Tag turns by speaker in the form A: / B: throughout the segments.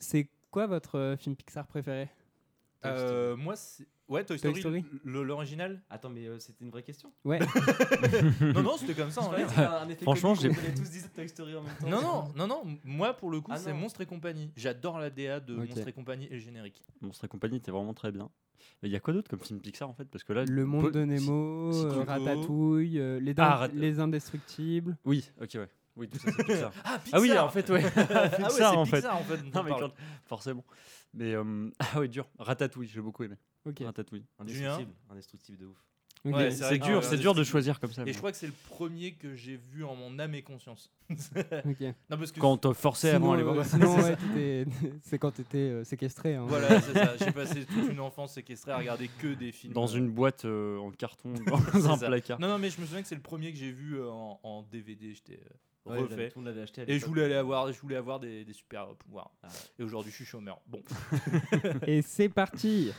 A: C'est quoi votre film Pixar préféré ?
B: Moi, c'est... Ouais, Toy Story. L'original.
C: Attends, mais c'était une vraie question.
A: Ouais.
B: Non, c'était comme ça.
C: Un effet
D: Franchement,
C: comique, on tous dit Toy Story en même temps.
B: Non. Moi, pour le coup, c'est
C: non.
B: Monstres et compagnie. J'adore la DA de
A: Ok.
B: Monstres et compagnie et le générique.
D: Monstres et compagnie était vraiment très bien. Mais il y a quoi d'autre comme film Pixar en fait ? Parce que là,
A: Le Monde de Nemo,
B: si tu veux.
A: Ratatouille, les Indestructibles.
D: Oui, ok, ouais. Oui, tout ça c'est Pixar.
B: Pixar.
D: Ah oui, en fait, ouais.
B: Pixar,
D: Pixar,
B: c'est
D: en fait.
B: Pixar, en fait. dont
D: Non,
B: on
D: mais
B: parle.
D: forcément. Mais ah oui, dur. Ratatouille, j'ai beaucoup aimé.
A: Ok.
D: Ratatouille.
C: Indestructible de ouf.
A: Ok.
B: Ouais,
D: C'est
B: vrai
D: dur,
B: que-
D: c'est dur de choisir comme ça.
B: Et
D: mais
B: je crois que c'est le premier que j'ai vu en mon âme et conscience.
A: Ok.
B: Non, parce que
D: Quand on te forçait avant à aller voir.
A: Sinon, ouais, c'est quand t'étais séquestré. Hein.
B: voilà, c'est ça. J'ai passé toute une enfance séquestrée à regarder que des films.
D: Dans une boîte en carton, dans
B: C'est
D: un
B: ça.
D: placard.
B: Non, mais je me souviens que c'est le premier que j'ai vu en DVD. J'étais
C: Ouais,
B: refait.
C: tout le monde l'avait acheté à
B: Et je
C: l'époque.
B: voulais avoir des super pouvoirs.
C: Ah.
B: Et aujourd'hui, je suis chômeur. Bon.
A: Et c'est parti.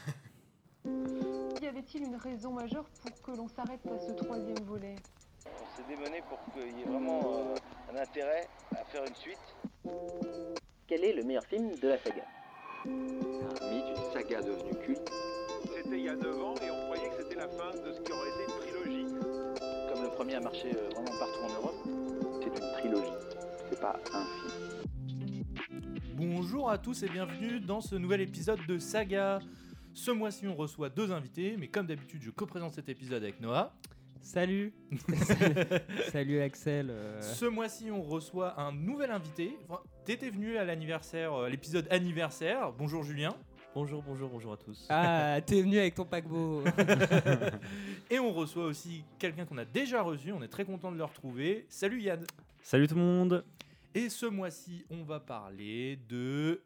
E: Y avait-il une raison majeure pour que l'on s'arrête à ce troisième volet ?
F: On s'est démené pour qu'il y ait vraiment un intérêt à faire une suite.
G: Quel est le meilleur film de la saga ?
F: Un mythe, une saga devenue culte.
H: C'était il y a 9 ans et on croyait que c'était la fin de ce qui aurait été une trilogie.
F: Comme le premier a marché vraiment partout en Europe, c'est une trilogie, c'est pas un film.
B: Bonjour à tous et bienvenue dans ce nouvel épisode de Saga. Ce mois-ci, on reçoit 2 invités, mais comme d'habitude, je co-présente cet épisode avec Noah.
A: Salut. Salut Axel.
B: Ce mois-ci, on reçoit un nouvel invité. Enfin, t'étais venu à l'anniversaire, l'épisode anniversaire. Bonjour Julien.
C: Bonjour à tous.
A: Ah, t'es venu avec ton paquebot.
B: Et on reçoit aussi quelqu'un qu'on a déjà reçu. On est très content de le retrouver. Salut Yann.
D: Salut tout le monde.
B: Et ce mois-ci, on va parler de...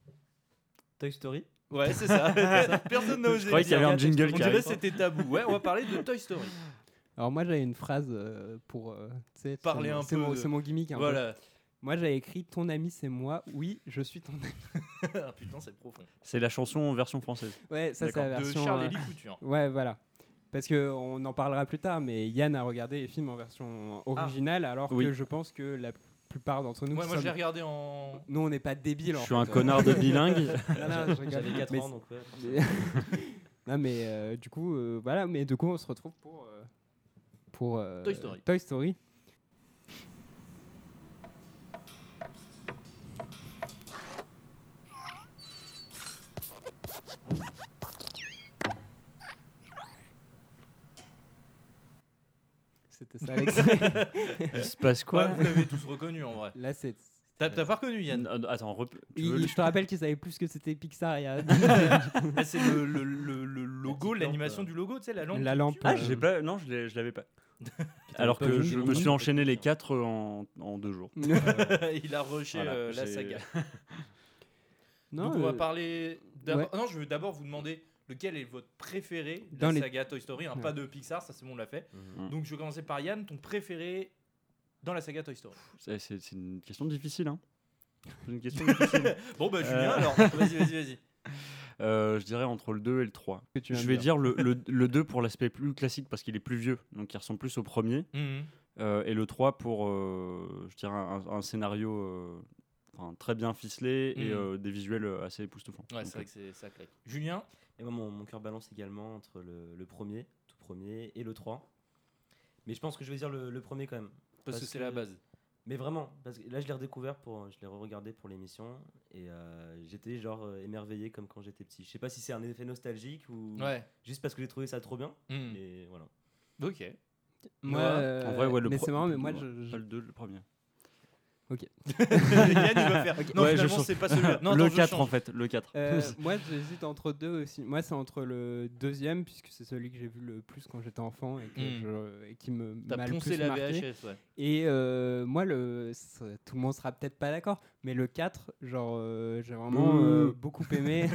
C: Toy Story.
B: Ouais, c'est ça. Personne n'a osé.
D: Je croyais qu'il y avait un jingle
B: On
D: qui
B: dirait
D: arrive.
B: que c'était tabou. Ouais, on va parler de Toy Story.
A: Alors moi j'avais une phrase pour tu sais,
B: Parler un peu de-
A: c'est mon gimmick. Un peu.
B: Voilà.
A: Moi j'avais écrit ton ami c'est moi. Oui, je suis ton ami.
B: Ah, putain, c'est profond.
D: C'est la chanson en version française.
A: Ouais, ça c'est la
B: De
A: version.
B: Charles-Élie Couture.
A: Ouais, voilà. Parce que on en parlera plus tard, mais Yann a regardé les films en version originale, alors
D: Oui.
A: que je pense que la plupart d'entre nous,
B: Ouais,
A: qui
B: moi je l'ai
A: sommes-
B: regardé en...
A: nous on n'est pas débiles.
D: Je suis un connard de bilingue.
A: Non, je rigole.
C: J'avais 4
A: Mais
C: ans donc ouais.
A: Mais- non mais du coup voilà, mais du coup on se retrouve pour
B: Toy Story.
A: Toy Story. C'était ça Alex.
D: Il se passe quoi
B: Ouais, vous l'avez tous reconnu en vrai.
A: Là c'est
B: T'as pas reconnu Yann?
D: Attends, tu veux
A: je te rappelle qu'ils savaient plus que c'était Pixar il y a
B: Ah, c'est le logo,
C: petite
B: l'animation
C: lampe,
B: du logo, tu sais, la lampe.
A: la lampe.
D: Ah, j'ai pas. Non, je l'avais pas. Alors que je me suis enchaîné les 4 en 2 jours.
B: Il a rushé
D: Voilà,
B: la
D: j'ai-
B: saga.
A: Non,
B: Donc on va parler...
A: ouais.
B: Non, je veux d'abord vous demander lequel est votre préféré de
A: Dans
B: la
A: les-
B: saga Toy Story, hein,
A: Ouais.
B: pas de Pixar, ça c'est bon, on l'a fait.
D: Mhm.
B: Donc je vais commencer par Yann, ton préféré dans la saga Toy Story.
D: C'est une question difficile, hein. C'est une question difficile.
B: Bon bah Julien alors, vas-y.
D: Je dirais entre le 2 et le 3.
A: que tu viens
D: Je
A: de
D: vais
A: dire.
D: dire le 2 pour l'aspect plus classique parce qu'il est plus vieux, donc il ressemble plus au premier.
B: Mhm.
D: Et le 3 pour, je dirais, un scénario très bien ficelé et des visuels assez époustouflants.
B: Ouais,
D: Donc,
B: c'est vrai que ça claque. Julien?
C: Et moi mon cœur balance également entre le premier, tout premier, et le 3. Mais je pense que je vais dire le premier quand même.
B: Parce que c'est la base.
C: Mais vraiment, parce que là je l'ai redécouvert, je l'ai re-regardé pour l'émission et j'étais genre émerveillé comme quand j'étais petit. Je sais pas si c'est un effet nostalgique ou
B: Ouais.
C: juste parce que j'ai trouvé ça trop bien.
B: Mhm.
C: Et voilà.
B: Ok.
A: Moi,
D: en vrai, ouais,
A: mais c'est marrant, mais moi je
D: pas le 2, le premier.
A: Ok.
B: Yann il va faire. Non,
D: Ouais, je
B: finalement
D: change.
B: c'est pas celui-là. Non,
D: Le
B: attends, je
D: 4
B: change.
D: en fait, le 4.
A: Moi j'hésite entre deux aussi. Moi c'est entre le deuxième puisque c'est celui que j'ai vu le plus quand j'étais enfant et, et qui me
B: T'as
A: m'a le
B: poncé
A: plus
B: la
A: marqué.
B: VHS, ouais.
A: Et moi tout le monde sera peut-être pas d'accord, mais le 4 genre j'ai vraiment beaucoup aimé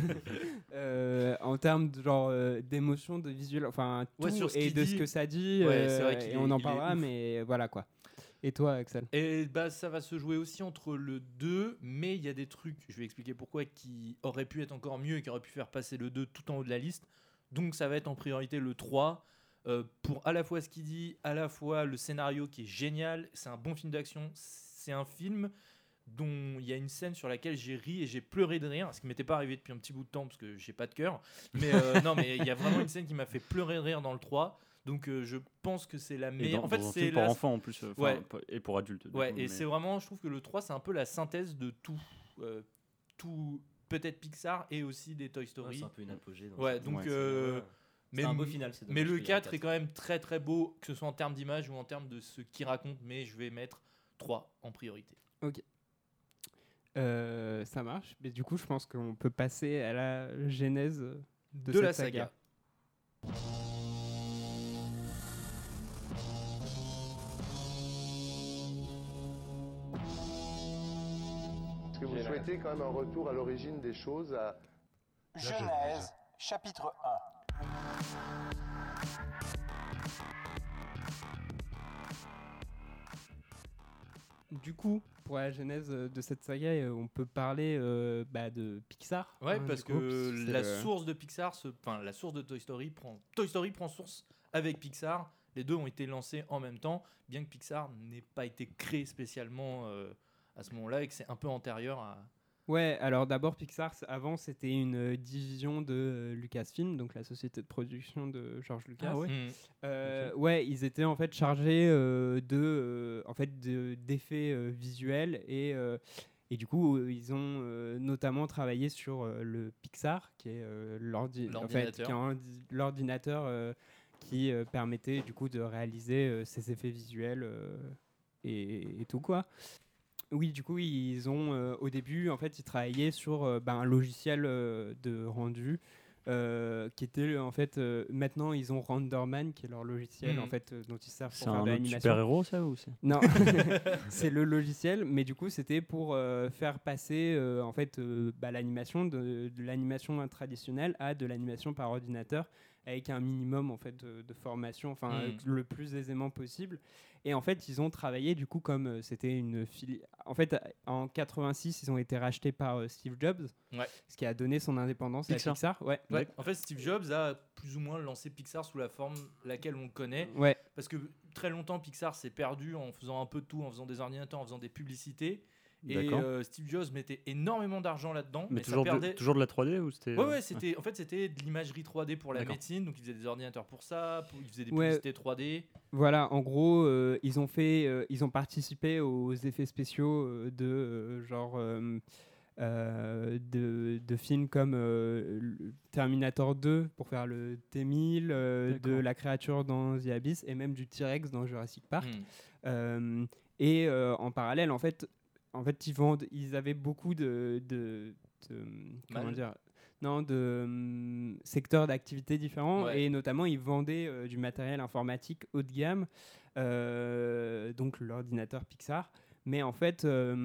A: en termes de genre d'émotion, de visuel, enfin tout
B: Ouais, sur ce
A: et
B: qu'il
A: de
B: dit.
A: ce que ça dit.
B: Ouais, c'est vrai qu'il
A: et
B: est-
A: on en
B: il est
A: parlera,
B: ouf.
A: mais voilà quoi. Et toi Axel?
B: Et bah ça va se jouer aussi entre le 2, mais il y a des trucs, je vais expliquer pourquoi, qui auraient pu être encore mieux et qui auraient pu faire passer le 2 tout en haut de la liste. Donc ça va être en priorité le 3, pour à la fois ce qu'il dit, à la fois le scénario qui est génial, c'est un bon film d'action, c'est un film dont il y a une scène sur laquelle j'ai ri et j'ai pleuré de rire, ce qui m'était pas arrivé depuis un petit bout de temps parce que j'ai pas de cœur. Mais non, mais il y a vraiment une scène qui m'a fait pleurer de rire dans le 3. Donc je pense que c'est la meilleure.
D: Dans,
B: en fait,
D: dans un
B: c'est
D: film pour enfants en plus,
B: ouais.
D: Et pour adultes.
B: Ouais,
D: coup,
B: et
D: mais...
B: c'est vraiment, je trouve que le 3 c'est un peu la synthèse de tout peut-être Pixar et aussi des Toy Story.
C: Ouais, c'est un peu une apogée.
B: Ouais, donc
C: c'est un beau final. C'est
B: mais
C: dommage
B: le
C: qu'il y ait un
B: 4 est quand même très très beau, que ce soit en termes d'image ou en termes de ce qu'il raconte, mais je vais mettre 3 en priorité.
A: Ça marche, mais du coup, je pense qu'on peut passer à la genèse de
B: la
A: cette saga.
I: Est-ce que vous souhaitez quand même un retour à l'origine des choses à...
J: Genèse, chapitre 1.
A: Du coup, pour la genèse de cette saga, on peut parler de Pixar.
B: Ouais,
A: hein,
B: parce
A: du coup,
B: que la source de Pixar, la source de Toy Story prend source avec Pixar. Les deux ont été lancés en même temps, bien que Pixar n'ait pas été créé spécialement à ce moment-là et que c'est un peu antérieur à...
A: Ouais, alors d'abord Pixar, avant c'était une division de Lucasfilm, donc la société de production de George Lucas.
D: Ah ouais.
A: Ouais, ils étaient en fait chargés d'effets visuels et du coup ils ont notamment travaillé sur le Pixar, qui est l'ordinateur qui permettait du coup de réaliser ces effets visuels et tout quoi. Oui, du coup, ils ont au début, en fait, ils travaillaient sur un logiciel de rendu qui était en fait. Maintenant, ils ont Renderman, qui est leur logiciel en fait dont ils servent pour faire de l'animation.
D: C'est un super-héros, ça ou c'est...
A: Non, c'est le logiciel, mais du coup, c'était pour faire passer en fait l'animation de l'animation traditionnelle à de l'animation par ordinateur avec un minimum en fait de formation, le plus aisément possible. Et en fait, ils ont travaillé du coup comme c'était une filiale. En fait, en 86, ils ont été rachetés par Steve Jobs, ce qui a donné son indépendance à Pixar. Ouais.
B: En fait, Steve Jobs a plus ou moins lancé Pixar sous la forme laquelle on le connaît.
A: Ouais.
B: Parce que très longtemps, Pixar s'est perdu en faisant un peu de tout, en faisant des ordinateurs, en faisant des publicités. Et Steve Jobs mettait énormément d'argent là-dedans.
D: Mais toujours, toujours de la 3D ou c'était...
B: Ouais, c'était, en fait, c'était de l'imagerie 3D pour la médecine. Donc, ils faisaient des ordinateurs pour ça. Ils faisaient des publicités 3D.
A: Voilà, en gros, ils ont participé aux effets spéciaux de films comme Terminator 2 pour faire le T-1000, de la créature dans The Abyss et même du T-Rex dans Jurassic Park. En parallèle, en fait, ils avaient beaucoup de secteurs d'activité différents et notamment ils vendaient du matériel informatique haut de gamme, donc l'ordinateur Pixar. Mais en fait,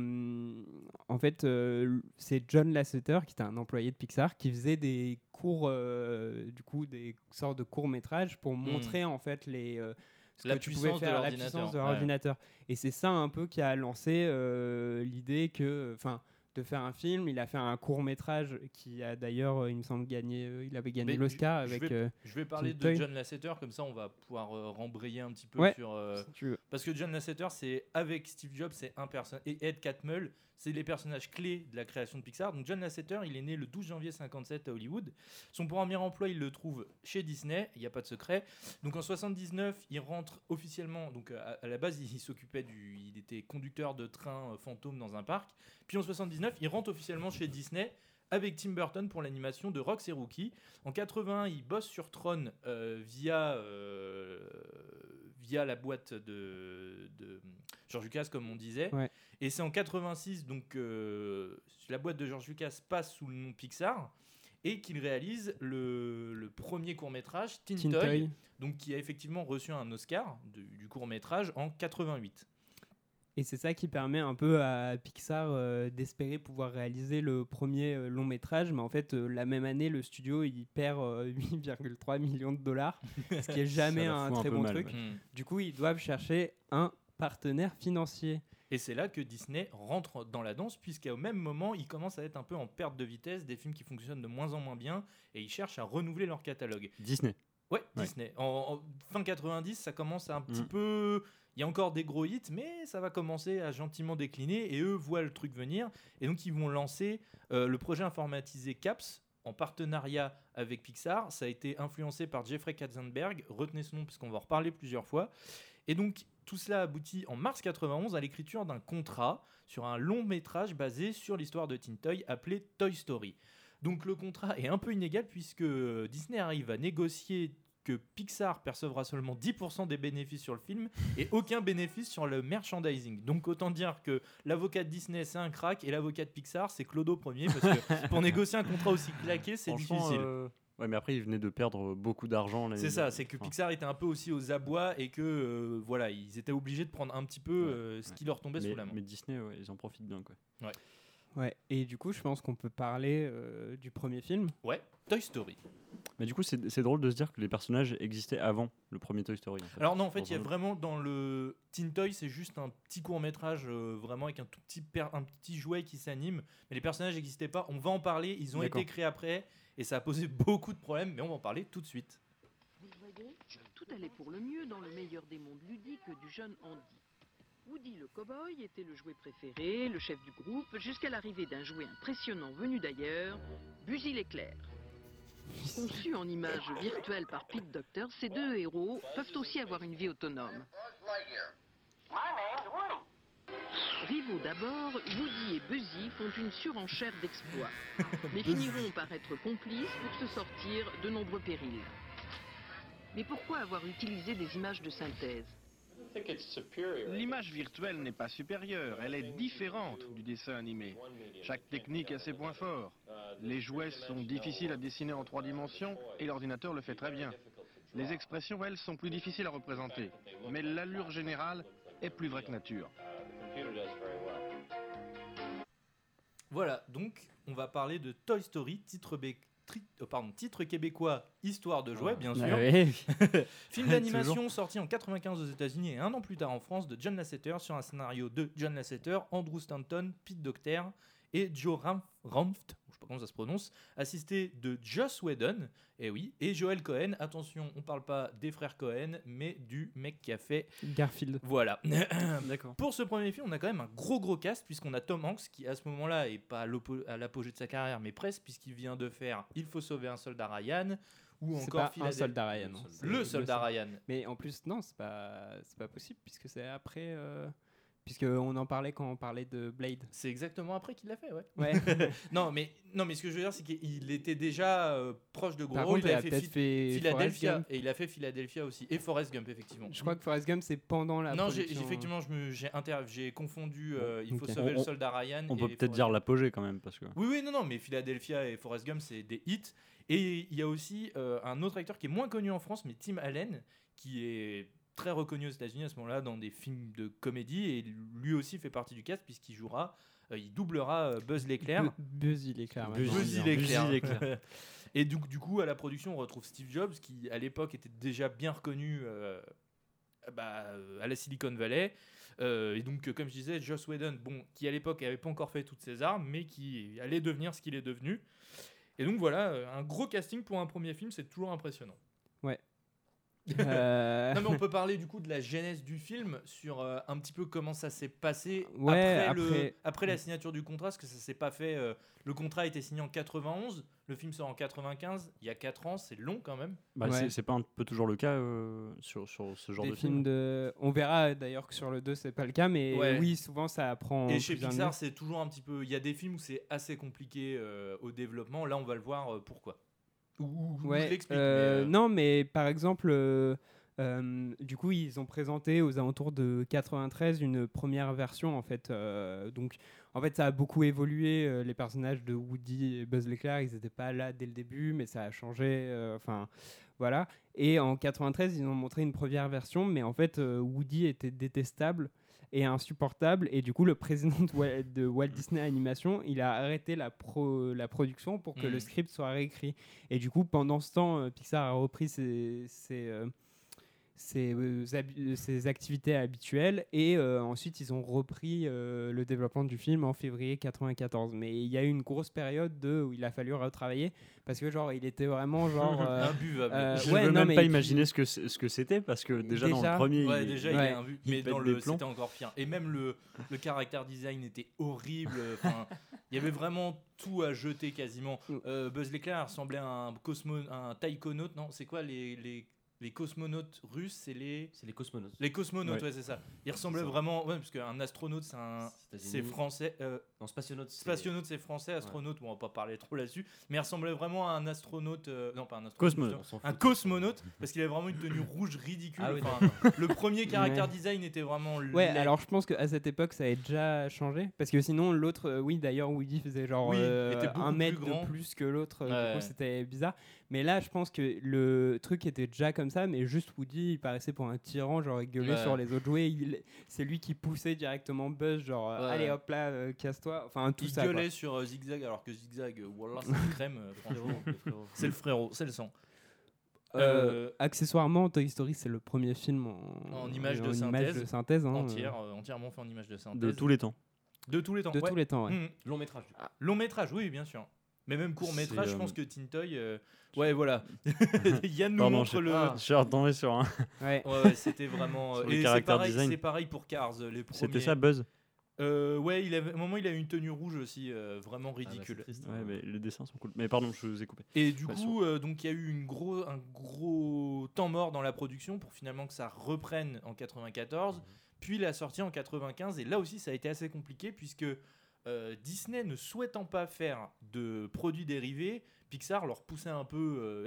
A: c'est John Lasseter, qui était un employé de Pixar, qui faisait des cours, des sortes de courts-métrages pour montrer en fait
B: la puissance
A: de l'ordinateur. Et c'est ça un peu qui a lancé l'idée de faire un film. Il a fait un court-métrage qui a d'ailleurs, il me semble, il avait gagné l'Oscar avec...
B: Je vais parler de John Lasseter, comme ça on va pouvoir rembrayer un petit peu sur...
A: si tu veux.
B: Parce que John Lasseter, c'est avec Steve Jobs, c'est un personnage, et Ed Catmull, c'est les personnages clés de la création de Pixar. Donc John Lasseter, il est né le 12 janvier 1957 à Hollywood. Son premier emploi, il le trouve chez Disney, il n'y a pas de secret. Donc en 1979, il rentre officiellement, donc à la base, il était conducteur de train fantôme dans un parc. Puis en 1979, il rentre officiellement chez Disney avec Tim Burton pour l'animation de Rox et Rookie. En 1981, il bosse sur Tron via la boîte de George Lucas, comme on disait. Ouais. Et c'est en 1986, donc la boîte de George Lucas passe sous le nom Pixar et qu'il réalise le premier court-métrage, Teen Toy, donc qui a effectivement reçu un Oscar du court-métrage en 1988.
A: Et c'est ça qui permet un peu à Pixar d'espérer pouvoir réaliser le premier long métrage. Mais en fait, la même année, le studio il perd 8,3 millions de dollars, ce qui est jamais un très bon truc. Ouais. Du coup, ils doivent chercher un partenaire financier.
B: Et c'est là que Disney rentre dans la danse, puisqu'au même moment, ils commencent à être un peu en perte de vitesse, des films qui fonctionnent de moins en moins bien, et ils cherchent à renouveler leur catalogue.
D: Disney.
B: Ouais, Disney. En fin 90, ça commence à un petit peu... Il y a encore des gros hits, mais ça va commencer à gentiment décliner et eux voient le truc venir. Et donc, ils vont lancer le projet informatisé CAPS en partenariat avec Pixar. Ça a été influencé par Jeffrey Katzenberg. Retenez ce nom puisqu'on va en reparler plusieurs fois. Et donc, tout cela aboutit en mars 91 à l'écriture d'un contrat sur un long métrage basé sur l'histoire de Tintoy appelé Toy Story. Donc, le contrat est un peu inégal puisque Disney arrive à négocier que Pixar percevra seulement 10% des bénéfices sur le film et aucun bénéfice sur le merchandising. Donc autant dire que l'avocat de Disney c'est un crack et l'avocat de Pixar c'est Clodo Premier parce que pour négocier un contrat aussi claqué c'est difficile.
D: Ouais, mais après ils venaient de perdre beaucoup d'argent.
B: C'est ça, c'est que Pixar était un peu aussi aux abois et que voilà, ils étaient obligés de prendre un petit peu ce qui leur tombait sous la main.
D: Mais Disney, ils en profitent bien quoi.
A: Ouais, et du coup, je pense qu'on peut parler du premier film.
B: Ouais, Toy Story.
D: Mais du coup, c'est drôle de se dire que les personnages existaient avant le premier Toy Story. En fait.
B: Alors non, en fait, il y a vraiment dans le Tintoy, c'est juste un petit court-métrage vraiment avec un petit jouet qui s'anime. Mais les personnages n'existaient pas. On va en parler. Ils ont été créés après et ça a posé beaucoup de problèmes. Mais on va en parler tout de suite.
K: Vous voyez, tout allait pour le mieux dans le meilleur des mondes ludiques du jeune Andy. Woody le cow-boy était le jouet préféré, le chef du groupe, jusqu'à l'arrivée d'un jouet impressionnant venu d'ailleurs, Buzzy l'éclair. Conçus en images virtuelles par Pete Docter, ces deux héros peuvent aussi avoir une vie autonome. Rivaux d'abord, Woody et Buzzy font une surenchère d'exploits, mais finiront par être complices pour se sortir de nombreux périls. Mais pourquoi avoir utilisé des images de synthèse ?
H: L'image virtuelle n'est pas supérieure, elle est différente du dessin animé. Chaque technique a ses points forts. Les jouets sont difficiles à dessiner en 3 dimensions et l'ordinateur le fait très bien. Les expressions, elles, sont plus difficiles à représenter, mais l'allure générale est plus vraie que nature.
B: Voilà, donc on va parler de Toy Story, titre québécois, Histoire de jouets, bien sûr. Film d'animation sorti en 95 aux États-Unis et un an plus tard en France de John Lasseter sur un scénario de John Lasseter, Andrew Stanton, Pete Docter et Joe Ranft, je sais pas comment ça se prononce, assisté de Joss Whedon, et Joel Cohen. Attention, on parle pas des frères Cohen, mais du mec qui a fait
A: Garfield.
B: Voilà.
A: D'accord.
B: Pour ce premier film, on a quand même un gros cast puisqu'on a Tom Hanks qui à ce moment-là est pas à l'apogée de sa carrière, mais presque puisqu'il vient de faire Il faut sauver un soldat Ryan ou encore
A: un soldat Ryan.
B: Le soldat Ryan.
A: Mais en plus non, c'est pas possible puisque c'est après. Puisqu'on en parlait quand on parlait de Blade.
B: C'est exactement après qu'il l'a fait, ouais. non, mais ce que je veux dire, c'est qu'il était déjà proche de gros rôles.
A: Il a fait
B: Philadelphia, et il a fait Philadelphia aussi. Et Forrest Gump, effectivement.
A: Je crois que Forrest Gump, c'est pendant la production.
B: Non, effectivement, j'ai confondu Il faut sauver le soldat Ryan.
D: On peut peut-être dire l'apogée quand même. Parce que...
B: Oui, non, mais Philadelphia et Forrest Gump, c'est des hits. Et il y a aussi un autre acteur qui est moins connu en France, mais Tim Allen, qui est très reconnu aux États-Unis à ce moment-là dans des films de comédie et lui aussi fait partie du cast puisqu'il il doublera Buzz l'éclair.
A: Buzzy l'éclair.
B: Buzzy l'éclair. Et du coup à la production on retrouve Steve Jobs qui à l'époque était déjà bien reconnu à la Silicon Valley. Et donc comme je disais Joss Whedon, qui à l'époque n'avait pas encore fait toutes ses armes mais qui allait devenir ce qu'il est devenu. Et donc voilà, un gros casting pour un premier film, c'est toujours impressionnant.
A: Ouais.
B: Non mais on peut parler du coup de la genèse du film sur un petit peu comment ça s'est passé après la signature du contrat, parce que ça s'est pas fait. Le contrat a été signé en 91, le film sort en 95, il y a 4 ans, c'est long quand même.
D: C'est pas un peu toujours le cas sur ce genre de film.
A: On verra d'ailleurs que sur le 2 c'est pas le cas, mais oui souvent ça prend.
B: Et chez Pixar c'est toujours un petit peu. Il y a des films où c'est assez compliqué au développement. Là on va le voir pourquoi. Je l'explique.
A: Non, mais par exemple, du coup, ils ont présenté aux alentours de 93 une première version, en fait. Donc, en fait, ça a beaucoup évolué. Les personnages de Woody et Buzz l'éclair, ils n'étaient pas là dès le début, mais ça a changé. Voilà. Et en 93, ils ont montré une première version, mais en fait, Woody était détestable et insupportable, et du coup le président de Walt Disney Animation, il a arrêté la production pour que le script soit réécrit, et du coup pendant ce temps Pixar a repris ses activités habituelles et ensuite ils ont repris le développement du film en février 94. Mais il y a eu une grosse période où il a fallu retravailler parce que genre il était vraiment genre
B: imbuvable.
D: Je ne veux même pas imaginer ce que c'était parce que déjà dans le premier
B: il est imbuvable, mais dans c'était encore pire. Et même le caractère design était horrible. Il y avait vraiment tout à jeter quasiment. Buzz l'éclair ressemblait à un taïkonaute. Non, c'est quoi les cosmonautes russes, c'est les
C: cosmonautes.
B: Les cosmonautes, ouais, c'est ça. Il ressemblait vraiment, parce qu'un astronaute, c'est français.
C: Non, spationaute,
B: c'est français. Astronaute, bon, on va pas parler trop là-dessus, mais il ressemblait vraiment à un astronaute. Non, pas un astronaute.
D: Cosmonaute.
B: Un cosmonaute, parce qu'il avait vraiment une tenue rouge ridicule.
C: Ah oui,
B: le premier caractère design était vraiment.
A: Ouais, alors je pense qu'à cette époque, ça avait déjà changé, parce que sinon l'autre, d'ailleurs Woody faisait genre un mètre de plus que l'autre. Du coup, c'était bizarre. Mais là, je pense que le truc était déjà comme ça, mais juste Woody, il paraissait pour un tyran, genre il gueulait sur les autres jouets. C'est lui qui poussait directement Buzz, genre allez hop là, casse-toi. Enfin, tout ça.
B: Il gueulait sur Zigzag, alors que Zigzag, voilà, c'est une crème, franchement. C'est le frérot, c'est le sang.
A: Accessoirement, Toy Story, c'est le premier film
B: en image de synthèse entièrement fait en image de synthèse.
D: De tous les temps.
A: De tous les temps, ouais.
C: Long métrage.
B: Long métrage, oui, bien sûr. Mais même court métrage, je pense que Tintoy. Ouais, voilà. Yann nous montre le.
D: Je suis retombé sur un.
B: Ouais, c'était vraiment.
D: Et
B: c'est pareil pour Cars, les premiers.
D: C'était ça, Buzz.
B: Ouais, à un moment, il a une tenue rouge aussi, vraiment ridicule.
C: Triste,
D: ouais, mais les dessins sont cool. Mais pardon, je vous ai coupé.
B: Et du coup, donc il y a eu un gros temps mort dans la production pour finalement que ça reprenne en 94, puis la sortie en 95. Et là aussi, ça a été assez compliqué puisque Disney ne souhaitant pas faire de produits dérivés, Pixar leur poussait un peu.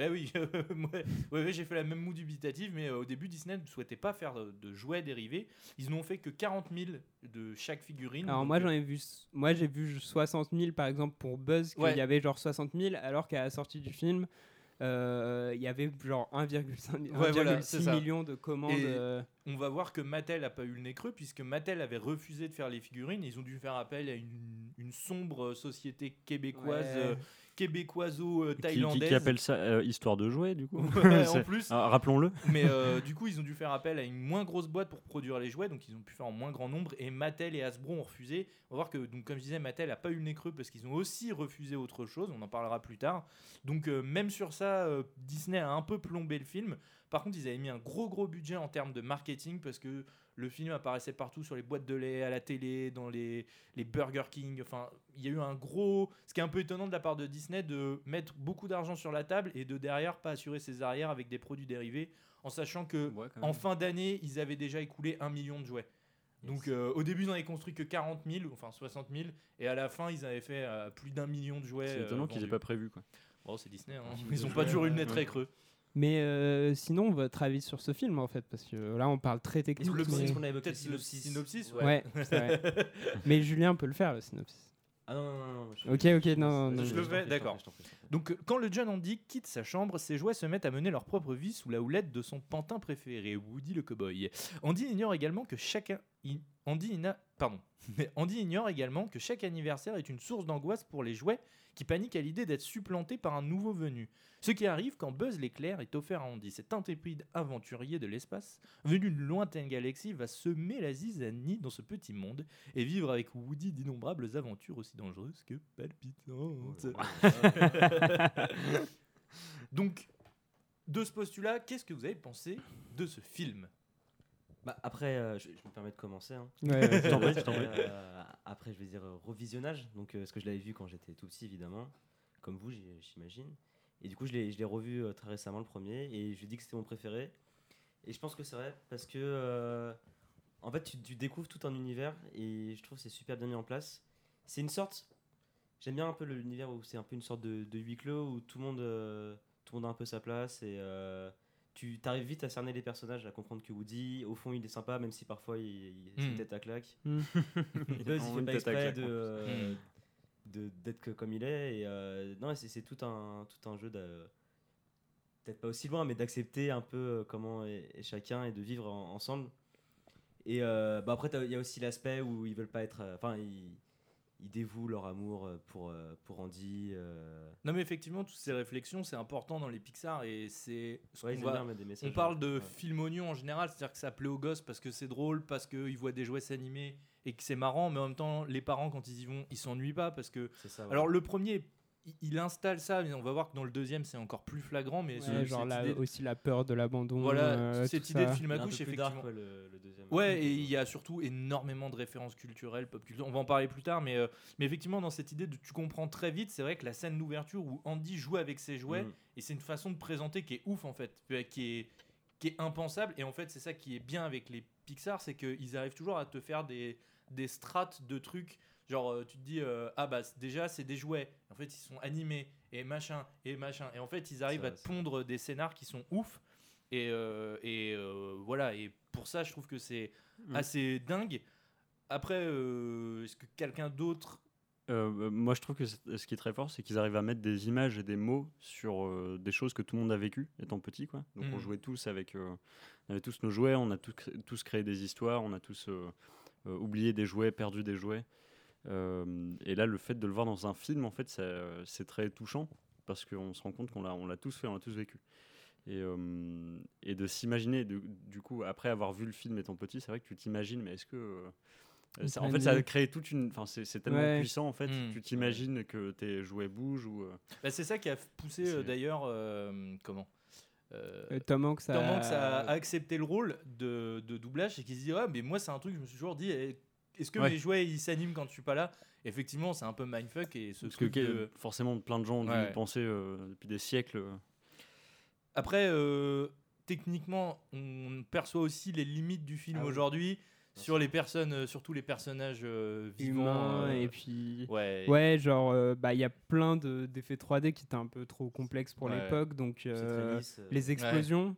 B: J'ai fait la même moue dubitative, mais au début, Disney ne souhaitait pas faire de jouets dérivés. Ils n'ont fait que 40 000 de chaque figurine.
A: Alors j'ai vu 60 000 par exemple pour Buzz, qu'il y avait genre 60 000, alors qu'à la sortie du film, il y avait genre 1,6 million de commandes.
B: Et on va voir que Mattel n'a pas eu le nez creux, puisque Mattel avait refusé de faire les figurines. Ils ont dû faire appel à une sombre société québécoise. Québécoiso-thaïlandaise.
D: Qui appelle ça histoire de jouets, du coup.
B: En plus.
D: Rappelons-le.
B: Mais du coup, ils ont dû faire appel à une moins grosse boîte pour produire les jouets, donc ils ont pu faire en moins grand nombre. Et Mattel et Hasbro ont refusé. On va voir que, donc, comme je disais, Mattel n'a pas eu le nez creux parce qu'ils ont aussi refusé autre chose. On en parlera plus tard. Donc, même sur ça, Disney a un peu plombé le film. Par contre, ils avaient mis un gros budget en termes de marketing parce que le film apparaissait partout sur les boîtes de lait, à la télé, dans les Burger King. Enfin, il y a eu un gros... Ce qui est un peu étonnant de la part de Disney, de mettre beaucoup d'argent sur la table et de derrière pas assurer ses arrières avec des produits dérivés, en sachant que en fin d'année, ils avaient déjà écoulé 1 million de jouets. Donc au début, ils n'en avaient construit que 40 000, enfin 60 000, et à la fin, ils avaient fait plus d'1 million de jouets.
D: C'est étonnant qu'ils n'aient pas prévu, quoi.
B: Bon, c'est Disney, hein. Ils n'ont pas toujours eu le nez très creux.
A: Mais sinon, votre avis sur ce film, en fait, parce que là, on parle très technique.
C: Est-ce qu'on a évoqué
B: peut-être le synopsis
A: ouais, c'est vrai. Mais Julien peut le faire, le synopsis.
C: Ah non.
A: Ok, non.
B: Je le fais, d'accord. Donc, quand le jeune Andy quitte sa chambre, ses jouets se mettent à mener leur propre vie sous la houlette de son pantin préféré, Woody le cowboy. Andy ignore également que chaque anniversaire est une source d'angoisse pour les jouets qui paniquent à l'idée d'être supplantés par un nouveau venu. Ce qui arrive quand Buzz l'éclair est offert à Andy. Cet intrépide aventurier de l'espace, venu d'une lointaine galaxie, va semer la zizanie dans ce petit monde et vivre avec Woody d'innombrables aventures aussi dangereuses que palpitantes. Donc, de ce postulat, qu'est-ce que vous avez pensé de ce film ?
C: Après, je me permets de commencer. Hein.
A: Je t'en prie.
C: Après, je vais dire revisionnage. Donc, parce que je l'avais vu quand j'étais tout petit, évidemment, comme vous, j'imagine. Et du coup, je l'ai revu très récemment, le premier, et je dis que c'était mon préféré. Et je pense que c'est vrai, parce que en fait, tu découvres tout un univers, et je trouve que c'est super bien mis en place. C'est une sorte... J'aime bien un peu l'univers où c'est un peu une sorte de huis clos, où tout le monde a un peu sa place, et tu arrives vite à cerner les personnages, à comprendre que Woody, au fond, il est sympa, même si parfois il a une tête à claque. Et Buzz, il fait pas exprès d'être comme il est. Et non, c'est tout un jeu peut-être pas aussi loin, mais d'accepter un peu comment est chacun et de vivre ensemble. Et après, il y a aussi l'aspect où ils veulent pas être... ils dévouent leur amour pour Andy.
B: Non, mais effectivement, toutes ces réflexions, c'est important dans les Pixar et c'est.
C: Ouais, ils aiment bien mettre des messages.
B: On parle de film oignon en général, c'est-à-dire que ça plaît aux gosses parce que c'est drôle, parce qu'ils voient des jouets s'animer et que c'est marrant, mais en même temps, les parents, quand ils y vont, ils s'ennuient pas parce que.
C: C'est ça, ouais.
B: Alors, le premier. Il installe ça, mais on va voir que dans le deuxième c'est encore plus flagrant. Mais
A: genre aussi la peur de l'abandon.
B: Voilà, cette idée de film à couche, effectivement.
C: Dark, le deuxième.
B: Ouais, et il y a surtout énormément de références culturelles, pop culture. On va en parler plus tard, mais effectivement, dans cette idée tu comprends très vite, c'est vrai que la scène d'ouverture où Andy joue avec ses jouets, et c'est une façon de présenter qui est ouf en fait, qui est impensable. Et en fait, c'est ça qui est bien avec les Pixar, c'est qu'ils arrivent toujours à te faire des strates de trucs. Genre, tu te dis, déjà, c'est des jouets. En fait, ils sont animés et machin. Et en fait, ils arrivent à te pondre des scénars qui sont ouf. Et voilà. Et pour ça, je trouve que c'est assez dingue. Après, est-ce que quelqu'un d'autre.
D: Moi, je trouve que ce qui est très fort, c'est qu'ils arrivent à mettre des images et des mots sur des choses que tout le monde a vécues étant petit, quoi. Donc, on jouait tous on avait tous nos jouets, on a tous créé des histoires, on a tous oublié des jouets, perdu des jouets. Et là, le fait de le voir dans un film, en fait, c'est très touchant parce qu'on se rend compte qu'on l'a tous fait, on l'a tous vécu. Et de s'imaginer, du coup, après avoir vu le film étant petit, c'est vrai que tu t'imagines, mais est-ce que en fait, ça a créé toute une. Enfin, c'est tellement puissant, en fait. Tu t'imagines que tes jouets bougent ou.
B: C'est ça qui a poussé d'ailleurs.
A: Tom Hanks
B: a accepté le rôle de doublage et qui se dit mais moi c'est un truc, je me suis toujours dit. Est-ce que mes jouets ils s'animent quand je suis pas là ? Effectivement, c'est un peu mindfuck et
D: parce que forcément plein de gens ont dû y penser depuis des siècles.
B: Après, techniquement, on perçoit aussi les limites du film aujourd'hui sur les personnes, surtout les personnages vivants
A: et puis
B: genre
A: il y a plein d'effets 3D qui étaient un peu trop complexes pour l'époque, donc les explosions.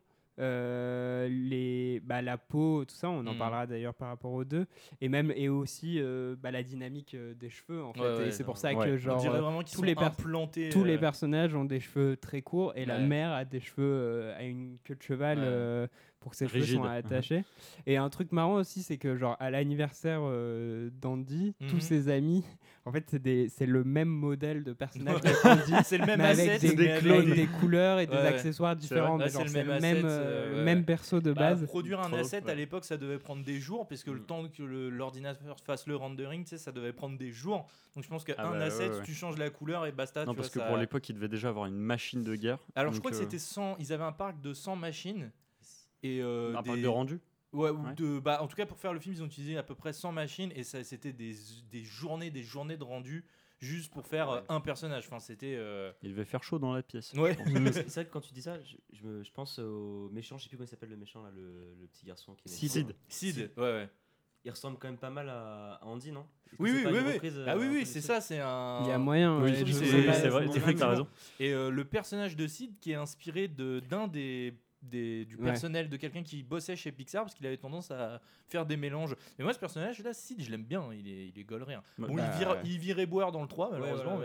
A: La peau, tout ça, on en parlera d'ailleurs par rapport aux deux, et aussi la dynamique des cheveux en fait. Et c'est pour ça que genre tous les personnages ont des cheveux très courts et la mère a des cheveux à une queue de cheval pour que ses cheveux soient attachés. Et un truc marrant aussi, c'est que genre à l'anniversaire d'Andy, tous ses amis, en fait c'est le même modèle de personnage qu'Andy,
B: c'est le même
A: avec des couleurs et des accessoires différents, mais genre c'est le même perso de base.
B: Produire un asset à l'époque, ça devait prendre des jours, parce que le temps que l'ordinateur fasse le rendering, ça devait prendre des jours. Donc je pense qu'un asset, tu changes la couleur et basta.
D: Non, parce que pour l'époque, ils devaient déjà avoir une machine de guerre.
B: Alors je crois que c'était 100, ils avaient un parc de 100 machines. Et
D: un parc de rendu.
B: En tout cas, pour faire le film, ils ont utilisé à peu près 100 machines et c'était des journées de rendu juste pour faire un personnage. Enfin, c'était.
D: Il devait faire chaud dans la pièce.
C: Ouais. C'est vrai que quand tu dis ça, je pense au méchant, je sais plus comment il s'appelle le méchant là, le petit garçon qui est.
B: Sid. Ouais.
C: Il ressemble quand même pas mal à Andy, non ?
B: Oui, c'est ça, c'est un.
A: Il y a moyen.
D: Oui, c'est vrai, t'as raison.
B: Et le personnage de Sid qui est inspiré d'un du personnel de quelqu'un qui bossait chez Pixar parce qu'il avait tendance à faire des mélanges. Mais moi ce personnage là, Sid, je l'aime bien, il est gaulerie. Bon, il virait boire dans le 3 malheureusement,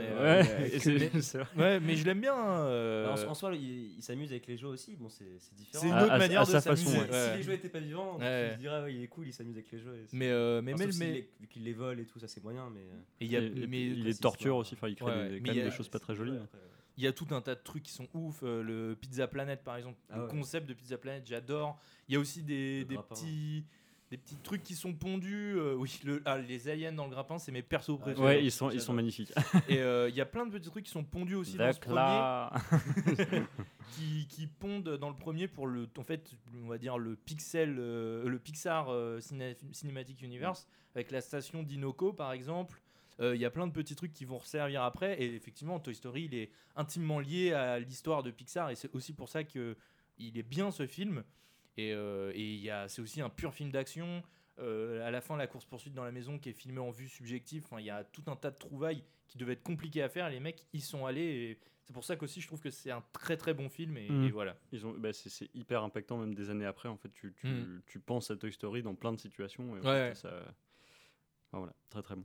B: mais je l'aime bien.
C: En soi, il s'amuse avec les jouets aussi. Bon, c'est différent.
B: C'est une autre manière de s'amuser.
C: Si les jouets étaient pas vivants, tu te dirais il est cool, il s'amuse avec les jouets. Vu qu'il les vole et tout, ça c'est moyen.
D: Il les torture aussi, il crée des choses pas très jolies.
B: Il y a tout un tas de trucs qui sont ouf. Le Pizza Planet, par exemple. Le concept de Pizza Planet, j'adore. Il y a aussi des petits trucs qui sont pondus. Les aliens dans le grappin, c'est mes persos préférés.
D: Ouais, ils sont magnifiques.
B: Et il y a plein de petits trucs qui sont pondus aussi dans ce premier. qui pondent dans le premier pour on va dire le Pixar Cinematic Universe, avec la station d'Inoko, par exemple. Il y a plein de petits trucs qui vont resservir après, et effectivement Toy Story il est intimement lié à l'histoire de Pixar, et c'est aussi pour ça qu'il est bien ce film, et c'est aussi un pur film d'action. À la fin, la course-poursuite dans la maison qui est filmée en vue subjective, il y a tout un tas de trouvailles qui devaient être compliquées à faire, et les mecs y sont allés, et c'est pour ça qu'aussi je trouve que c'est un très très bon film, et voilà.
D: C'est hyper impactant même des années après, en fait tu penses à Toy Story dans plein de situations, et voilà, très très bon.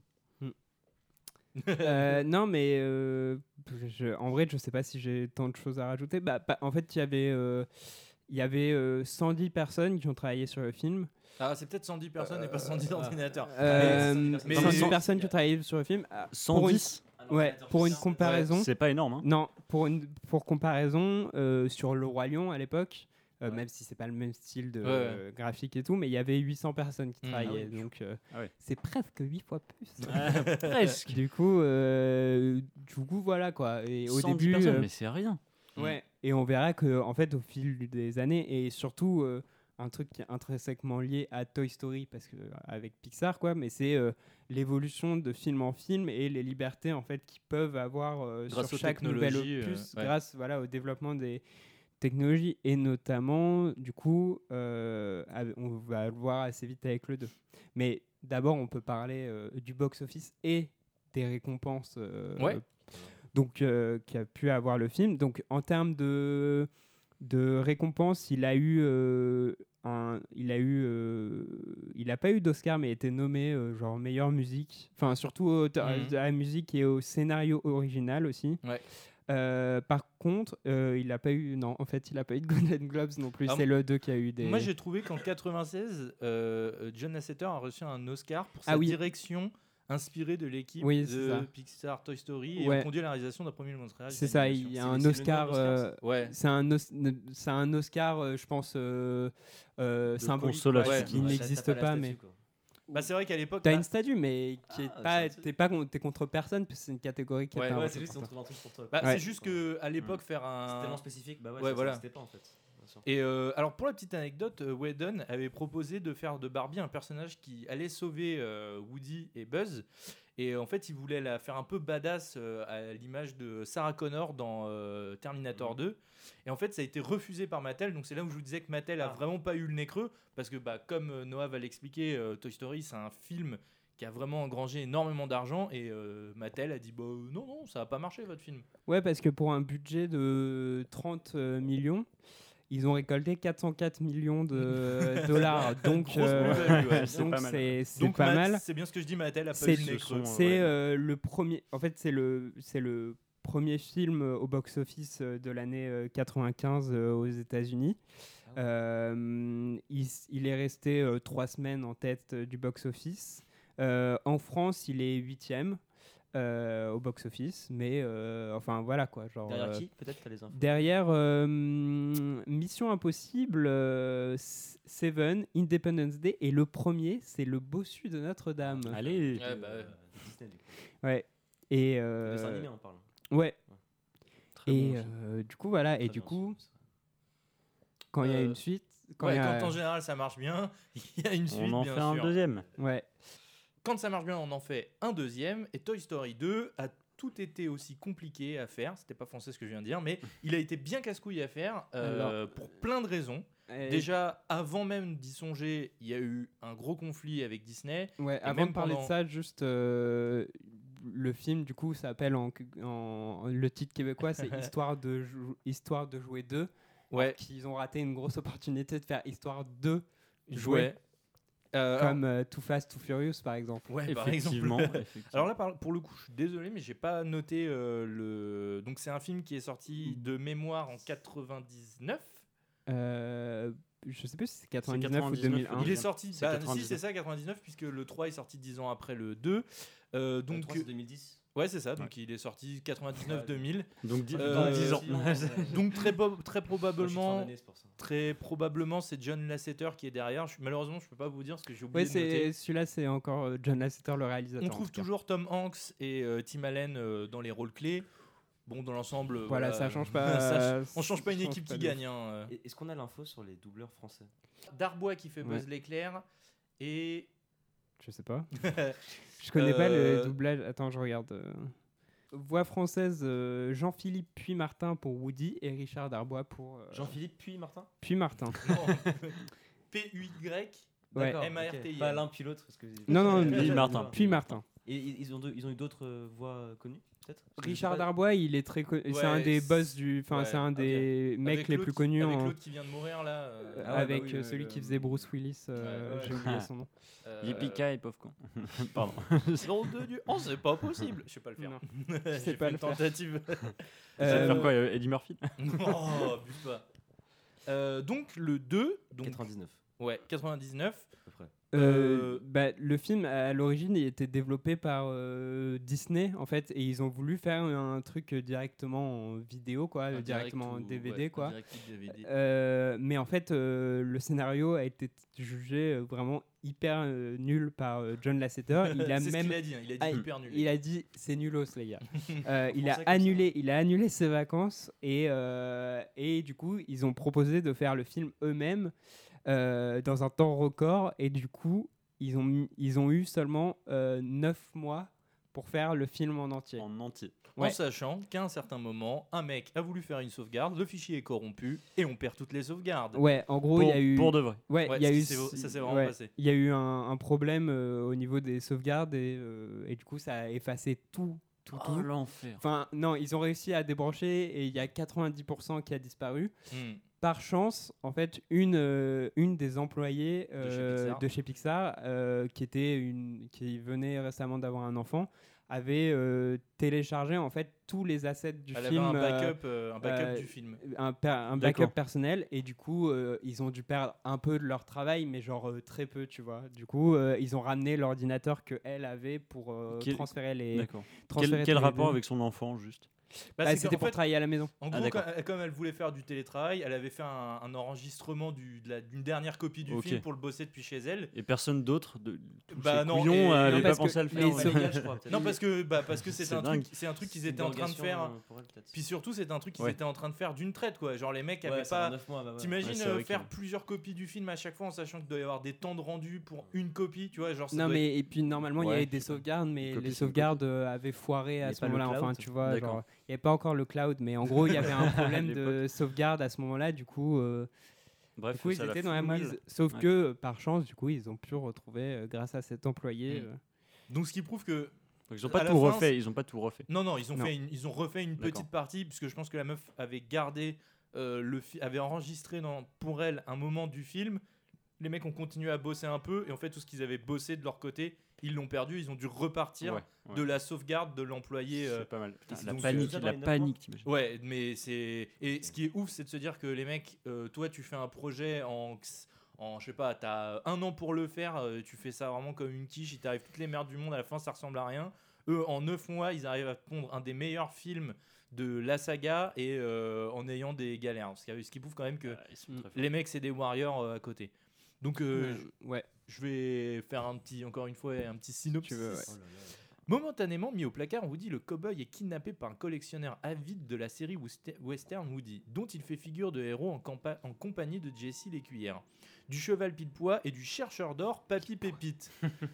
A: Non, mais en vrai, je sais pas si j'ai tant de choses à rajouter. En fait, il y avait 110 personnes qui ont travaillé sur le film.
B: Ah, c'est peut-être 110 personnes et pas 110 ordinateurs.
A: Mais 110 personnes qui ont travaillé sur le film.
D: 110
A: Ouais, pour une comparaison.
D: C'est pas énorme. Hein.
A: Non, pour comparaison, sur Le Roi Lion à l'époque, même si c'est pas le même style de graphique et tout, mais il y avait 800 personnes qui travaillaient, donc c'est presque 8 fois plus.
D: Presque.
A: Du coup, voilà quoi. Et au
D: 110
A: début,
D: personnes, mais c'est rien.
A: Ouais. Et on verra que en fait, au fil des années, et surtout un truc qui est intrinsèquement lié à Toy Story, parce que avec Pixar quoi, mais c'est l'évolution de film en film et les libertés en fait qu'ils peuvent avoir sur chaque nouvel opus grâce au développement des technologies, et notamment du coup on va le voir assez vite avec le 2. Mais d'abord on peut parler du box-office et des récompenses donc qui a pu avoir le film. Donc en termes de récompenses, il a pas eu d'Oscar, mais était nommé genre meilleure musique, enfin surtout à la musique et au scénario original aussi. Par contre, il a pas eu de Golden Globes non plus. C'est le 2 qui a eu des.
B: Moi, j'ai trouvé qu'en 96, John Lasseter a reçu un Oscar pour sa direction inspiré de l'équipe de Pixar Toy Story et a conduit à la réalisation d'un premier long-métrage.
A: C'est ça, il y a un Oscar. C'est un Oscar, je pense, symbolique, qui n'existe pas, mais.
B: C'est vrai qu'à l'époque.
A: T'as une statue, mais qui est pas. T'es contre personne, parce que c'est une catégorie qui est pas.
C: C'est juste qu'on trouve un truc pour toi.
B: C'est juste qu'à l'époque, faire un.
C: C'est tellement spécifique, ça n'existait pas en fait.
B: Et alors pour la petite anecdote, Whedon avait proposé de faire de Barbie un personnage qui allait sauver Woody et Buzz, et en fait il voulait la faire un peu badass à l'image de Sarah Connor dans Terminator 2, et en fait ça a été refusé par Mattel. Donc c'est là où je vous disais que Mattel a vraiment pas eu le nez creux, parce que comme Noah va l'expliquer, Toy Story c'est un film qui a vraiment engrangé énormément d'argent, et Mattel a dit non, ça va pas marcher votre film.
A: Ouais, parce que pour un budget de 30 millions, ils ont récolté 404 millions de dollars. Donc, c'est pas mal.
B: C'est bien ce que je dis, Mattel a pas eu le nez creux.
A: C'est le premier. En fait, c'est le premier film au box-office de l'année 95 aux États-Unis. Il est resté 3 semaines en tête du box-office. En France, il est 8e. Au box-office, mais enfin voilà quoi. Genre,
C: derrière qui peut-être t'as les infos.
A: Derrière Mission Impossible, Seven, Independence Day, et le premier c'est Le Bossu de Notre-Dame.
D: Allez.
C: Disney du coup.
A: Ouais. Et
C: le dessin animé on parle.
A: Ouais.
D: Très
A: et
D: bon
A: du coup voilà, et du coup quand il y a une suite,
B: quand en général ça marche bien, il y a une suite.
D: On en
B: bien
D: fait
B: sûr.
D: un deuxième.
A: Ouais.
B: Quand ça marche bien, on en fait un deuxième. Et Toy Story 2 a tout été aussi compliqué à faire. C'était pas français ce que je viens de dire, mais il a été bien casse-couille à faire pour plein de raisons. Déjà, avant même d'y songer, il y a eu un gros conflit avec Disney.
A: Ouais, avant de parler de ça, juste le film, du coup, ça s'appelle le titre québécois, c'est Histoire de jouer 2.
B: Ouais.
A: Ils ont raté une grosse opportunité de faire Histoire de
B: jouer.
A: Comme Too Fast, Too Furious par exemple.
B: Ouais,
D: effectivement.
B: Alors là, pour le coup, je suis désolé, mais j'ai pas noté le. Donc c'est un film qui est sorti de mémoire en 99.
A: Je sais plus si c'est 99 ou 2001.
B: Il est sorti. Si c'est ça, 99, puisque le 3 est sorti 10 ans après le 2. Donc
C: 3 c'est 2010.
B: Ouais, c'est ça. Donc il est sorti 99-2000.
D: Donc 10 ans.
B: Donc très probablement, c'est John Lasseter qui est derrière. Malheureusement, je peux pas vous dire parce que j'ai oublié de noter.
A: Celui-là, c'est encore John Lasseter, le réalisateur.
B: On trouve toujours Tom Hanks et Tim Allen dans les rôles clés. Bon, dans l'ensemble,
A: voilà, ça change pas.
B: On change pas une équipe qui gagne.
C: Est-ce qu'on a l'info sur les doubleurs français?
B: Darbois qui fait Buzz l'éclair et.
A: Je sais pas. Je connais pas le doublage. Attends, je regarde. Voix française, Jean-Philippe Puy-Martin pour Woody et Richard Darbois pour.
C: Jean-Philippe Puy-Martin.
A: Puy-Martin.
B: P-U-Y.
A: Ouais.
B: M-A-R-T-I.
C: Pas l'un puis l'autre.
A: Non,
D: Puy-Martin.
A: Puy-Martin.
C: Et ils ont eu d'autres voix connues peut-être?
A: Richard Darbois, il est très connu. C'est un des boss du. Enfin, c'est un des mecs les plus connus.
B: Avec l'autre qui vient de mourir là.
A: Avec celui qui faisait Bruce Willis. J'ai oublié son nom.
D: Yippee-ki, pauvre con. Pardon.
B: Oh, c'est pas possible. Je sais pas le faire.
A: C'est pas
B: une tentative.
D: Ça va faire quoi, Eddie Murphy?
B: Oh, abuse pas. Donc le 2.
C: 99.
B: Ouais, 99.
C: À peu près.
A: Le film à l'origine il était développé par Disney en fait et ils ont voulu faire un truc directement en vidéo quoi, directement en DVD quoi. Mais en fait le scénario a été jugé vraiment hyper nul par John Lasseter. Il a
B: c'est
A: même
B: ce qu'il a dit, il a dit hyper nul.
A: Il a dit c'est nulos les gars. Il a annulé ses vacances et du coup ils ont proposé de faire le film eux-mêmes. Dans un temps record et du coup ils ont eu seulement 9 mois pour faire le film en entier.
B: En sachant qu'à un certain moment un mec a voulu faire une sauvegarde, le fichier est corrompu et on perd toutes les sauvegardes.
A: Ouais, en gros il y a eu
D: pour de vrai.
A: Il y a eu
B: ça s'est vraiment passé.
A: Il y a eu un problème au niveau des sauvegardes et du coup ça a effacé tout.
D: Oh l'enfer.
A: Enfin non, ils ont réussi à débrancher et il y a 90% qui a disparu. Par chance, en fait, une des employées de chez Pixar, qui venait récemment d'avoir un enfant, avait téléchargé en fait tous les assets du film.
B: Elle avait un backup du film.
A: Un backup personnel et du coup, ils ont dû perdre un peu de leur travail, mais genre très peu, tu vois. Du coup, ils ont ramené l'ordinateur que elle avait pour transférer les.
D: D'accord. Quel rapport avec son enfant juste?
A: C'était pour travailler à la maison.
B: En gros, comme elle voulait faire du télétravail, elle avait fait un enregistrement d'une dernière copie du film pour le bosser depuis chez elle.
D: Et personne d'autre
B: non,
D: n'avait pas pensé à le faire.
B: Non, parce que c'est un truc qu'ils étaient en train de faire. Puis surtout, c'est un truc qu'ils étaient en train de faire d'une traite, quoi. Genre les mecs avaient pas. T'imagines faire plusieurs copies du film à chaque fois en sachant qu'il doit y avoir des temps de rendu pour une copie, tu vois.
A: Et puis normalement il y avait des sauvegardes, mais les sauvegardes avaient foiré à ce moment-là. Enfin, tu vois, genre. Il n'y avait pas encore le cloud, mais en gros, il y avait un problème de sauvegarde à ce moment-là. Du coup, ils étaient dans la mouise. Sauf que, par chance, du coup, ils ont pu retrouver grâce à cet employé.
B: Donc, ce qui prouve que.
D: Ils n'ont pas tout refait. Ils ont pas tout refait.
B: Non, ils ont refait une petite partie, puisque je pense que la meuf avait gardé, avait enregistré pour elle un moment du film. Les mecs ont continué à bosser un peu, et en fait, tout ce qu'ils avaient bossé de leur côté, ils l'ont perdu. Ils ont dû repartir de la sauvegarde de l'employé.
D: C'est pas mal. Putain, la panique, t'imagines.
B: Ouais, mais c'est. Et ce qui est ouf, c'est de se dire que les mecs, toi, tu fais un projet en je sais pas, t'as 1 an pour le faire, tu fais ça vraiment comme une quiche, il t'arrive toutes les merdes du monde, à la fin, ça ressemble à rien. Eux, en 9 mois, ils arrivent à pondre un des meilleurs films de la saga et en ayant des galères. Ce qui prouve quand même que les mecs, c'est des warriors à côté. Donc, je vais faire encore une fois un petit synopsis. Momentanément mis au placard, Woody le cow-boy est kidnappé par un collectionneur avide de la série western Woody, dont il fait figure de héros en compagnie de Jessie l'écuyère, du cheval pile-poids et du chercheur d'or Papy Pépite.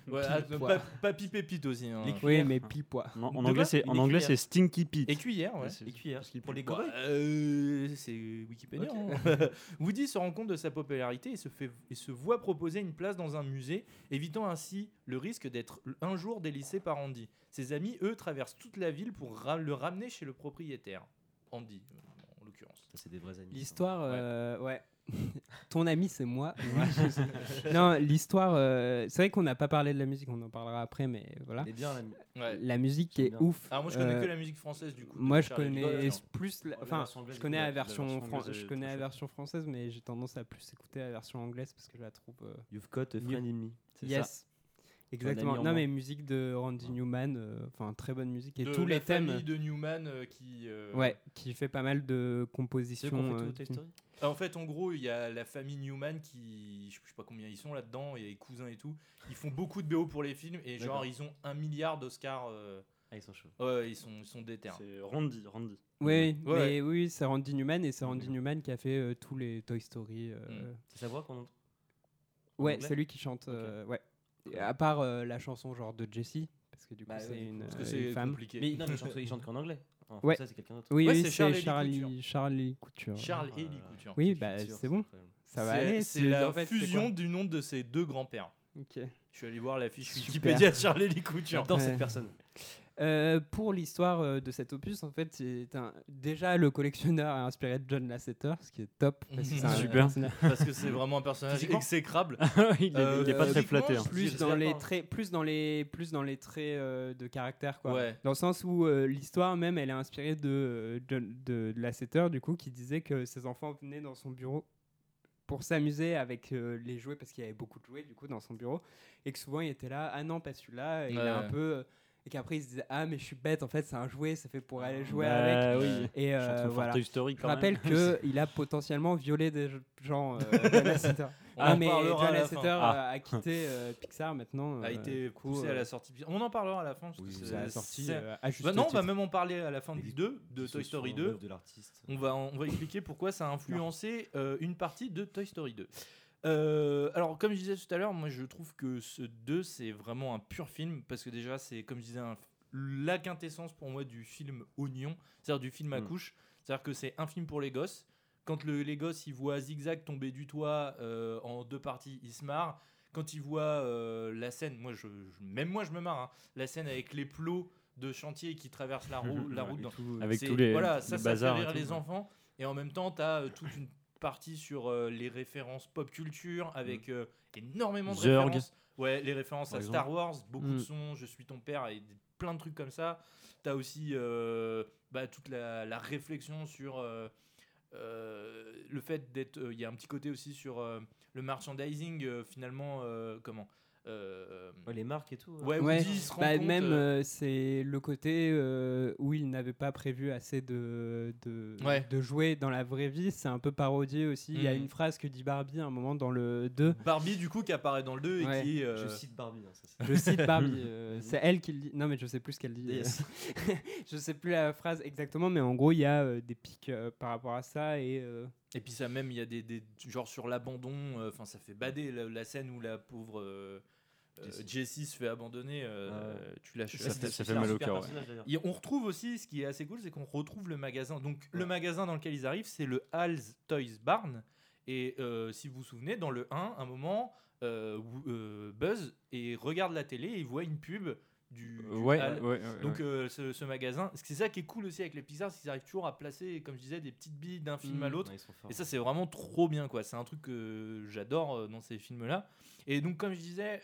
B: Papy Pépite aussi. Hein.
A: Oui, mais pile-poids.
D: En anglais, c'est Stinky Pete.
B: Écuyère, ouais.
C: Écuyère. Pour les
B: cow-boys. C'est Wikipédia. Okay. Hein. Woody se rend compte de sa popularité et se voit proposer une place dans un musée, évitant ainsi le risque d'être un jour délaissé par Andy. Ses amis, eux, traversent toute la ville pour le ramener chez le propriétaire. Andy, en l'occurrence.
C: Ça, c'est des vrais amis.
A: L'histoire, ouais. Ton ami, c'est moi. Non, l'histoire, c'est vrai qu'on n'a pas parlé de la musique, on en parlera après, mais voilà.
C: Elle est bien,
A: la musique est ouf.
B: Alors moi, je connais que la musique française, du coup.
A: Moi, je connais plus, je connais la version française, mais j'ai tendance à plus écouter la version anglaise parce que je la trouve.
C: You've got a friend in me.
A: Yes. Exactement. Non, mais musique de Randy Newman, très bonne musique et tous les thèmes.
B: Famille de Newman
A: qui fait pas mal de compositions.
B: En fait, en gros, il y a la famille Newman qui, je sais pas combien ils sont là-dedans, il y a les cousins et tout. Ils font beaucoup de BO pour les films et genre ils ont 1 milliard d'Oscars.
C: Ils sont chauds.
B: Ouais, ils sont déter.
D: C'est Randy.
A: Oui, c'est Randy Newman et c'est Randy Newman qui a fait tous les Toy Story.
C: C'est sa voix qu'on entend.
A: Ouais, c'est lui qui chante. Ouais. À part la chanson genre de Jessie, parce que du coup c'est une femme.
C: Compliqué. Mais non, mais il chante qu'en anglais.
A: Ouais.
C: Ça, c'est quelqu'un d'autre.
A: Oui,
B: c'est
A: Charlie Couture.
B: Charles Élie Couture.
A: Oui, c'est bon. Ça va aller.
B: C'est la fusion du nom de ses 2 grands-pères.
A: Ok.
B: Je suis allé voir la fiche Wikipédia de Charles Élie Couture.
C: J'adore cette personne.
A: Pour l'histoire de cet opus, en fait, déjà le collectionneur a inspiré de John Lasseter, ce qui est top. Parce que c'est
D: super.
B: Parce que c'est vraiment un personnage exécrable.
D: Il est pas très flatté. Hein.
A: Plus dans les traits de caractère, quoi. Ouais. Dans le sens où l'histoire même, elle est inspirée de Lasseter, du coup, qui disait que ses enfants venaient dans son bureau pour s'amuser avec les jouets, parce qu'il y avait beaucoup de jouets du coup dans son bureau, et que souvent il était là, ah non pas celui-là, et il a un peu et qu'après il se disait ah mais je suis bête, en fait c'est un jouet, c'est fait pour aller jouer avec.
D: Oui.
A: Et voilà.
D: Je
A: rappelle qu'il a potentiellement violé des gens. John Lasseter. Mais John Lasseter a quitté Pixar maintenant.
B: A été poussé à la sortie. On en parlera à la fin.
A: C'est la sortie.
B: Non, on va même en parler à la fin du 2, de Toy Story 2.
C: De l'artiste.
B: On va expliquer pourquoi ça a influencé une partie de Toy Story 2. Alors, comme je disais tout à l'heure, moi je trouve que ce 2 c'est vraiment un pur film parce que déjà c'est, comme je disais, la quintessence pour moi du film oignon, c'est-à-dire du film à couche. C'est-à-dire que c'est un film pour les gosses. Quand les gosses ils voient Zigzag tomber du toit en 2 parties, ils se marrent. Quand ils voient la scène, même moi je me marre, hein, la scène avec les plots de chantier qui traversent la route,
D: avec tous les
B: ça
D: bazars
B: fait rire les enfants. Et en même temps, tu as toute une partie sur les références pop culture avec énormément de références. Ouais, les références à Star Wars, beaucoup de sons, Je suis ton père et plein de trucs comme ça. Tu as aussi toute la réflexion sur le fait d'être. Il y a un petit côté aussi sur le merchandising, finalement.
C: Les marques et tout.
B: Woody se rend compte,
A: même c'est le côté où il n'avait pas prévu assez de jouets dans la vraie vie, c'est un peu parodié aussi. Il y a une phrase que dit Barbie à un moment dans le 2.
B: Barbie du coup qui apparaît dans le 2 et qui
C: Je cite Barbie.
A: Je cite Barbie. C'est elle qui le dit. Non mais je sais plus ce qu'elle dit. Yes. Je sais plus la phrase exactement, mais en gros il y a des pics par rapport à ça et
B: puis ça même il y a des genre sur l'abandon. Enfin ça fait bader la scène où la pauvre Jessie se fait abandonner, tu lâches.
D: Ça fait mal au cœur.
B: On retrouve aussi, ce qui est assez cool, c'est qu'on retrouve le magasin. Donc le magasin dans lequel ils arrivent, c'est le Hal's Toys Barn. Et si vous vous souvenez, dans le 1, à un moment, Buzz regarde la télé et il voit une pub du Hal. Donc ce magasin, c'est ça qui est cool aussi avec les Pixar, c'est qu'ils arrivent toujours à placer, comme je disais, des petites billes d'un film à l'autre. Et ça c'est vraiment trop bien quoi. C'est un truc que j'adore dans ces films là. Et donc comme je disais,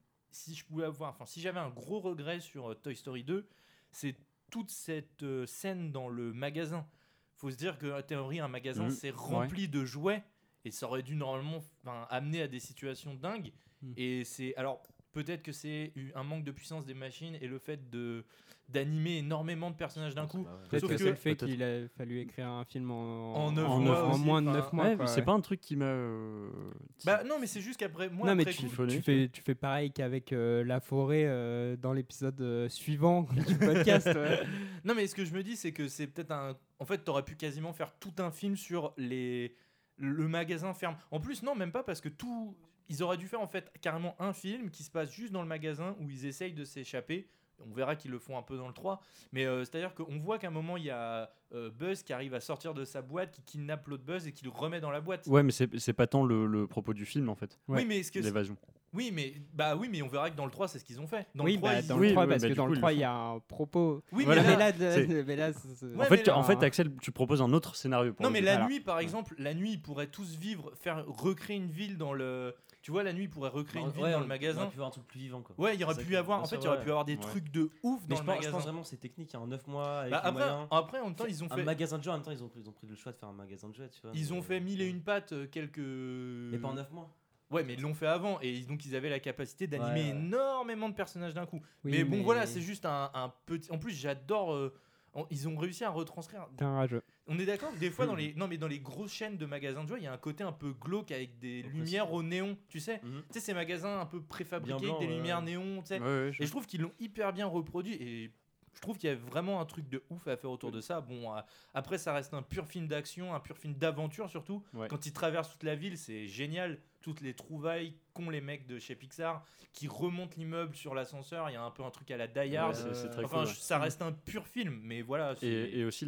B: si j'avais un gros regret sur Toy Story 2, c'est toute cette scène dans le magasin. Faut se dire que en théorie un magasin c'est rempli de jouets et ça aurait dû normalement amener à des situations dingues. Et c'est alors peut-être que c'est un manque de puissance des machines et le fait d'animer énormément de personnages d'un coup.
A: Peut-être que c'est le fait qu'il a fallu écrire un film en
B: moins
A: de 9 mois.
D: C'est pas un truc qui m'a...
B: non, mais c'est juste qu'après...
A: Non, mais tu fais pareil qu'avec la forêt dans l'épisode suivant du podcast.
B: Non, mais ce que je me dis, c'est que c'est peut-être En fait, t'aurais pu quasiment faire tout un film sur le magasin ferme. En plus, non, même pas, parce que ils auraient dû faire en fait carrément un film qui se passe juste dans le magasin où ils essayent de s'échapper. On verra qu'ils le font un peu dans le 3. Mais c'est-à-dire qu'on voit qu'à un moment, il y a Buzz qui arrive à sortir de sa boîte, qui kidnappe l'autre Buzz et qui le remet dans la boîte.
D: Ouais, mais c'est pas tant le propos du film en fait.
B: Oui, mais
D: l'évasion.
B: Oui, mais on verra que dans le 3, c'est ce qu'ils ont fait. Dans
A: le 3, parce que dans le 3, il y a un propos.
B: Oui,
A: voilà.
B: mais là,
D: en fait, Axel, tu proposes un autre scénario.
B: Non, mais la nuit, par exemple, ils pourraient tous recréer une ville dans le... Tu vois, la nuit, ils pourraient recréer une ville dans le magasin.
C: Il aurait pu avoir un truc plus vivant, quoi.
B: Ouais, il y aurait pu avoir... En fait, il y aurait pu avoir des trucs de ouf dans le magasin. Je
C: pense vraiment que c'est technique, en 9 mois, avec
B: après, en même temps, ils ont fait...
C: Un magasin de jeux, en même temps, ils ont pris le choix de faire un magasin de jeux, tu vois.
B: Ils ont fait 1001 pattes, quelques...
C: Mais pas en 9 mois.
B: Ouais, mais ils l'ont fait avant et donc ils avaient la capacité d'animer énormément de personnages d'un coup. Oui, mais voilà, c'est juste un petit. En plus, j'adore. Ils ont réussi à retranscrire.
A: T'es un rageux.
B: On est d'accord que des fois, dans les grosses chaînes de magasins de jeux, il y a un côté un peu glauque avec des lumières au néon. Tu sais, tu sais, ces magasins un peu préfabriqués avec des lumières néon. Tu sais. Et je trouve qu'ils l'ont hyper bien reproduit. Et je trouve qu'il y a vraiment un truc de ouf à faire autour de ça. Bon, après, ça reste un pur film d'action, un pur film d'aventure surtout. Quand ils traversent toute la ville, c'est génial. Toutes les trouvailles qu'ont les mecs de chez Pixar qui remontent l'immeuble sur l'ascenseur. Il y a un peu un truc à la Die Hard.
D: C'est très cool,
B: ça reste un pur film, mais voilà.
D: Et aussi,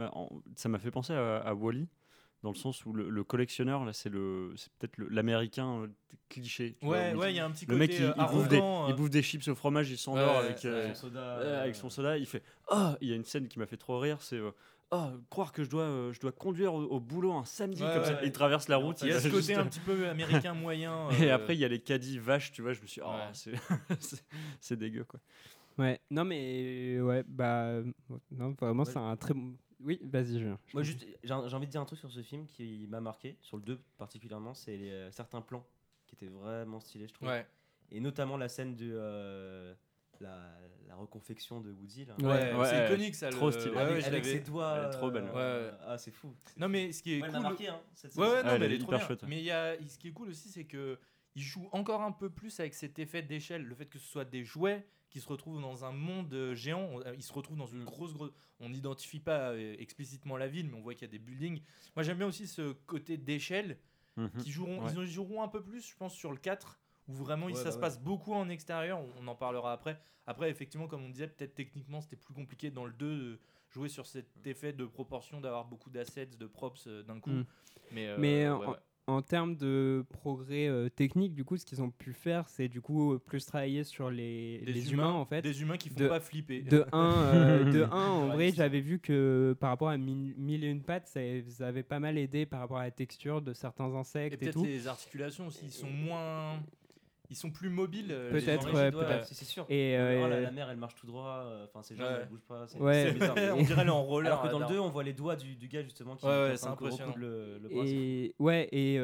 D: ça m'a fait penser à Wall-E. Dans le sens où le collectionneur, là, c'est peut-être l'américain cliché.
B: Ouais, il y a un petit
D: côté. Le mec, il bouffe des chips au fromage, il s'endort avec son soda. Il fait il y a une scène qui m'a fait trop rire, c'est croire que je dois conduire au boulot un samedi comme ça. Il traverse la route.
B: Il y a ce côté un petit peu américain moyen.
D: Et après, il y a les caddies vaches, tu vois. Je me suis dit, c'est dégueu, quoi.
A: Ouais, non, mais ouais, non, vraiment, c'est un très bon. Oui, vas-y,
C: Moi, juste, j'ai envie de dire un truc sur ce film qui m'a marqué, sur le 2 particulièrement, c'est certains plans qui étaient vraiment stylés, je trouve.
B: Ouais.
C: Et notamment la scène de la reconfection de Woody. Là.
B: Ouais, c'est iconique ça.
D: Trop stylé.
C: Avec ses doigts.
D: Elle est trop belle.
C: Ah, c'est fou.
B: Non, mais ce qui est
C: elle
B: cool.
C: m'a marqué, hein, cette
B: Ouais,
C: scène.
B: non, mais elle est
D: hyper
B: trop bien.
D: chouette.
B: Mais ce qui est cool aussi, c'est que il joue encore un peu plus avec cet effet d'échelle, le fait que ce soit des jouets qui se retrouvent dans un monde géant. Ils se retrouvent dans une grosse. On n'identifie pas explicitement la ville, mais on voit qu'il y a des buildings. Moi, j'aime bien aussi ce côté d'échelle qui joueront. Ils joueront un peu plus, je pense, sur le 4. Où vraiment ça se passe beaucoup en extérieur, on en parlera après. Après, effectivement, comme on disait, peut-être techniquement c'était plus compliqué dans le 2 de jouer sur cet effet de proportion, d'avoir beaucoup d'assets, de props d'un coup.
A: Mais en termes de progrès technique, du coup, ce qu'ils ont pu faire, c'est du coup plus travailler sur les humains en fait.
B: Des humains qui font pas flipper.
A: De 1, en vrai, j'avais vu que par rapport à Mille et une pattes, ça avait pas mal aidé par rapport à la texture de certains insectes et
B: peut-être
A: tout.
B: les articulations aussi, ils sont plus mobiles.
A: Peut-être, peut-être.
C: C'est sûr.
A: Et
C: la mère, elle marche tout droit. Enfin, ses jambes, elles bougent pas. C'est bizarre.
B: On dirait elle est en roller.
C: Alors que dans le 2, on voit les doigts du gars justement qui
B: c'est impressionnant.
C: le
A: bras. Et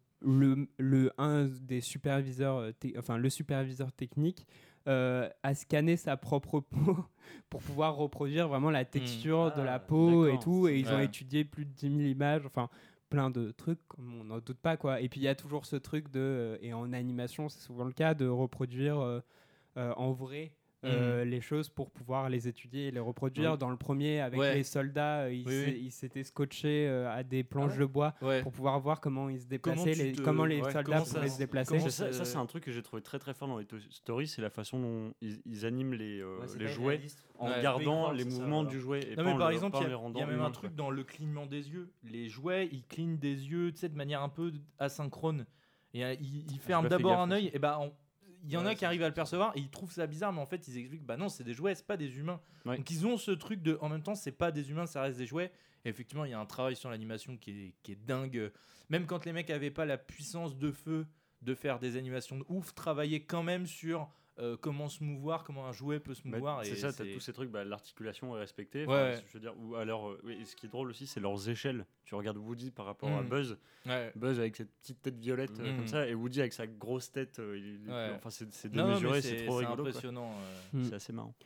A: le un des superviseurs, le superviseur technique a scanné sa propre peau pour pouvoir reproduire vraiment la texture de la peau et tout. Et ils ont étudié plus de 10 000 images. Enfin, plein de trucs, comme on n'en doute pas, quoi. Et puis il y a toujours ce truc et en animation c'est souvent le cas, de reproduire en vrai les choses pour pouvoir les étudier et les reproduire. Dans le premier, avec les soldats, ils s'étaient scotchés à des planches de bois pour pouvoir voir comment ils se déplaçaient, comment les soldats pouvaient se déplacer.
D: Ça c'est un truc que j'ai trouvé très très fort dans les Toy Story, c'est la façon dont ils animent les jouets en gardant les mouvements du jouet. Et
B: par exemple, il y a même un truc dans le clignement des yeux. Les jouets, ils clignent des yeux de manière un peu asynchrone. Et ils ferment d'abord un œil. Et il y en a qui arrivent à le percevoir et ils trouvent ça bizarre, mais en fait ils expliquent non, c'est des jouets, c'est pas des humains. Donc ils ont ce truc de en même temps c'est pas des humains, ça reste des jouets. Et effectivement il y a un travail sur l'animation qui est dingue. Même quand les mecs avaient pas la puissance de feu de faire des animations de ouf, travaillaient quand même sur comment se mouvoir, comment un jouet peut se mouvoir.
D: C'est ça, t'as tous ces trucs, l'articulation est respectée. Je veux dire, ou alors, ce qui est drôle aussi, c'est leurs échelles. Tu regardes Woody par rapport à Buzz. Buzz avec cette petite tête violette comme ça, et Woody avec sa grosse tête. Enfin, c'est démesuré, c'est trop rigolo.
B: C'est impressionnant.
D: C'est assez marrant.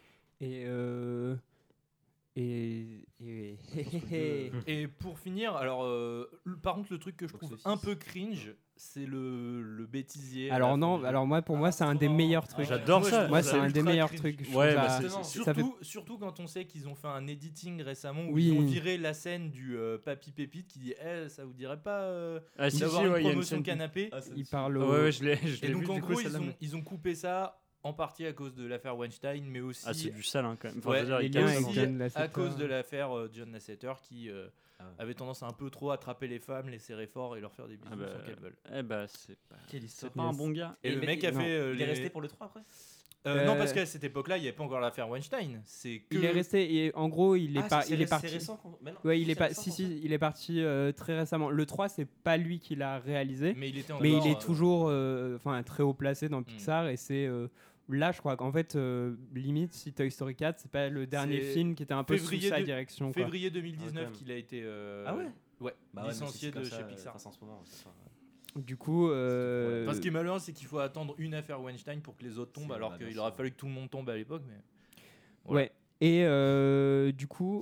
B: Et pour finir, alors par contre le truc que je trouve un peu cringe, c'est le bêtisier.
A: Alors moi pour moi c'est un des meilleurs trucs.
D: J'adore ça.
A: Moi c'est un des meilleurs trucs.
B: Surtout quand on sait qu'ils ont fait un editing récemment où ils ont viré la scène du Papy Pépite qui dit ça vous dirait pas d'avoir une promotion canapé.
A: Il parle.
D: Je l'ai
B: et donc en gros ils ont coupé ça. En partie à cause de l'affaire Weinstein, mais aussi
D: c'est du sale quand même.
B: À cause de l'affaire John Lasseter qui avait tendance à un peu trop attraper les femmes, les serrer fort et leur faire des bisous sans qu'elles veulent.
D: C'est pas un bon gars.
B: Et le mec a fait.
C: Il est resté pour le 3 après.
B: Non, parce qu'à cette époque-là, il n'y avait pas encore l'affaire Weinstein.
A: Il est resté. En gros, il est parti.
C: C'est récent.
A: Ouais, il est parti très récemment. Le 3, c'est pas lui qui l'a réalisé.
B: Mais il
A: est toujours très haut placé dans Pixar et c'est. Là, je crois qu'en fait, limite, si Toy Story 4, c'est pas le dernier film qui était un peu sous sa direction.
B: Février 2019 qu'il a été licencié de chez Pixar.
C: En ce moment,
A: du coup,
B: ce qui est malheureux, c'est qu'il faut attendre une affaire Weinstein pour que les autres tombent, alors qu'il aurait fallu que tout le monde tombe à l'époque. Mais voilà.
A: Ouais. Et du coup,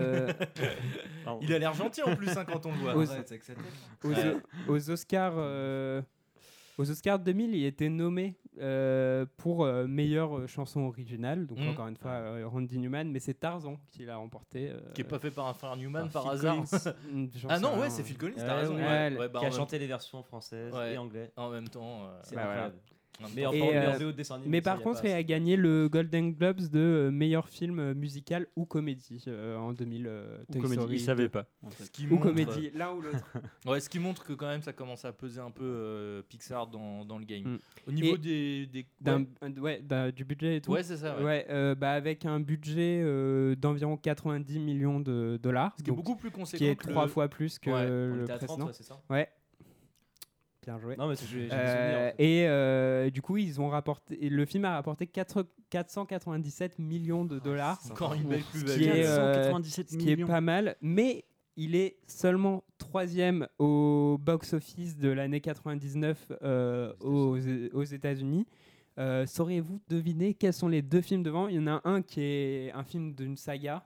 B: il a l'air gentil en plus quand on le voit.
A: Aux Oscars. Aux Oscars 2000, il était nommé pour meilleure chanson originale, donc encore une fois Randy Newman, mais c'est Tarzan qui l'a remporté.
B: Qui est pas fait par un frère Newman par hasard. C'est Phil Collins, t'as raison.
C: Qui a chanté les versions françaises et anglais.
B: En même temps.
C: C'est incroyable.
A: Mais par contre, il a gagné le Golden Globes de meilleur film musical ou comédie en 2000.
D: Il savait pas.
A: Ou comédie, l'un ou l'autre.
B: Ce qui montre que quand même ça commence à peser un peu Pixar dans le game. Au niveau du
A: budget et tout.
B: Ouais, c'est ça.
A: Avec un budget d'environ 90 millions de dollars.
B: Ce qui est beaucoup plus conséquent.
A: Qui est 3 fois plus que le précédent.
C: C'est ça.
A: Ouais. Bien joué.
C: Non, mais j'ai des souvenirs, en fait.
A: Et du coup, le film a rapporté 497 millions de dollars.
B: C'est encore une belle plus-value.
A: Ce qui est pas mal, mais il est seulement 3e au box-office de l'année 99 aux États-Unis. Sauriez-vous deviner quels sont les 2 films devant ? Il y en a un qui est un film d'une saga.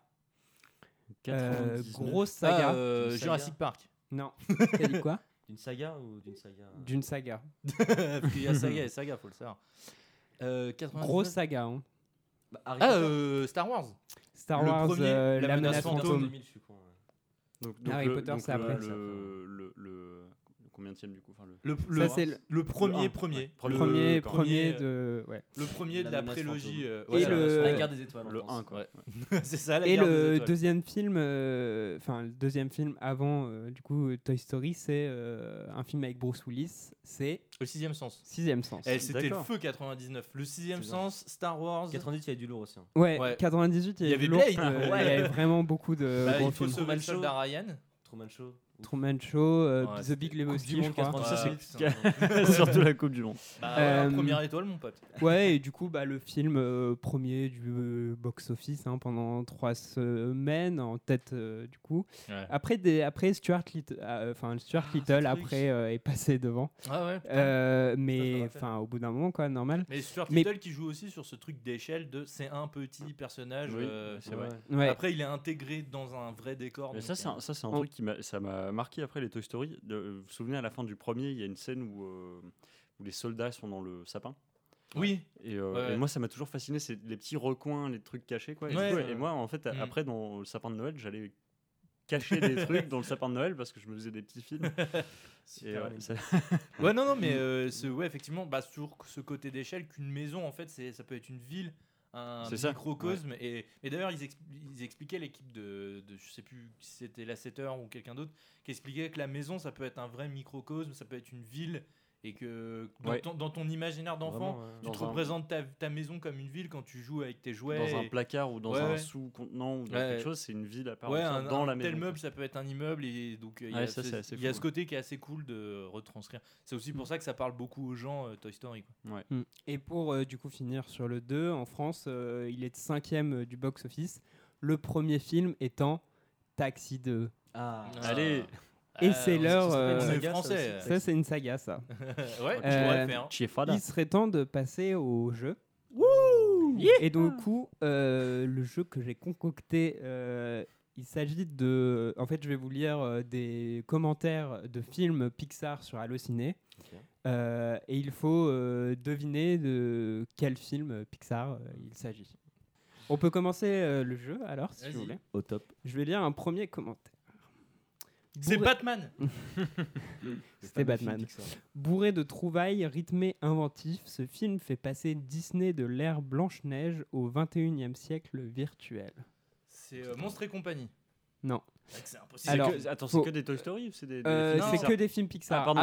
A: Grosse saga.
B: Jurassic Park.
A: Non. T'as dit quoi ?
C: D'une saga ou d'une saga
A: D'une saga.
B: Parce qu'il y a saga et saga, faut le savoir. 99.
A: Grosse saga. Hein.
B: Star Wars.
A: Star Wars,
B: premier,
A: la menace fantôme.
C: 2000, je suis con.
D: Donc,
A: Harry Potter, c'est après.
D: Le combienième du coup, enfin,
B: Ça, c'est le premier.
A: Premier de. Ouais.
B: Le premier de la prélogie.
C: La guerre des étoiles.
D: Le 1, quoi.
B: C'est ça, la
A: Et
B: guerre des
A: le
B: étoiles.
A: deuxième film, le deuxième film avant du coup Toy Story, c'est un film avec Bruce Willis. C'est
B: Le Sixième Sens.
A: Sixième Sens.
B: C'était le feu 99. Le Sixième Sens, Star Wars.
C: 98, il y a du lourd aussi. Hein.
A: Ouais, 98, il y avait
B: Blade.
A: il y avait vraiment beaucoup de gros
B: Il faut
A: films.
B: sauver le soldat Ryan.
A: Truman Show,
B: Ouais,
A: The Big Lebowski, je
C: Monde
A: crois.
C: 97.
D: Surtout la Coupe du Monde.
B: Première étoile, mon pote.
A: Ouais, et du coup, le film premier du box-office pendant 3 semaines en tête, du coup.
B: Ouais.
A: Après Stuart Little, après est passé devant.
B: Ah ouais.
A: Mais au bout d'un moment, quoi, normal.
B: Mais Stuart Little qui joue aussi sur ce truc d'échelle de c'est un petit personnage.
D: Oui, c'est vrai.
A: Ouais.
B: Après, il est intégré dans un vrai décor.
D: Mais
B: donc,
D: ça, c'est un truc qui m'a marqué après les Toy Story. Vous vous souvenez, à la fin du premier, il y a une scène où les soldats sont dans le sapin.
B: Oui.
D: Et moi, ça m'a toujours fasciné, c'est les petits recoins, les trucs cachés, quoi.
B: Ouais.
D: Et moi, en fait, après, dans le sapin de Noël, j'allais cacher des trucs dans le sapin de Noël parce que je me faisais des petits films.
B: Mais effectivement, sur ce côté d'échelle, qu'une maison, en fait, ça peut être une ville, un microcosme. Ouais. Et d'ailleurs, ils expliquaient, l'équipe de je sais plus si c'était Lasseter ou quelqu'un d'autre, qui expliquait que la maison, ça peut être un vrai microcosme, ça peut être une ville. Et que dans ton imaginaire d'enfant, tu te représentes ta maison comme une ville quand tu joues avec tes jouets.
D: Dans un placard ou dans un sous-contenant ou dans quelque chose, c'est une ville à part entière dans la maison.
B: Tel meuble, ça peut être un immeuble. Et donc, il y a ce côté qui est assez cool de retranscrire. C'est aussi pour ça que ça parle beaucoup aux gens, Toy Story. Quoi.
A: Ouais. Et pour du coup finir sur le 2, en France, il est 5e du box-office. Le premier film étant Taxi 2.
D: Allez.
A: Et c'est l'heure.
B: Français.
A: Ça, c'est une saga, ça.
B: Ouais, tu pourrais faire.
A: Il serait temps de passer au jeu. Et donc, du coup, le jeu que j'ai concocté, il s'agit de. En fait, je vais vous lire des commentaires de films Pixar sur Allociné. Okay. Et il faut deviner de quel film Pixar il s'agit. On peut commencer le jeu, alors, si vous voulez.
C: Au top.
A: Je vais lire un premier commentaire.
B: C'est Batman.
A: C'était Batman. Bourré de trouvailles, rythmé, inventif, ce film fait passer Disney de l'ère Blanche-Neige au 21e siècle virtuel.
B: C'est Monstres et compagnie.
A: Non.
B: C'est impossible.
A: Alors,
D: c'est que des Toy Story ou c'est des
A: c'est que des films Pixar.
D: Pardon,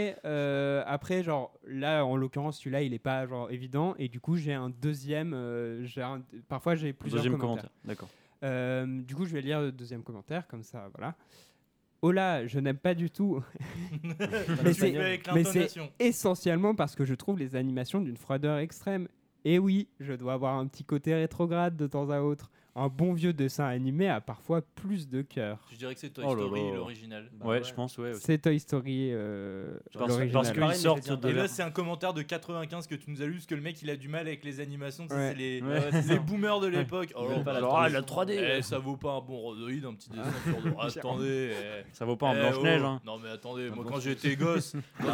A: après, genre là, en l'occurrence, celui-là, il est pas genre évident, et du coup, j'ai un deuxième. Parfois, j'ai plusieurs commentaires.
D: D'accord.
A: Du coup, je vais lire le deuxième commentaire, comme ça, voilà. Oh là, je n'aime pas du tout. mais c'est essentiellement parce que je trouve les animations d'une froideur extrême. Et oui, je dois avoir un petit côté rétrograde de temps à autre. Un bon vieux dessin animé a parfois plus de cœur.
B: Je dirais que c'est Toy Story l'original.
D: Ouais, je pense, ouais.
A: C'est Toy Story l'original.
D: Parce qu'ils sortent
B: et là, c'est un commentaire de 95 que tu nous as lu, parce que le mec, il a du mal avec les animations.
A: Ouais.
B: C'est les boomers de l'époque.
D: La 3D.
B: Ça vaut pas un bon Rodoïde, un petit dessin sur de... Attendez.
D: Ça vaut pas un Blanche-Neige.
B: Non, mais attendez, moi, quand j'étais gosse,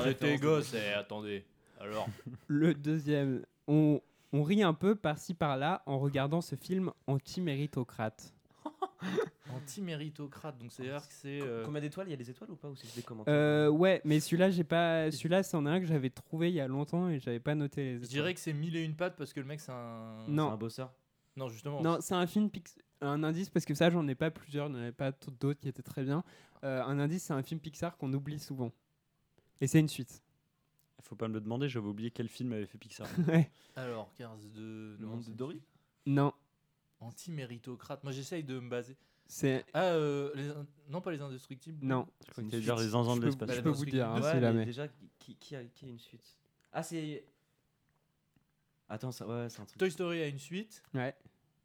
B: attendez. Alors.
A: Le deuxième, on rit un peu par-ci par-là en regardant ce film anti-méritocrate.
B: Anti-méritocrate, donc c'est-à-dire que c'est.
C: Combien d'étoiles ? Il y a des étoiles ou pas, ou c'est des commentaires
A: Ouais, mais celui-là, j'ai pas. Celui-là, c'en est un que j'avais trouvé il y a longtemps et j'avais pas noté les étoiles.
B: Je dirais que c'est 1001 pattes parce que le mec, c'est un.
A: Non.
C: C'est un bosseur.
B: Non, justement.
A: Non, c'est un film un indice parce que ça, j'en ai pas plusieurs, j'en avais pas d'autres qui étaient très bien. Un indice, c'est un film Pixar qu'on oublie souvent. Et c'est une suite.
D: Faut pas me le demander, j'avais oublié quel film avait fait Pixar.
A: Ouais.
B: Alors, Cars 2, Le Monde de Dory ?
A: Non.
B: Anti-méritocrate. Moi, j'essaye de me baser. Non, pas les Indestructibles.
A: Non.
D: Je crois que tu allais dire les zinzins de l'espace.
A: Je peux vous dire,
C: Ouais,
A: c'est
C: mais
A: la même.
C: déjà, qui a une suite? Ah, c'est. Attends, c'est un truc.
B: Toy Story a une suite.
A: Ouais.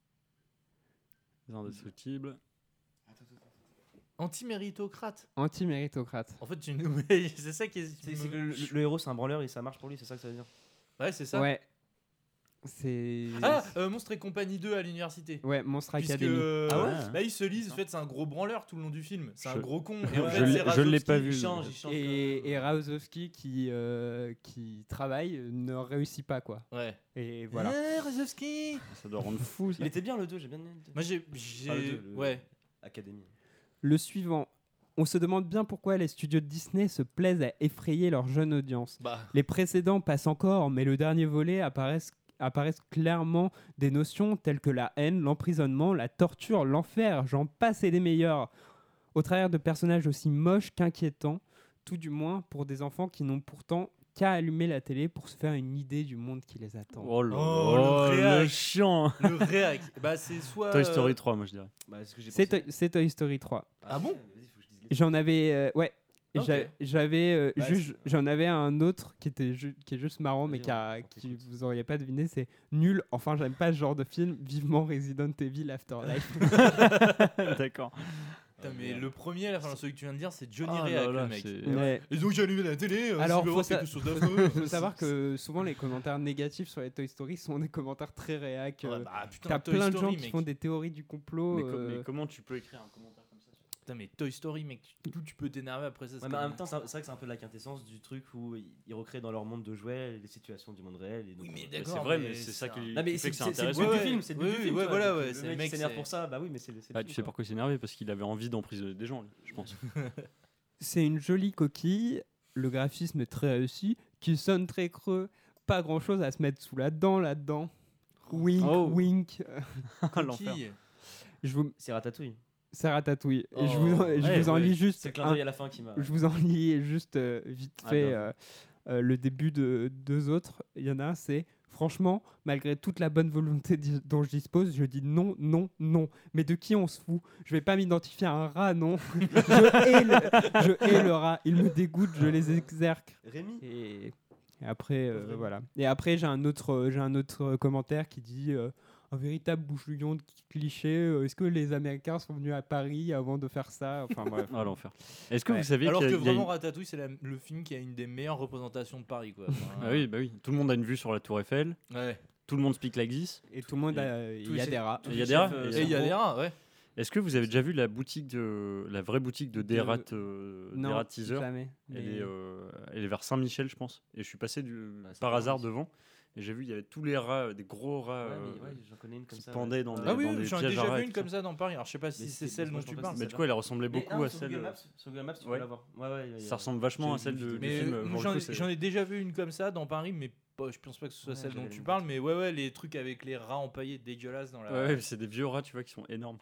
D: Les indestructibles.
B: Anti-méritocrate.
A: Anti-méritocrate.
B: En fait, c'est ça qui est.
C: C'est que le héros, c'est un branleur et ça marche pour lui, c'est ça que ça veut dire?
B: Ouais, c'est ça.
A: Ouais. C'est.
B: Monstre et compagnie 2 à l'université.
A: Ouais, Monstre
B: Puisque,
A: Academy.
B: bah, ils se lisent, en fait, c'est un gros branleur tout le long du film. C'est un gros con. Et en
D: je
B: fait,
D: l'ai-
B: c'est
D: je l'ai
B: Razowski,
D: pas vu.
B: il change.
A: Et Razowski qui travaille ne réussit pas, quoi.
B: Ouais.
A: Et voilà.
B: Razowski.
D: Ça doit rendre fou. Ça.
C: Il était bien le 2, j'ai bien aimé.
B: Moi, j'ai. Ouais.
C: Académie.
A: Le suivant. On se demande bien pourquoi les studios de Disney se plaisent à effrayer leur jeune audience.
B: Bah.
A: Les précédents passent encore, mais le dernier volet apparaissent clairement des notions telles que la haine, l'emprisonnement, la torture, l'enfer, j'en passe et des meilleurs, au travers de personnages aussi moches qu'inquiétants, tout du moins pour des enfants qui n'ont pourtant qu'à allumer la télé pour se faire une idée du monde qui les attend.
D: Oh là
B: le
D: là,
B: réac.
D: le chiant.
B: Le réac. Bah, c'est soit.
D: Toy Story 3, moi je dirais.
C: Bah, c'est ce que j'ai
A: C'est
C: pensé.
A: c'est Toy Story 3.
B: Ah bon?
C: Vas-y, faut que je dise les
A: J'en avais... ouais.
B: Ok.
A: J'avais
C: Bah,
A: j'en avais un autre qui est juste marrant mais
C: Vas-y, on
A: qui
C: t'écoute.
A: vous auriez pas deviné, c'est nul. Enfin, j'aime pas ce genre de film. Vivement Resident Evil Afterlife.
D: D'accord.
B: Putain, mais le premier, là, enfin, celui que tu viens de dire, c'est Johnny
D: Ah
B: Réac,
D: là là,
B: le mec.
D: c'est-
A: Ouais.
B: Et donc j'ai allumé la télé.
A: Alors,
B: faut
A: faut savoir que souvent les commentaires négatifs sur les Toy Story sont des commentaires très réac. T'as plein de gens qui font des théories du complot.
D: Mais comment tu peux écrire un commentaire comme ça?
B: Putain, mais Toy Story, mec, tu peux t'énerver après ça.
C: Ouais, mais en même temps, c'est vrai que c'est un peu la quintessence du truc où ils recréent dans leur monde de jouets les situations du monde réel. Et donc,
B: Oui, mais
D: C'est
B: d'accord.
D: vrai, mais c'est ça qui
C: Non, mais
D: fait
C: c'est
D: que c'est
C: le
D: intéressant.
C: but
B: Ouais,
C: du film, c'est le but
B: oui,
C: du film.
B: ouais,
C: tu vois,
B: voilà,
C: donc,
B: ouais,
C: le
B: c'est le
C: mec
B: mec,
C: qui s'énerve
B: c'est-
C: pour ça, bah oui, mais c'est le
D: Ah,
C: film,
D: tu sais
C: quoi.
D: pourquoi il s'est énervé? Parce qu'il avait envie d'emprisonner des gens, lui, je pense.
A: C'est une jolie coquille, le graphisme est très réussi, qui sonne très creux, pas grand chose à se mettre sous la dent là-dedans. Wink,
D: Oh.
A: wink.
D: L'enfer.
B: Qui
A: Je vous...
C: C'est Ratatouille.
A: C'est Ratatouille. Et je
C: Oh.
A: vous
D: Ouais,
A: vous en
D: ouais.
A: lis juste.
C: C'est le clin d'œil à la fin qui m'a.
A: Je vous en lis juste vite
C: Ah,
A: fait
C: bien.
A: le début de deux autres. Il y en a un, c'est franchement, malgré toute la bonne volonté dont je dispose, je dis non, non, non. Mais de qui on se fout? Je vais pas m'identifier à un rat, non. je hais le rat. Il me dégoûte, je les exerce.
C: Rémi.
A: Et après, voilà. Et après, j'ai un autre commentaire qui dit un véritable bouchouillon de clichés. Est-ce que les Américains sont venus à Paris avant de faire ça? Enfin bref.
D: Ah, l'enfer. Est-ce que
A: Ouais.
D: vous savez
B: Alors
D: qu'il y
B: que
D: a- il y a
B: vraiment
D: une-
B: Ratatouille, c'est le film qui a une des meilleures représentations de Paris, quoi. Enfin,
D: Ah oui, bah oui. Tout le monde a une vue sur la Tour Eiffel.
B: Ouais.
D: Tout le monde speak like this.
A: Et tout le monde, il y a des rats.
D: Et il y a des rats.
B: Et il y a des rats, ouais.
D: Est-ce que vous avez déjà vu la vraie boutique de Derat
A: Non,
D: Derat Teaser?
A: jamais.
D: Elle est vers Saint-Michel, je pense. Et je suis passé
C: c'est
D: par
C: pas
D: hasard
C: mal,
D: devant. Et j'ai vu, il y avait tous les rats, des gros rats
C: Ouais, mais ouais, j'en connais une comme
D: qui
C: ça.
D: pendaient dans des,
B: Ah oui,
D: dans des
B: j'en ai
D: pièges à
B: déjà
D: rats
B: vu
D: et
B: une
D: tout
B: comme ça dans Paris. Alors je sais pas si
C: Mais
B: c'est
C: c'est-
B: celle
C: moi,
B: dont
C: je
B: tu
C: pense
B: parles.
C: pas
D: Mais
C: que
D: du coup, elle ressemblait
C: Mais,
D: beaucoup à
C: sur
D: celle.
C: Google Maps, sur Google Maps, tu
D: Ouais.
C: peux la voir. Ouais,
D: Ça ressemble vachement à
C: j'ai
D: celle
C: vu
D: du
C: vidéo.
B: Mais
D: film. Pour le
B: j'en
D: coup,
B: ai-
D: c'est-
B: j'en ai déjà vu une comme ça dans Paris, mais je pense pas que ce soit
C: Ouais,
B: celle dont
C: j'avais
B: tu
C: le
B: parles. Mais ouais, les trucs avec les rats empaillés dégueulasses dans la.
D: Ouais, c'est des vieux rats, tu vois, qui sont énormes.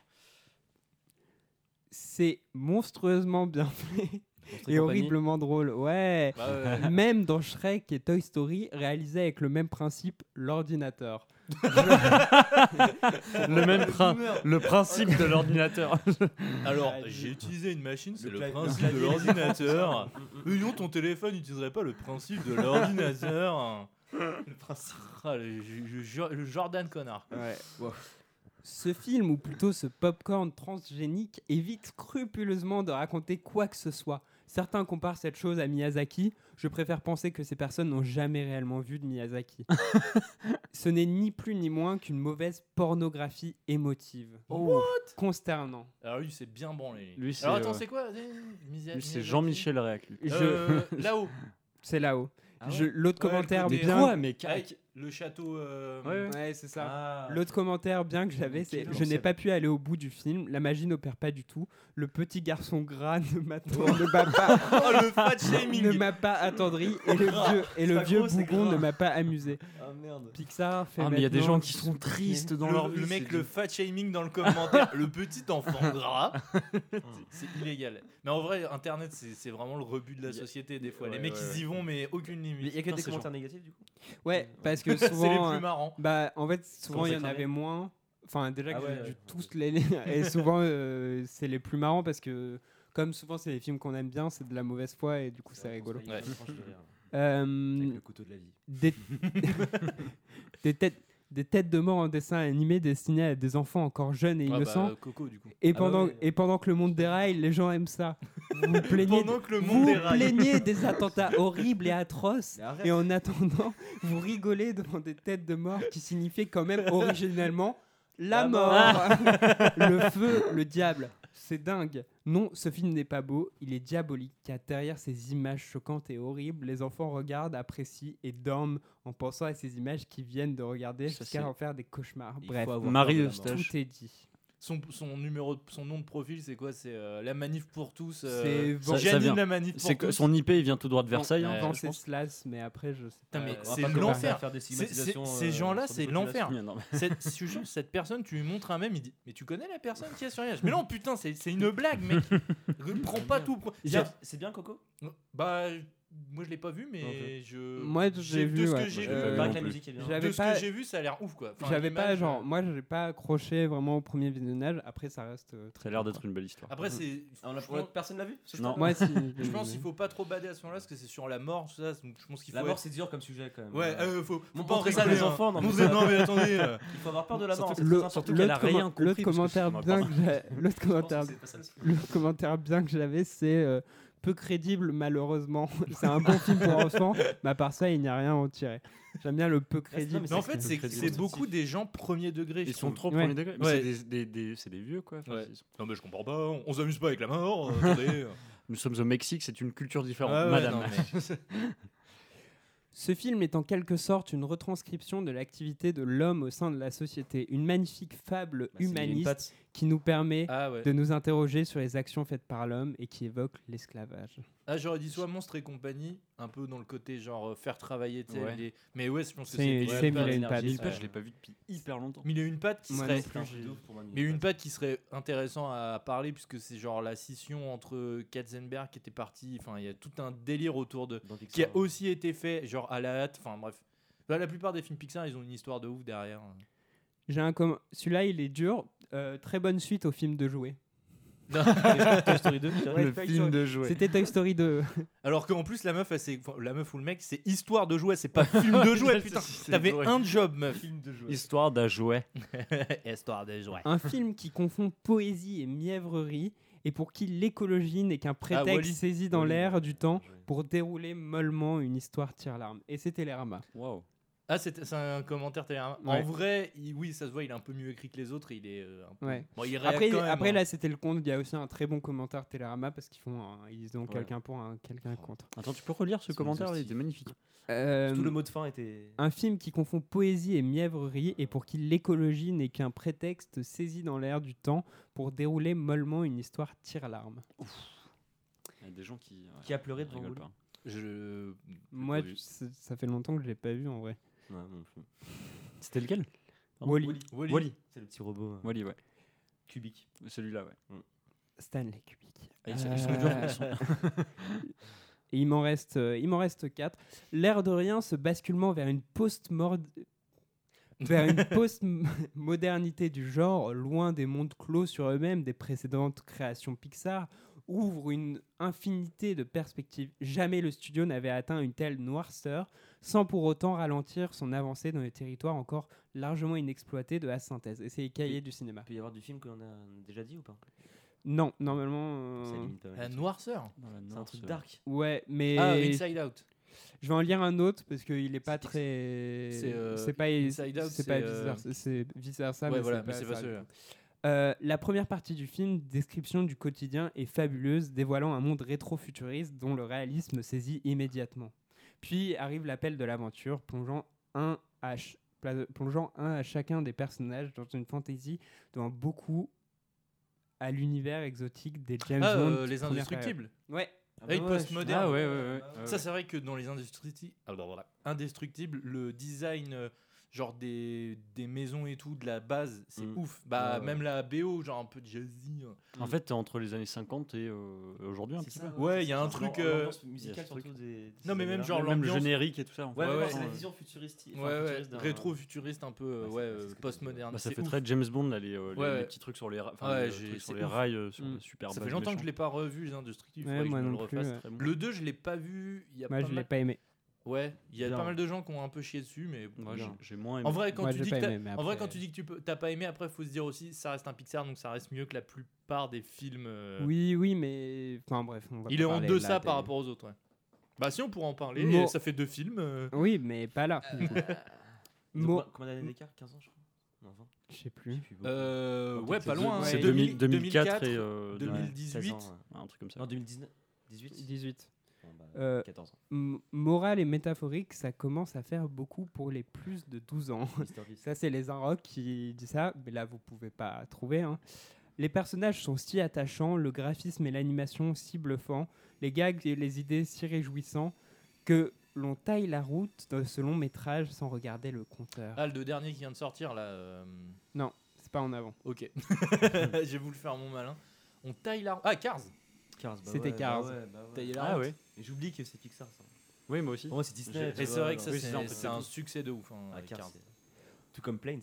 A: C'est monstrueusement bien fait
C: Monstre et
A: et
C: compagnie.
A: horriblement drôle. Ouais.
B: Bah ouais.
A: Même dans Shrek et Toy Story, réalisé avec le même principe, l'ordinateur.
D: Le principe de l'ordinateur.
B: Alors, j'ai utilisé une machine, c'est le
C: clavier-
B: principe
C: le
B: de
C: clavier.
B: l'ordinateur. Non, ton téléphone n'utiliserait pas le principe de l'ordinateur.
C: Le principe.
B: Ah, le Jordan connard.
A: Ce film, ou plutôt ce popcorn transgénique, évite scrupuleusement de raconter quoi que ce soit. Certains comparent cette chose à Miyazaki. Je préfère penser que ces personnes n'ont jamais réellement vu de Miyazaki. Ce n'est ni plus ni moins qu'une mauvaise pornographie émotive. Consternant.
B: Alors lui, c'est bien branlé.
D: Lui, c'est,
B: Alors attends,
D: euh,
B: c'est quoi
D: Lui, c'est Jean-Michel Réac. Lui.
B: Là-haut.
A: C'est là-haut.
C: Ah ouais
A: L'autre
B: Ouais,
A: commentaire
B: le côté-
A: bien...
D: Quoi, mais
B: Avec le château.
A: Ouais, c'est ça.
C: Ah.
A: L'autre commentaire bien que j'avais, c'est
C: Quel
A: je n'ai
C: concept.
A: pas pu aller au bout du film. La magie n'opère pas du tout. Le petit garçon gras ne m'a pas,
B: Oh, le fat shaming.
A: ne m'a pas attendri et le
C: pas
A: vieux
C: gros, c'est
A: bougon
C: gras.
A: ne m'a pas amusé.
C: Ah merde.
A: Pixar fait
D: Ah, mais il y a des gens
A: maintenant-
D: qui sont tristes dans leur vie.
B: Le mec,
D: c'est
B: le
D: du-
B: fat shaming dans le commentaire, le petit enfant gras, c'est illégal. Mais en vrai, Internet, c'est vraiment le rebut de la société des fois. Les
D: Ouais,
B: mecs,
D: ouais,
B: ils y vont, mais aucune limite.
C: Il y a que
B: Putain,
C: des
B: c'est
C: commentaires négatifs du coup.
A: Ouais, parce que
B: chiant. C'est les
A: souvent,
B: plus marrants.
A: bah en fait souvent
C: Comment
A: il y
C: ça
A: en
C: cramait
A: avait moins. Enfin, déjà
C: Ah
A: que
C: ouais,
A: j'ai dû
C: ouais.
A: tous les lire. Et souvent, c'est les plus marrants parce que, comme souvent, c'est des films qu'on aime bien, c'est de la mauvaise foi et du coup, c'est rigolo.
C: Ouais. Franchement, je vais rire.
A: Euh,
C: Avec le couteau de la vie.
A: des têtes de mort en dessin animé destinées à des enfants encore jeunes et innocents.
B: Coco, du coup.
A: Et
C: Ah
A: pendant,
C: bah ouais.
A: et pendant que le monde déraille, les gens aiment ça. Vous
B: Pendant que le monde déraille.
A: plaignez des attentats horribles et atroces.
C: Mais arrête.
A: Et en attendant, vous rigolez devant des têtes de mort qui signifiaient quand même originellement la mort, le feu, le diable. C'est dingue. Non, ce film n'est pas beau, il est diabolique, car derrière ces images choquantes et horribles, les enfants regardent, apprécient et dorment en pensant à ces images qu'ils viennent de regarder
D: Ça,
A: jusqu'à
D: c'est-
A: en faire des cauchemars.
C: Il
A: Bref,
C: faut avoir
D: Marie
C: peur de la
D: Eustache.
A: tout est dit.
B: Son nom de profil, c'est quoi? C'est la manif pour tous.
A: C'est
D: Ça
B: Janine
D: vient-
B: la manif pour
D: C'est que
B: tous.
D: son IP il vient tout droit de Versailles.
B: Ouais,
A: Quand
D: je
A: c'est
D: pense.
A: Slash, mais après, je sais
B: Putain,
A: pas.
B: mais
C: On va
B: c'est
C: pas commencer
B: l'enfer.
C: à faire des
B: C'est-
C: stigmatisations,
B: ces gens-là,
C: sur des
B: c'est l'enfer.
C: populations.
D: Non, mais-
B: Je te jure, cette personne, tu lui montres un mème, il dit mais tu connais la personne qui a sur l'image? Mais non, putain, c'est une blague, mec. Prends pas tout.
C: C'est bien, Coco?
B: Bah, moi je l'ai pas vu, mais
C: Ok.
A: Moi, j'ai vu,
B: de ce
A: ouais.
B: que j'ai
D: Moi, je
B: vu,
D: l'ai pas vu
C: Pas
D: non
C: que la
D: plus.
C: musique est bien.
A: J'avais
B: de ce
A: pas-
B: que j'ai vu, ça a l'air ouf quoi. Enfin,
A: J'avais pas,
B: l'image,
A: genre, moi, j'ai pas accroché vraiment au premier visionnage. Après, ça reste très.
D: Ça a l'air d'être une belle histoire.
B: Après, c'est.
C: Ah, personne l'a vu? ce
D: Non.
C: stade
A: Moi, si.
B: Je pense qu'il faut pas trop bader à ce moment-là parce que c'est sur la mort, tout ça. Donc je pense qu'il faut.
C: La mort,
B: être-
C: c'est dur comme sujet quand même.
B: Ouais, faut pas
C: Montrer ça à
B: rigoler,
C: des
B: hein.
C: enfants, non, mais
B: Montrer-
C: ça-
B: non, mais attendez.
C: Il faut avoir peur de la mort.
D: Surtout-
C: c'est très important.
D: surtout qu'elle a rien compris,
A: L'autre
D: parce que
A: commentaire
D: c'est
A: bien
D: ma
A: que j'ai- l'autre
C: Je pense
A: commentaire
C: que c'est pas ça le sujet.
A: le commentaire bien que j'avais, c'est peu crédible malheureusement. C'est un bon film pour enfants, mais à part ça, il n'y a rien à en tirer. J'aime bien le peu crédible.
B: Mais en fait,
D: c'est
B: c'est
D: crédible.
B: beaucoup des gens premier degré.
D: Ils
B: je
D: sont
B: trouve.
D: trop
A: Ouais.
D: premier degré. Mais
B: Ouais.
D: c'est des vieux quoi. Enfin,
B: Ouais.
D: ils sont-
B: Non, mais je comprends pas. On s'amuse pas avec la mort. Attendez.
D: Nous sommes au Mexique, c'est une culture différente,
B: Ah ouais,
D: madame.
B: non, mais-
A: Ce film est en quelque sorte une retranscription de l'activité de l'homme au sein de la société, une magnifique fable
C: Bah, c'est une
A: humaniste
C: patte.
A: qui nous permet
B: Ah ouais.
A: de nous interroger sur les actions faites par l'homme et qui évoque l'esclavage.
B: Ah, j'aurais dit soit Monstre et compagnie, un peu dans le côté genre faire travailler, tu sais,
D: Ouais.
B: Mais ouais, je pense que
A: C'est-
B: c'est
A: c'est Mille et une pattes.
D: Mille
A: Ouais.
D: pattes, je l'ai pas vu depuis hyper longtemps.
B: Mille et une pattes qui
A: Moi
B: serait.
A: non plus,
C: C'est un truc de ouf pour moi,
B: Mais une patte qui serait intéressant à parler puisque c'est genre la scission entre Katzenberg qui était parti, enfin il y a tout un délire autour de
C: Dans Pixar.
B: qui a aussi été fait genre à la hâte, enfin bref. Bah, la plupart des films Pixar, ils ont une histoire de ouf derrière.
A: Celui-là, il est dur. Très bonne suite au film de jouets.
C: Toy Story 2, tu vois.
A: Ouais,
D: Le
A: Toy
D: film
A: Story.
D: de jouets.
A: C'était Toy Story 2.
B: Alors qu'en plus la meuf la meuf ou le mec, c'est histoire de jouer, c'est pas film de jouer, putain.
D: C'est
B: T'avais
D: vrai.
B: un job meuf, film de jouer.
D: Histoire d'un jouet.
B: Histoire de jouer.
A: Un film qui confond poésie et mièvrerie et pour qui l'écologie n'est qu'un prétexte
B: Wall-E.
A: saisi dans
C: Wall-E.
A: l'air du temps
C: Bien joué.
A: pour dérouler mollement une histoire tire-larme. Et c'était les Ramas.
D: Waouh.
B: Ah, c'est un commentaire télérama.
A: Ouais.
B: En vrai, oui, ça se voit, il est un peu mieux écrit que les autres. Il est un peu.
A: Ouais.
B: Bon, il réagit
A: Après,
B: quand même,
A: après
B: hein.
A: là, c'était le compte. Il y a aussi un très bon commentaire Télérama parce qu'ils ils ont
D: Ouais.
A: quelqu'un pour, quelqu'un contre.
D: Attends, tu peux relire ce
C: C'est
D: commentaire là, il
C: exhaustif.
D: était magnifique.
C: Tout le mot de fin était.
A: Un film qui confond poésie et mièvrerie et pour qui l'écologie n'est qu'un prétexte saisi dans l'air du temps pour dérouler mollement une histoire tire-larme.
D: Il y a des gens qui.
C: Qui a pleuré devant
D: rigolent
C: Wall-E.
D: pas.
B: Je.
A: Moi,
B: pas vu.
A: ça fait longtemps que je l'ai pas vu en vrai.
C: Ouais, non plus.
D: C'était lequel Pardon.
A: Wall-E.
B: Wall-E.
C: C'est le petit robot
D: Wall-E, ouais.
C: cubique.
D: Celui-là, ouais.
A: Stanley Kubrick.
D: Ah, ils sont durs, ils sont-
A: Et il m'en reste 4. L'air de rien, ce basculement vers une post-modernité du genre, loin des mondes clos sur eux-mêmes des précédentes créations Pixar, ouvre une infinité de perspectives. Jamais le studio n'avait atteint une telle noirceur, sans pour autant ralentir son avancée dans les territoires encore largement inexploités de la synthèse. Et c'est les cahiers du cinéma.
C: Il peut y avoir du film qu'on a déjà dit ou pas?
A: Non, normalement...
C: Ça limite pas mal.
B: La noirceur.
C: C'est un truc dark.
A: Ouais, mais...
B: Ah, Inside Out.
A: Je vais en lire un autre parce qu'il est pas très.
B: C'est,
A: pas
B: Inside Out,
A: c'est pas c'est vice versa.
B: Ouais,
A: mais
B: voilà,
A: c'est
B: mais
A: pas
B: c'est pas
A: ça,
B: celui-là.
A: du coup. La première partie du film, description du quotidien, est fabuleuse, dévoilant un monde rétro-futuriste dont le réalisme saisit immédiatement. Puis arrive l'appel de l'aventure, plongeant un à chacun des personnages dans une fantaisie dont beaucoup à l'univers exotique des James
B: Ah,
A: Bond.
B: les
A: première
B: Indestructibles.
A: période. Ouais.
C: Ah
B: Hey,
C: ouais,
B: post-moderne.
D: Ah ouais, ouais, ouais.
B: Ça, c'est vrai que dans les Indestructibles, le design, genre des maisons et tout, de la base, c'est ouf. Bah, même la BO, genre un peu jazzy.
D: En fait, t'es entre les années 50 et aujourd'hui un petit peu.
B: Ouais, il y a un truc.
C: musical surtout
B: non, mais même genre
D: même le
B: l'ambiance.
D: générique et tout ça. En fait.
C: Ouais, c'est la vision futuristique.
B: Rétro-futuriste, un peu, post-moderne.
D: Bah, ça fait très James Bond, là, les petits trucs sur les rails, super.
B: Ça fait longtemps que je l'ai pas revu, les Indestructibles.
A: Ouais, moi non plus.
B: Le 2, je l'ai pas vu.
A: Moi, je l'ai pas aimé.
B: Ouais, il y a pas mal de gens qui ont un peu chié dessus, mais
D: moi j'ai moins aimé.
B: En vrai, quand tu dis que t'as pas aimé, après, faut se dire aussi, ça reste un Pixar, donc ça reste mieux que la plupart des films.
A: Oui, mais enfin bref.
B: Il est en deçà par rapport aux autres. Ouais. Bah si, on pourra en parler. Ça fait 2 films.
A: Oui, mais pas là.
C: Combien d'années d'écart? 15 ans, je crois. Non, 20.
A: Je sais plus.
B: Ouais, pas loin.
D: C'est 2004 et
B: 2018.
D: Un truc comme ça.
C: Non, 2019. 18.
A: 14 ans. Moral et métaphorique, ça commence à faire beaucoup pour les plus de 12 ans. Ça, c'est les Inrocks qui disent ça, mais là, vous pouvez pas trouver. Hein. Les personnages sont si attachants, le graphisme et l'animation si bluffants, les gags et les idées si réjouissants que l'on taille la route de ce long métrage sans regarder le compteur.
B: Ah, le dernier qui vient de sortir, là.
A: Non, c'est pas en avant.
B: Ok. J'ai voulu faire mon malin. On taille la route. Ah, Cars.
A: C'était Cars.
B: Tailler la route.
C: Ah ouais. J'oublie que c'est Pixar, ça.
D: Oui, moi aussi.
C: Moi, c'est Disney.
B: Et c'est vrai que ça, c'est un succès de ouf.
C: Cars. Tout comme Planes.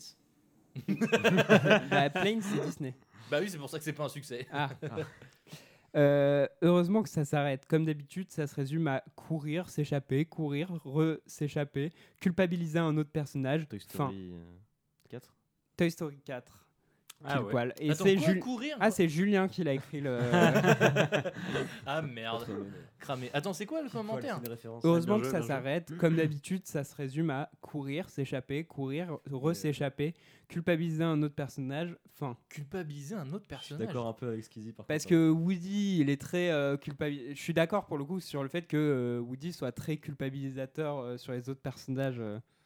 A: Planes, c'est Disney.
B: Bah oui, c'est pour ça que c'est pas un succès.
A: Heureusement que ça s'arrête. Comme d'habitude, ça se résume à courir, s'échapper, courir, s'échapper, culpabiliser un autre personnage.
C: Toy Story 4.
A: Toy Story 4.
B: Poil.
A: Et
B: attends, courir,
A: c'est Julien qui l'a écrit le.
B: Ah merde. Cramé. Attends, c'est quoi le commentaire?
A: Heureusement que ça s'arrête. Comme d'habitude, ça se résume à courir, s'échapper, courir, s'échapper, culpabiliser un autre personnage. Enfin.
B: Culpabiliser un autre personnage.
C: Je suis d'accord un peu avec Skizzy par
A: Parce que Woody, il est très culpabilisateur. Je suis d'accord pour le coup sur le fait que Woody soit très culpabilisateur sur les autres personnages.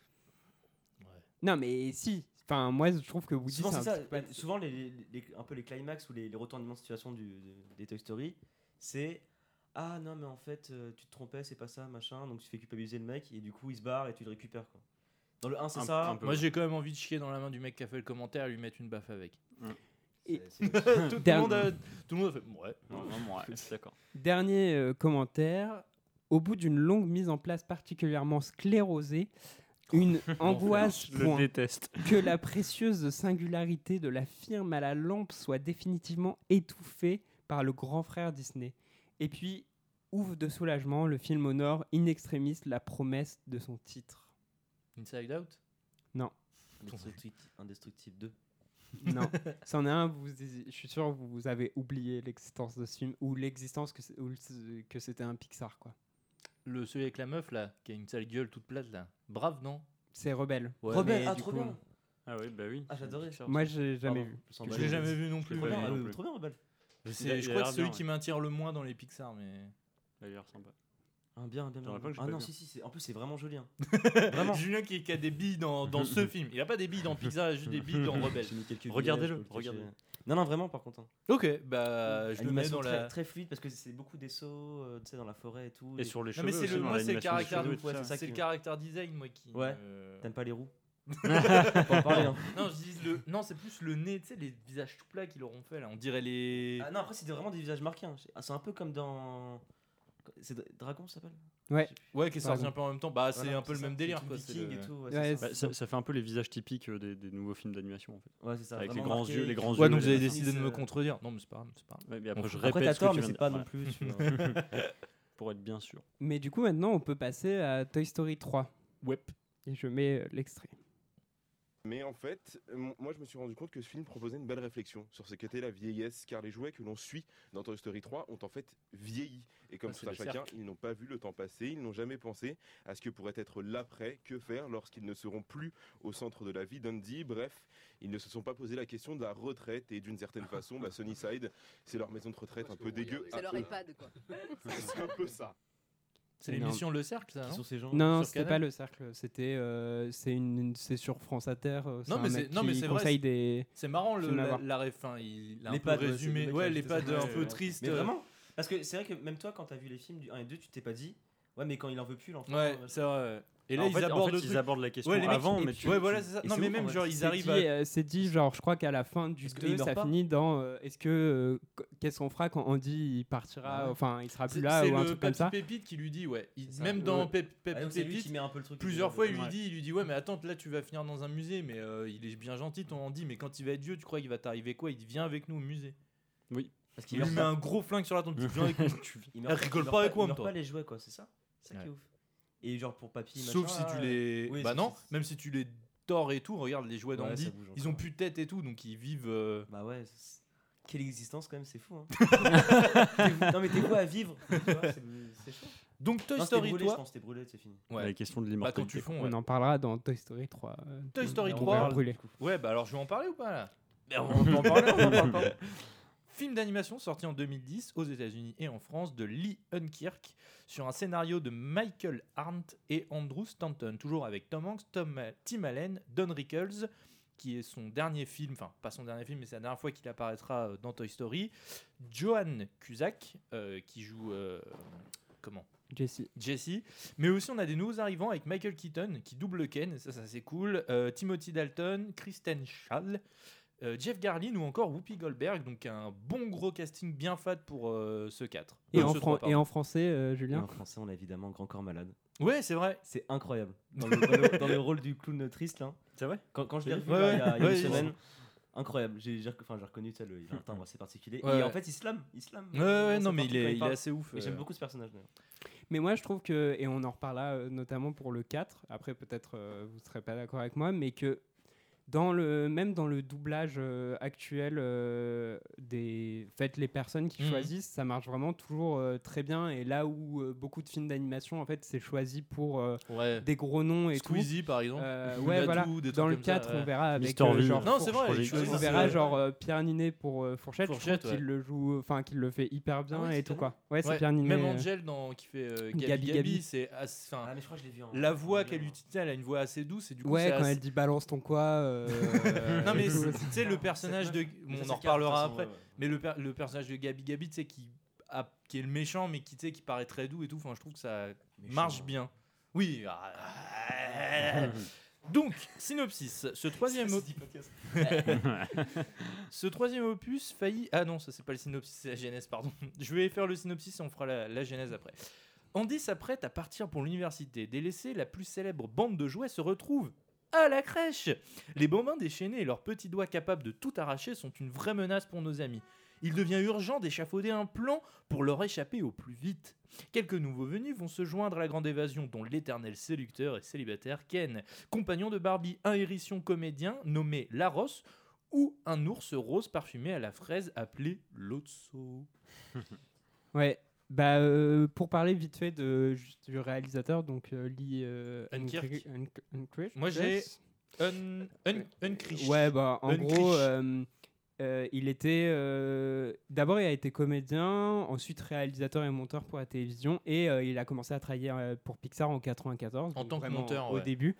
A: Non, mais si. Enfin, moi, je trouve que Woody,
C: souvent, c'est ça. Souvent, un peu les climax ou les retournements de situation des Toy Story, c'est ah non, mais en fait, tu te trompais, c'est pas ça, machin. Donc, tu fais culpabiliser le mec et du coup, il se barre et tu le récupères. Quoi. Dans le 1, c'est ça.
B: Moi, j'ai quand même envie de chier dans la main du mec qui a fait le commentaire et lui mettre une baffe avec.
A: Et
B: tout le monde a fait ouais.
D: Ouais, d'accord.
A: Dernier commentaire. Au bout d'une longue mise en place particulièrement sclérosée, une angoisse que la précieuse singularité de la firme à la lampe soit définitivement étouffée par le grand frère Disney. Et puis, ouf de soulagement, le film honore in extremis la promesse de son titre.
B: Inside Out?
A: Non.
C: Indestructible 2?
A: Non. C'en est un, je suis sûr que vous avez oublié l'existence de ce film, ou l'existence que c'était un Pixar, quoi.
B: Celui avec la meuf, là, qui a une sale gueule toute plate, là. Brave, non?
A: C'est Rebelle.
C: Ouais, Rebelle, trop bien.
D: Ah oui, bah oui.
C: Ah, j'adorais.
A: Moi, j'ai jamais vu.
B: Je l'ai jamais vu non plus.
C: Trop bien, Rebelle.
B: Je crois que c'est celui qui m'attire le moins dans les Pixar, mais...
D: Il a l'air sympa.
C: Bien. Ah non, si. En plus, c'est vraiment joli. Hein.
B: Vraiment. Julien qui a des billes dans ce film. Il a pas des billes dans Pixar, il a juste des billes dans Rebelle.
D: Regardez-le.
C: Non, vraiment, par contre.
B: Ok, bah je le mets dans la...
C: très fluide parce que c'est beaucoup des sauts, tu sais, dans la forêt et tout.
D: Et sur les cheveux.
B: Moi, c'est le caractère design, moi qui.
C: Ouais. T'aimes pas les roues?
B: Pas parler, hein. Non, c'est plus le nez, tu sais, les visages tout plats qu'ils leur ont fait là. On dirait les.
C: Ah non, après c'est vraiment des visages marqués. Hein. C'est un peu comme dans. C'est Dragon, ça s'appelle?
B: Ouais, qui est sorti un peu en même temps. Bah, c'est un peu le même délire, quoi.
C: Et tout,
D: ça fait un peu les visages typiques des nouveaux films d'animation, en fait.
C: Ouais, c'est ça.
D: Avec les grands yeux,
B: Ouais, donc vous avez décidé de me contredire. Non, mais c'est pas grave.
D: Ouais, mais après, je
C: répète. Après, t'as tort, mais c'est pas non plus.
D: Pour être bien sûr.
A: Mais du coup, maintenant, on peut passer à Toy Story 3.
B: Ouais.
A: Et je mets l'extrait.
I: Mais en fait, moi je me suis rendu compte que ce film proposait une belle réflexion sur ce qu'était la vieillesse, car les jouets que l'on suit dans Toy Story 3 ont en fait vieilli. Et comme tout un chacun, ils n'ont pas vu le temps passer, ils n'ont jamais pensé à ce que pourrait être l'après, que faire lorsqu'ils ne seront plus au centre de la vie d'Andy. Bref, ils ne se sont pas posé la question de la retraite et d'une certaine façon, Sunnyside, c'est leur maison de retraite un peu dégueu.
L: C'est leur EHPAD, quoi.
I: C'est un peu ça.
B: C'est l'émission Le Cercle, ça, non?
C: Ces gens
A: non, c'était pas Le Cercle. C'était, c'est sur France Inter.
B: Non, mais c'est
A: vrai.
B: C'est marrant la fin. Il a un peu résumé. Ouais, l'EHPAD un peu triste.
C: Mais vraiment. Parce que c'est vrai que même toi, quand t'as vu les films du 1 et 2, tu t'es pas dit. Ouais, mais quand il en veut plus, l'enfant.
B: Ouais, c'est vrai. Et là,
D: En fait,
B: ils
D: abordent la question
B: Ouais, les mecs,
D: avant,
B: et
D: mais
B: puis- ouais, voilà, c'est ça.
C: Et
B: Non,
C: c'est
B: mais
C: ouf,
B: même
C: en fait.
B: genre ils
A: C'est
B: arrivent
A: dit,
B: à.
A: c'est dit, genre, je crois qu'à la fin du
C: Parce que
A: 2,
C: il meurt
A: ça
C: pas.
A: finit dans est-ce que qu'est-ce qu'on fera quand Andy il partira,
C: Ah ouais.
A: enfin il sera plus
B: C'est
A: là ou un
B: le
A: truc comme
B: Papy
A: ça.
B: Pépite qui lui dit, ouais.
C: C'est ça.
B: Même dans
C: Ouais.
B: Papy
C: donc c'est lui qui
B: Pépite,
C: met un peu le truc.
B: plusieurs fois, il
D: Ouais.
B: lui dit, ouais, mais attends, là tu vas finir dans un musée, mais il est bien gentil, ton Andy, mais quand il va être vieux, tu crois qu'il va t'arriver quoi? Il dit, viens avec nous au musée.
D: Oui.
C: Parce
B: Il
C: qu'il
B: lui
C: meurt
B: met
C: pas.
B: un gros flingue sur la tombe. Viens avec nous.
C: Il
B: Elle rigole pas avec moi,
C: il meurt
B: toi.
C: pas les jouets, quoi, c'est ça? C'est ça qui est ouf. Et genre pour papy,
B: Sauf
C: machin,
B: si tu les.
C: oui,
B: Bah
C: sauf
B: non,
C: si-
B: même si tu les tords et tout, regarde les jouets
C: Ouais,
B: d'Andy,
C: ça bouge
B: ils
C: encore.
B: ont plus de tête et tout, donc ils vivent.
C: Bah ouais, quelle existence quand même, c'est fou. Hein. Non mais t'es quoi à vivre? Tu vois, c'est chaud.
B: Donc Toy
C: Non,
B: Story
C: brûlé,
B: 3.
C: je pense, c'était brûlé, c'est fini.
B: Ouais.
D: La question de
B: Bah,
D: l'immortalité.
B: quand tu fonds,
A: On
B: ouais.
A: en parlera dans Toy Story 3.
B: Toy Story
A: on
B: 3.
A: verra brûler.
B: Ouais, bah alors je vais en parler ou pas là? On peut en parler, on en parle pas. Film d'animation sorti en 2010 aux États-Unis et en France de Lee Unkirk sur un scénario de Michael Arndt et Andrew Stanton, toujours avec Tom Hanks, Tim Allen, Don Rickles, qui est son dernier film, enfin pas son dernier film, mais c'est la dernière fois qu'il apparaîtra dans Toy Story. Joan Cusack qui joue comment? Jesse. Mais aussi on a des nouveaux arrivants avec Michael Keaton qui double Ken, ça c'est cool. Timothy Dalton, Kristen Schaal, Jeff Garlin ou encore Whoopi Goldberg, donc un bon gros casting bien fat pour ce 4.
A: Et,
B: Ce
A: et en français, Julien?
C: En français, on a évidemment Grand Corps Malade.
B: Ouais, c'est vrai.
C: C'est incroyable. Dans le rôle du clown triste, là.
D: C'est vrai?
C: Quand je l'ai revu
B: Ouais,
C: là, il y a
B: ouais,
C: une semaine, incroyable. J'ai reconnu, tu sais, il a un timbre assez particulier.
B: Ouais.
C: Et en fait, il slame.
B: Ouais, non, mais il est assez ouf.
C: Et j'aime beaucoup ce personnage, d'ailleurs.
A: Mais moi, je trouve que, et on en reparlera notamment pour le 4, après peut-être vous ne serez pas d'accord avec moi, mais que même dans le doublage actuel les personnes qui choisissent, ça marche vraiment toujours très bien. Et là où beaucoup de films d'animation, en fait, c'est choisi pour des gros noms et
B: Squeezie, par exemple.
A: Ouais, voilà. Dans le 4, on verra avec genre.
B: Non, c'est vrai.
A: On verra genre Pierre Ninet pour Fourchette.
B: Fourchette,
A: qu'il le joue, enfin qu'il le fait hyper bien
B: ouais,
A: et tout
B: vrai.
A: quoi. Ouais, c'est Pierre Ninet.
B: Même Angel qui fait Gabi, c'est
C: Ah, mais je crois que je l'ai vu en.
B: la voix qu'elle utilise, elle a une voix assez douce et du coup
A: ouais,
B: c'est
A: quand
B: assez...
A: elle dit balance ton quoi.
B: Non mais tu sais le personnage de, bon, on en reparlera après,
C: ouais.
B: mais le personnage de Gabi, tu sais qui est le méchant mais qui tu sais qui paraît très doux et tout. Enfin, je trouve que ça marche bien. Oui. Donc, synopsis. Ce troisième opus faillit... Ah non, ça c'est pas le synopsis, c'est la genèse, pardon. Je vais faire le synopsis et on fera la genèse après. Andy s'apprête à partir pour l'université. Délaissé, la plus célèbre bande de jouets se retrouve à la crèche. Les bambins déchaînés et leurs petits doigts capables de tout arracher sont une vraie menace pour nos amis. Il devient urgent d'échafauder un plan pour leur échapper au plus vite. Quelques nouveaux venus vont se joindre à la grande évasion, dont l'éternel séducteur et célibataire Ken, compagnon de Barbie, un hérisson comédien nommé Laros, ou un ours rose parfumé à la fraise appelé Lotso.
A: Ouais. Bah, pour parler vite fait du réalisateur, donc Lee
B: Unkirk.
A: Unkirk.
B: Moi j'ai Unkirk.
A: Ouais, bah en
B: Unkirk.
A: gros, il était d'abord il a été comédien, ensuite réalisateur et monteur pour la télévision, et il a commencé à travailler pour Pixar en 94
B: en tant que
A: vraiment
B: monteur
A: au
B: ouais.
A: début,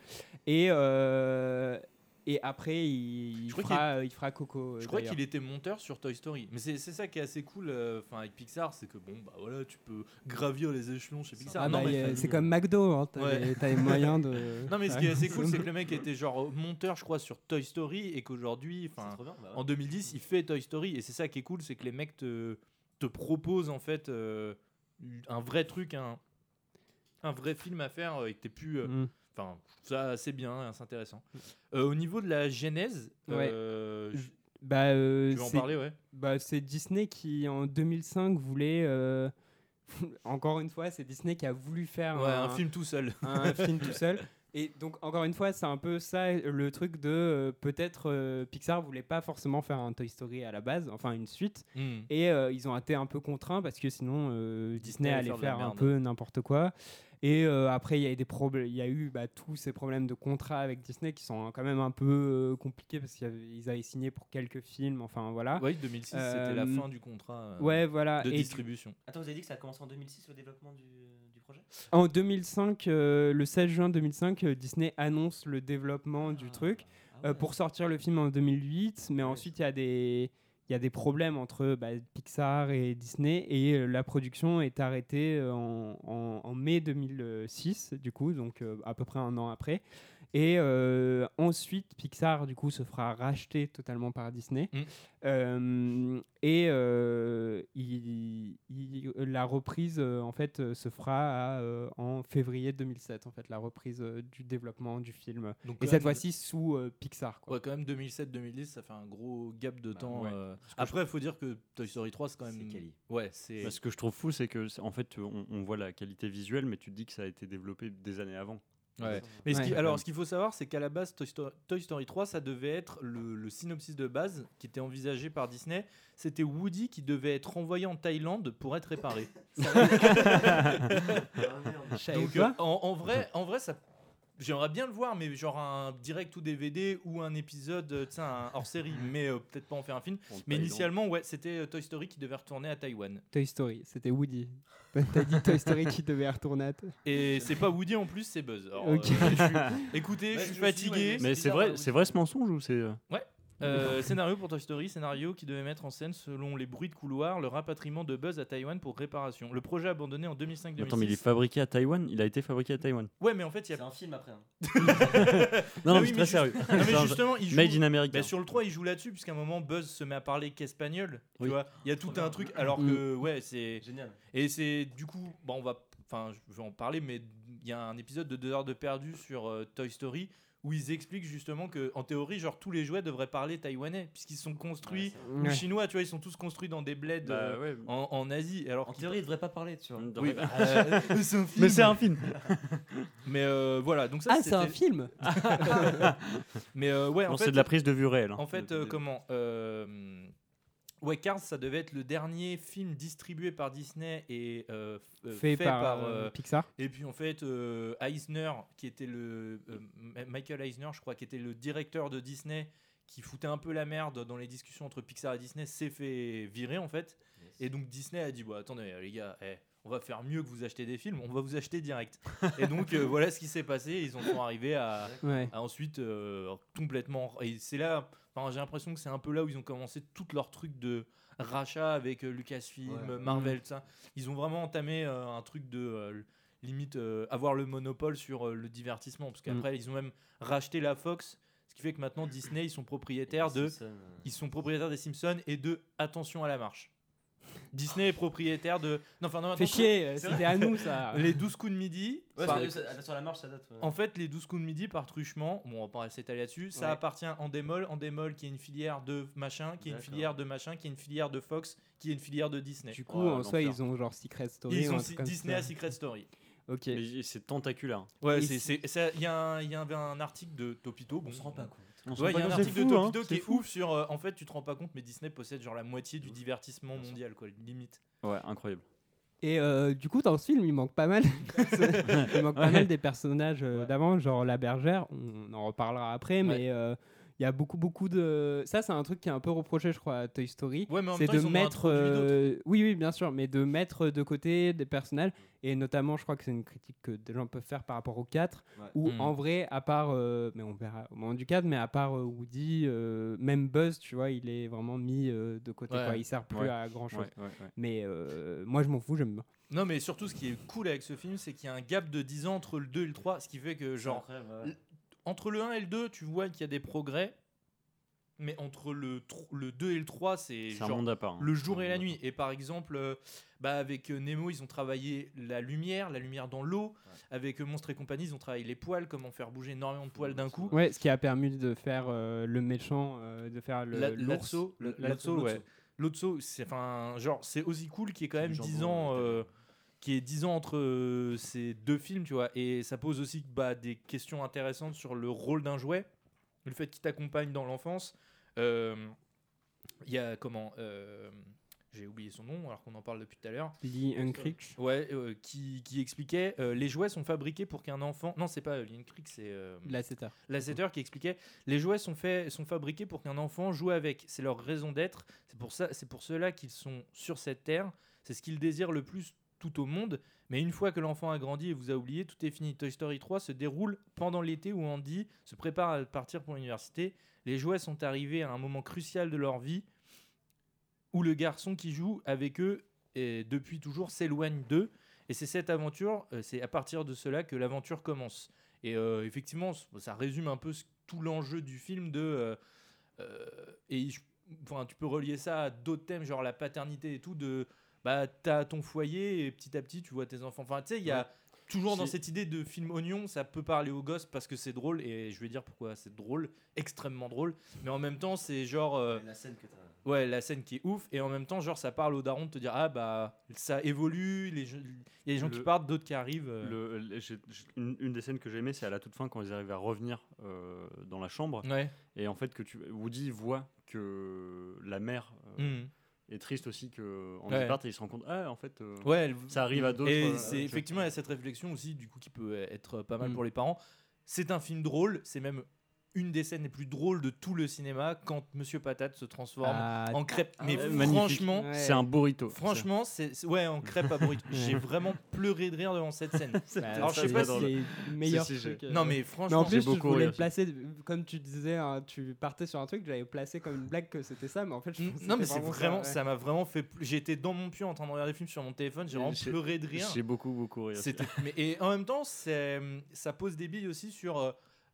A: et après il fera Coco.
B: Je crois qu'il était monteur sur Toy Story, mais c'est ça qui est assez cool avec Pixar, c'est que bon bah voilà, tu peux gravir les échelons chez Pixar.
A: Ah
B: non,
A: bah,
B: mais
A: c'est comme McDo, hein, t'as les moyens de.
B: Non mais ce qui est assez cool, c'est que le mec était genre monteur, je crois, sur Toy Story, et qu'aujourd'hui, en 2010, il fait Toy Story, et c'est ça qui est cool, c'est que les mecs te proposent en fait un vrai truc, un vrai film à faire, et que t'es plus. Enfin, ça c'est bien, c'est intéressant. Au niveau de la genèse,
A: ouais.
B: tu veux en parler, ouais.
A: Bah, c'est Disney qui en 2005 voulait. Encore une fois, c'est Disney qui a voulu faire
B: un film tout seul.
A: Un film tout seul. Et donc, encore une fois, c'est un peu ça le truc de peut-être Pixar voulait pas forcément faire un Toy Story à la base, enfin une suite. Et ils ont été un peu contraints parce que sinon Disney allait faire un peu n'importe quoi. Et après, il y a eu des problèmes. Il y a eu tous ces problèmes de contrat avec Disney qui sont quand même un peu compliqués parce qu'ils avaient signé pour quelques films. Enfin voilà.
B: Oui, 2006, c'était la fin du contrat
A: voilà.
B: de distribution.
C: Attends, vous avez dit que ça a commencé en 2006 le développement du projet ?
A: En 2005, le 16 juin 2005, Disney annonce le développement du truc pour sortir le film en 2008. Mais ensuite, il il y a des problèmes entre Pixar et Disney et la production est arrêtée en mai 2006 du coup, donc à peu près un an après. Et ensuite, Pixar du coup se fera racheter totalement par Disney. La reprise en fait se fera en février 2007 en fait, la reprise du développement du film. Donc, et cette fois-ci sous Pixar, quoi.
B: Ouais, quand même 2007-2010, ça fait un gros gap de temps. Après, il faut dire que Toy Story 3 c'est quand même
C: quali.
B: Ouais, c'est.
D: Ce que je trouve fou, c'est que en fait, on voit la qualité visuelle, mais tu te dis que ça a été développé des années avant.
B: Ouais. Mais ce qu'il faut savoir, c'est qu'à la base, Toy Story 3, ça devait être le synopsis de base qui était envisagé par Disney. C'était Woody qui devait être renvoyé en Thaïlande pour être réparé. Donc, en vrai, ça. J'aimerais bien le voir, mais genre un direct ou DVD ou un épisode, un hors-série, mais peut-être pas en faire un film. Mais initialement, ouais, c'était Toy Story qui devait retourner à Taïwan.
A: Toy Story, c'était Woody. T'as dit Toy Story qui devait retourner à
B: Et c'est pas Woody en plus, c'est Buzz. Alors,
A: okay.
B: Écoutez, je suis fatigué.
D: Mais c'est vrai ce mensonge ou c'est...
B: Ouais. Scénario pour Toy Story, scénario qui devait mettre en scène, selon les bruits de couloir, le rapatriement de Buzz à Taïwan pour réparation. Le projet abandonné en 2005-2006.
D: Attends, mais il est fabriqué à Taïwan. Il a été fabriqué à Taïwan.
B: Ouais, mais en fait,
C: c'est un film après.
D: Non, mais très sérieux.
B: Non, mais justement, il joue...
D: Made in America.
B: Sur le 3, il joue là-dessus, puisqu'à un moment, Buzz se met à parler qu'espagnol. Tu vois, il y a tout un truc. Alors que, ouais, c'est
C: génial.
B: Et c'est du coup, je vais en parler, mais il y a un épisode de 2 heures de perdu sur Toy Story où ils expliquent justement que en théorie, genre tous les jouets devraient parler taïwanais puisqu'ils sont construits ou chinois, tu vois, ils sont tous construits dans des bleds en Asie. Alors
C: en théorie, ils devraient pas parler, tu vois.
B: Oui,
D: mais c'est un film.
B: Mais voilà, donc ça
A: c'est un film.
B: Mais ouais, en fait,
D: c'est de la prise de vue réelle.
B: En fait, Ouais, Cars, ça devait être le dernier film distribué par Disney et
A: fait par Pixar.
B: Et puis en fait, Eisner, qui était Michael Eisner, je crois, qui était le directeur de Disney, qui foutait un peu la merde dans les discussions entre Pixar et Disney, s'est fait virer en fait. Yes. Et donc Disney a dit attendez les gars, on va faire mieux que vous acheter des films, on va vous acheter direct. Et donc voilà ce qui s'est passé. Ils en sont arrivés à ensuite complètement. Et c'est là. J'ai l'impression que c'est un peu là où ils ont commencé tout leur truc de rachat avec Lucasfilm, Marvel, ça. Ils ont vraiment entamé un truc de limite avoir le monopole sur le divertissement, parce qu'après ils ont même racheté la Fox, ce qui fait que maintenant Disney ils sont propriétaires des Simpsons et de Attention à la marche. Disney est propriétaire de.
A: Fais chier, c'était à nous ça.
B: Les 12 coups de midi.
C: Sur la marche, ça date.
B: En fait, les 12 coups de midi par truchement, on va pas s'étaler là-dessus, ça appartient à Endemol qui est une filière de machin, qui est une filière de machin, qui est une filière de Fox, qui est une filière de Disney.
A: Du coup, en soi, ils ont genre Secret Story.
B: Ils ont Disney à Secret Story.
A: Ok.
D: Mais c'est tentaculaire.
B: Ouais, il y avait un article de Topito.
C: On se rend pas compte.
B: Ouais, il y a un article de Topito qui est ouf sur. En fait, tu te rends pas compte, mais Disney possède genre la moitié du divertissement mondial, quoi, limite.
D: Ouais, incroyable.
A: Et du coup, dans ce film, il manque pas mal. Il manque pas mal des personnages d'avant, genre la bergère. On en reparlera après, mais il y a beaucoup de. Ça, c'est un truc qui est un peu reproché, je crois, à Toy Story.
B: Ouais, mais en
A: c'est
B: même temps,
A: de mettre. Oui, bien sûr, mais de mettre de côté des personnages. Et notamment, je crois que c'est une critique que des gens peuvent faire par rapport au 4. Où en vrai, à part. Mais on verra au moment du 4, mais à part Woody, même Buzz, tu vois, il est vraiment mis de côté. Quoi. Il sert plus à grand chose. Mais moi, je m'en fous, j'aime bien.
B: Non, mais surtout, ce qui est cool avec ce film, c'est qu'il y a un gap de 10 ans entre le 2 et le 3. Ce qui fait que, genre. Entre le 1 et le 2, tu vois qu'il y a des progrès, mais entre le 2 et le 3, c'est genre
D: un monde à part,
B: le jour et la nuit. Et par exemple, avec Nemo, ils ont travaillé la lumière dans l'eau. Avec Monstres et compagnie, ils ont travaillé les poils, comment faire bouger énormément de poils d'un coup.
A: Ouais, ce qui a permis de faire le méchant, de faire
B: l'Otso. L'Otso, c'est Ozzy Cool qui est quand même 10 ans... qui est 10 ans entre ces deux films, tu vois, et ça pose aussi des questions intéressantes sur le rôle d'un jouet, le fait qu'il t'accompagne dans l'enfance. Il y a j'ai oublié son nom alors qu'on en parle depuis tout à l'heure.
A: Lee Unkrich.
B: Ouais, qui expliquait les jouets sont fabriqués pour qu'un enfant. Non, c'est pas Lee Unkrich, c'est Lasseter qui expliquait les jouets sont fabriqués pour qu'un enfant joue avec. C'est leur raison d'être. C'est pour cela qu'ils sont sur cette terre. C'est ce qu'ils désirent le plus tout au monde, mais une fois que l'enfant a grandi et vous a oublié, tout est fini. Toy Story 3 se déroule pendant l'été où Andy se prépare à partir pour l'université. Les jouets sont arrivés à un moment crucial de leur vie où le garçon qui joue avec eux depuis toujours s'éloigne d'eux. Et c'est cette aventure, c'est à partir de cela que l'aventure commence. Et effectivement, ça résume un peu tout l'enjeu du film enfin, tu peux relier ça à d'autres thèmes, genre la paternité et tout, t'as ton foyer et petit à petit tu vois tes enfants. Enfin, tu sais, il y a toujours dans cette idée de film oignon, ça peut parler aux gosses parce que c'est drôle, et je vais dire pourquoi c'est drôle, extrêmement drôle, mais en même temps c'est genre
C: la scène que t'as...
B: Ouais, la scène qui est ouf, et en même temps genre ça parle aux darons de te dire ça évolue, il y a des gens qui partent, d'autres qui arrivent.
D: Une des scènes que j'ai aimé, c'est à la toute fin quand ils arrivent à revenir dans la chambre, et en fait Woody voit que la mère est triste aussi qu'en départ, et il se rend compte en fait ça arrive à d'autres.
B: Et effectivement il y a cette réflexion aussi du coup qui peut être pas mal pour les parents. C'est un film drôle, c'est même une des scènes les plus drôles de tout le cinéma quand Monsieur Patate se transforme en crêpe. Mais franchement,
D: c'est un burrito.
B: Franchement, c'est en crêpe à burrito. J'ai vraiment pleuré de rire devant cette scène. Alors je sais pas si
A: c'est le meilleur truc.
B: Non mais franchement,
A: mais en plus, je voulais le placer comme tu disais, tu partais sur un truc, j'avais placé comme une blague que c'était ça, mais en fait,
B: non mais c'est vraiment ça m'a vraiment fait. J'étais dans mon puits en train de regarder le film sur mon téléphone, j'ai vraiment pleuré de rire.
D: J'ai beaucoup rire.
B: Et en même temps, ça pose des billes aussi sur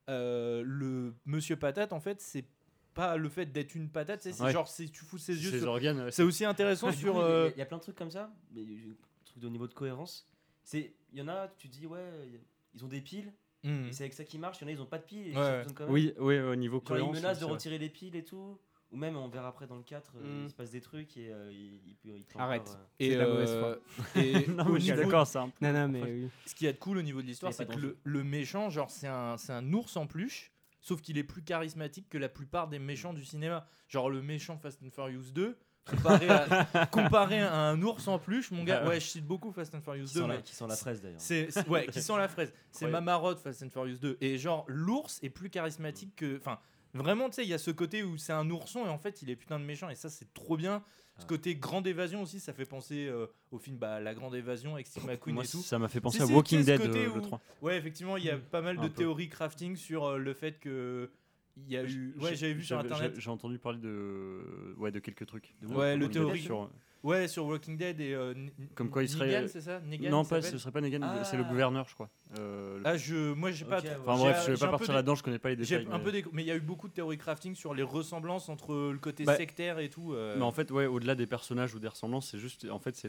B: le Monsieur Patate. En fait, c'est pas le fait d'être une patate, c'est genre si tu fous ses yeux
D: ses organes,
B: c'est aussi intéressant sur
C: il y a plein de trucs comme ça, mais trucs au niveau de cohérence, il y en a, tu dis ils ont des piles et c'est avec ça qui marche, il y en a ils ont pas de piles et quand même.
D: Oui, au niveau
C: genre,
D: cohérence
C: ils menacent de retirer les piles et tout, ou même on verra après dans le 4 il se passe des trucs et il
A: arrête
B: et
A: la mauvaise foi.
D: Non mais je suis d'accord, c'est un peu...
A: non mais oui.
B: Ce qui est cool au niveau de l'histoire, c'est que le méchant, genre c'est un ours en peluche, sauf qu'il est plus charismatique que la plupart des méchants du cinéma. Genre le méchant Fast and Furious 2 comparé à un ours en peluche, mon gars. Ouais, je cite beaucoup Fast and Furious 2
C: qui sent la fraise d'ailleurs.
B: Qui sent la fraise. C'est ma marotte Fast and Furious 2, et genre l'ours est plus charismatique que vraiment, tu sais, il y a ce côté où c'est un ourson et en fait il est putain de méchant, et ça c'est trop bien. Ce côté grande évasion aussi, ça fait penser au film La Grande Évasion avec Steve McQueen et tout.
D: Ça m'a fait penser à Walking Dead le 3.
B: Ouais, effectivement, il y a pas mal de théories crafting sur le fait que il y a eu. Ouais, j'avais vu sur internet.
D: J'ai entendu parler de quelques trucs.
B: Le théorie sur Walking Dead et
D: comme quoi il serait
B: Negan, c'est ça Negan,
D: non, ce serait pas Negan, c'est le gouverneur, je crois.
B: Moi j'ai pas.
D: Enfin bref, je vais pas partir là-dedans, je connais pas les détails.
B: Mais il y a eu beaucoup de théories crafting sur les ressemblances entre le côté sectaire et tout.
D: Mais en fait, au-delà des personnages ou des ressemblances, c'est juste, en fait,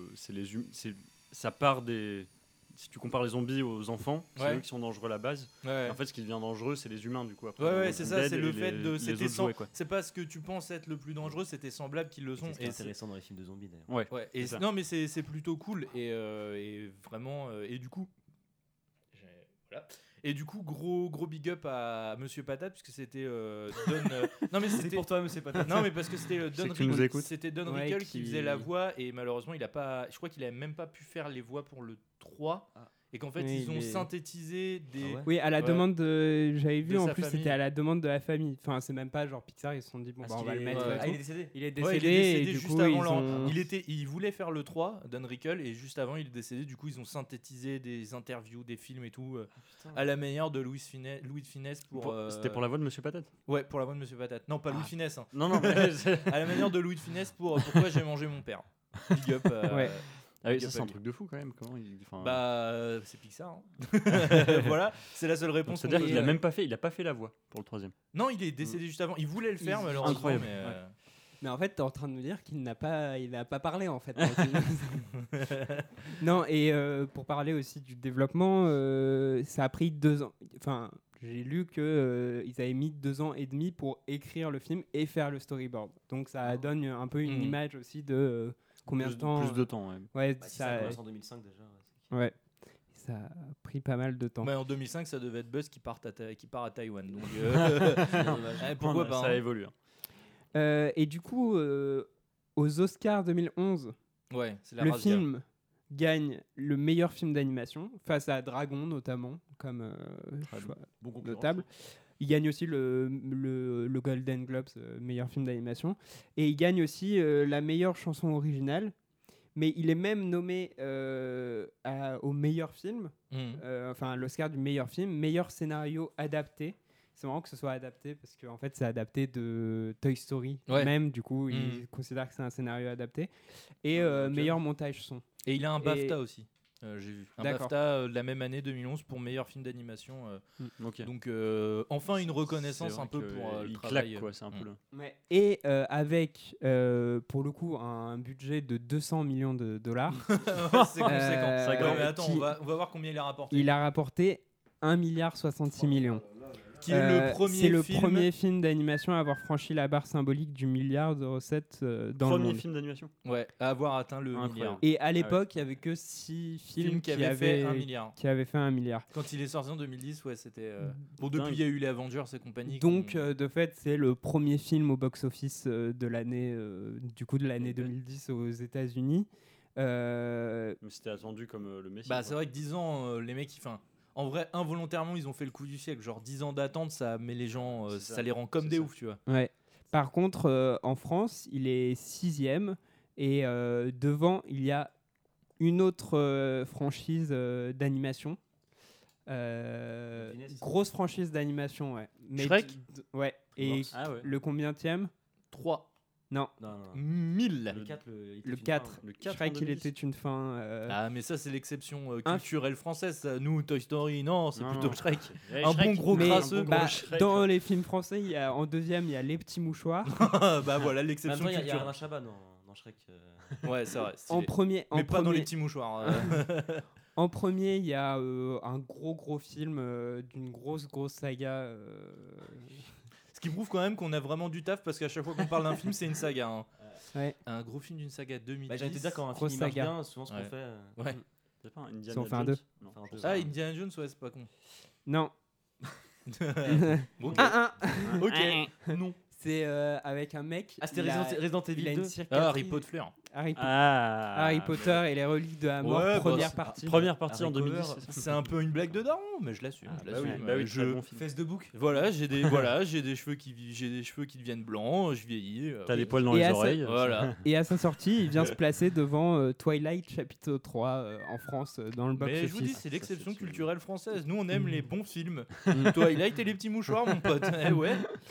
D: ça part des. Si tu compares les zombies aux enfants, c'est eux qui sont dangereux à la base. En fait, ce qui devient dangereux, c'est les humains, du coup.
B: Après, c'est ça, c'est le fait de. C'est pas ce que tu penses être le plus dangereux, c'est tes semblables qui le sont.
C: C'est intéressant dans les films de zombies, d'ailleurs.
B: Ouais. Et non, mais c'est plutôt cool. Et vraiment. Et du coup. Voilà. Et du coup, gros big up à Monsieur Patate, puisque c'était non mais c'était
C: pour toi, Monsieur Patate.
B: Non mais parce que c'était Don Rickle qui faisait la voix, et malheureusement il a pas. Je crois qu'il a même pas pu faire les voix pour le 3. Et qu'en fait ils ont synthétisé des.
A: Oui, à la demande de. J'avais vu en plus, c'était à la demande de la famille. Enfin, c'est même pas genre Pixar, ils se sont dit on va le mettre.
C: Il est décédé.
A: Il est décédé et
B: juste
A: du coup,
B: avant il voulait faire le 3, Don Rickle, et juste avant il est décédé. Du coup, ils ont synthétisé des interviews, des films et tout à la manière de Louis de Funès pour.
D: C'était pour la voix de Monsieur Patate.
B: Ouais, pour la voix de Monsieur Patate. Non, pas Louis de Funès.
D: Non, mais
B: à la manière de Louis de Funès pour Pourquoi j'ai mangé mon père. Big up.
D: Ah oui, ça c'est un truc de fou quand même.
B: C'est Pixar. Voilà, c'est la seule réponse.
D: C'est-à-dire qu'il a même pas fait, il a pas fait la voix pour le 3e.
B: Non, il est décédé juste avant. Il voulait le faire, malheureusement.
D: Incroyable.
A: Mais en fait, t'es en train de nous dire qu'il n'a pas parlé en fait. Non, et pour parler aussi du développement, ça a pris 2 ans. Enfin, j'ai lu que ils avaient mis 2 ans et demi pour écrire le film et faire le storyboard. Donc ça donne un peu une image aussi de combien de temps.
D: Plus de temps,
A: ouais.
C: Ça commence en 2005 déjà.
A: Ouais. Ça a pris pas mal de temps.
B: Mais en 2005, ça devait être Buzz qui part à Taïwan. Donc pourquoi pas.
D: Ça a évolué.
A: Et du coup, aux Oscars 2011, le film gagne le meilleur film d'animation face à Dragon notamment, comme notable. Il gagne aussi le Golden Globes, meilleur film d'animation. Et il gagne aussi la meilleure chanson originale. Mais il est même nommé au meilleur film, enfin l'Oscar du meilleur film, meilleur scénario adapté. c'est marrant que ce soit adapté parce qu'en fait c'est adapté de Toy Story
B: Ouais.
A: même, du coup ils considèrent que c'est un scénario adapté. Et meilleur montage son.
B: Et il a un BAFTA aussi. J'ai vu un
A: D'accord.
B: BAFTA de la même année 2011 pour meilleur film d'animation.
D: Ok.
B: Donc enfin une reconnaissance
D: C'est
B: un
D: vrai
B: peu
D: que
B: pour le
D: il
B: travail.
D: claque, quoi, c'est un peu
A: Ouais. Et avec pour le coup un budget de 200 millions de dollars.
B: C'est conséquent.
D: Ça grimpe.
B: Mais attends, on va voir combien il a rapporté.
A: Il a rapporté 1,66 milliard.
B: Qui est le premier
A: c'est le
B: film-
A: premier film d'animation à avoir franchi la barre symbolique du milliard de recettes dans le
D: Premier
A: monde.
D: film d'animation.
B: Ouais, à avoir atteint le
D: Incroyable.
B: milliard.
A: Et à l'époque, il y avait que 6 films
B: qui avaient fait 1 milliard.
A: Qui avaient fait 1 milliard.
B: Quand il est sorti en 2010, ouais, c'était. Bon, depuis, il y a eu les Avengers et compagnie.
A: Donc, de fait, c'est le premier film au box-office de l'année, du coup, de l'année 2010 aux États-Unis.
D: Mais c'était attendu comme le Messie.
B: Bah, c'est vrai que 10 ans, les mecs, en vrai, involontairement, ils ont fait le coup du siècle. Genre 10 ans d'attente, ça met les gens, ça les rend comme des oufs, tu vois.
A: Ouais. Par contre, en France, il est 6e et devant, il y a une autre franchise d'animation. Grosse franchise d'animation, ouais. Mais
B: Shrek
A: ouais. Et
D: Ah ouais.
A: le combientième
B: 3.
A: Non.
B: 1000.
A: Le 4. Shrek, il était une fin.
B: Ah, mais ça, c'est l'exception culturelle française. Ça. Nous, Toy Story, non, c'est
A: Non,
B: plutôt
A: non.
B: Shrek.
D: Ouais,
B: Un
D: Shrek,
B: bon gros
A: Mais,
B: crasseux.
A: bah, dans les films français, en deuxième, il y a Les Petits Mouchoirs.
B: Bah voilà, l'exception
C: Il y a
B: culturelle.
C: Alain Chabat dans Shrek.
B: Ouais, c'est vrai.
A: En
B: stylé.
A: premier,
B: Mais pas dans les petits mouchoirs.
A: En premier, il y a un gros film d'une grosse saga.
B: Ce qui prouve quand même qu'on a vraiment du taf parce qu'à chaque fois qu'on parle d'un film, c'est une saga. Hein.
A: Ouais.
B: Un gros film d'une saga 2010.
C: Bah, j'ai envie de dire quand un film
A: Grosse
C: il marche
A: saga.
C: bien, souvent ce qu'on
B: Ouais.
C: fait.
B: Ouais.
D: C'est pas un Indiana
A: Si on fait un
D: Jones
A: 2.
D: Non.
C: Enfin, un peu
B: Ah,
C: ça.
B: Indiana Jones, ouais, c'est pas con.
A: Non.
B: Ok.
A: Ok.
B: Non.
A: C'est avec un mec.
C: Ah, c'était
A: il a-
C: Resident
A: il a
C: Evil
A: une
C: 2.
A: cicatrice.
B: Ah, Harry Potter.
A: Harry Potter et les reliques de la mort,
B: Ouais, bah,
A: première
B: c'est-
A: partie.
D: Première partie en
C: Harry Potter.
D: 2010. c'est ça
B: C'est un peu une blague de daron, mais je l'assume.
C: Ah,
B: je
C: bah oui,
B: l'assume.
D: bah oui,
B: Je-
D: très bon film.
C: Face de bouc.
B: Voilà, j'ai des cheveux qui deviennent blancs, je vieillis.
D: T'as
B: oui.
D: des poils dans
A: Et
D: les
A: à ça-
D: oreilles.
B: Voilà.
A: Et à sa sortie, il vient se placer devant Twilight chapitre 3 en France dans le box
B: Mais
A: office.
B: je vous dis, c'est l'exception
D: c'est-
B: culturelle française. Nous, on aime les bons films.
A: Mm.
B: Twilight et les petits mouchoirs, mon pote. Eh ouais.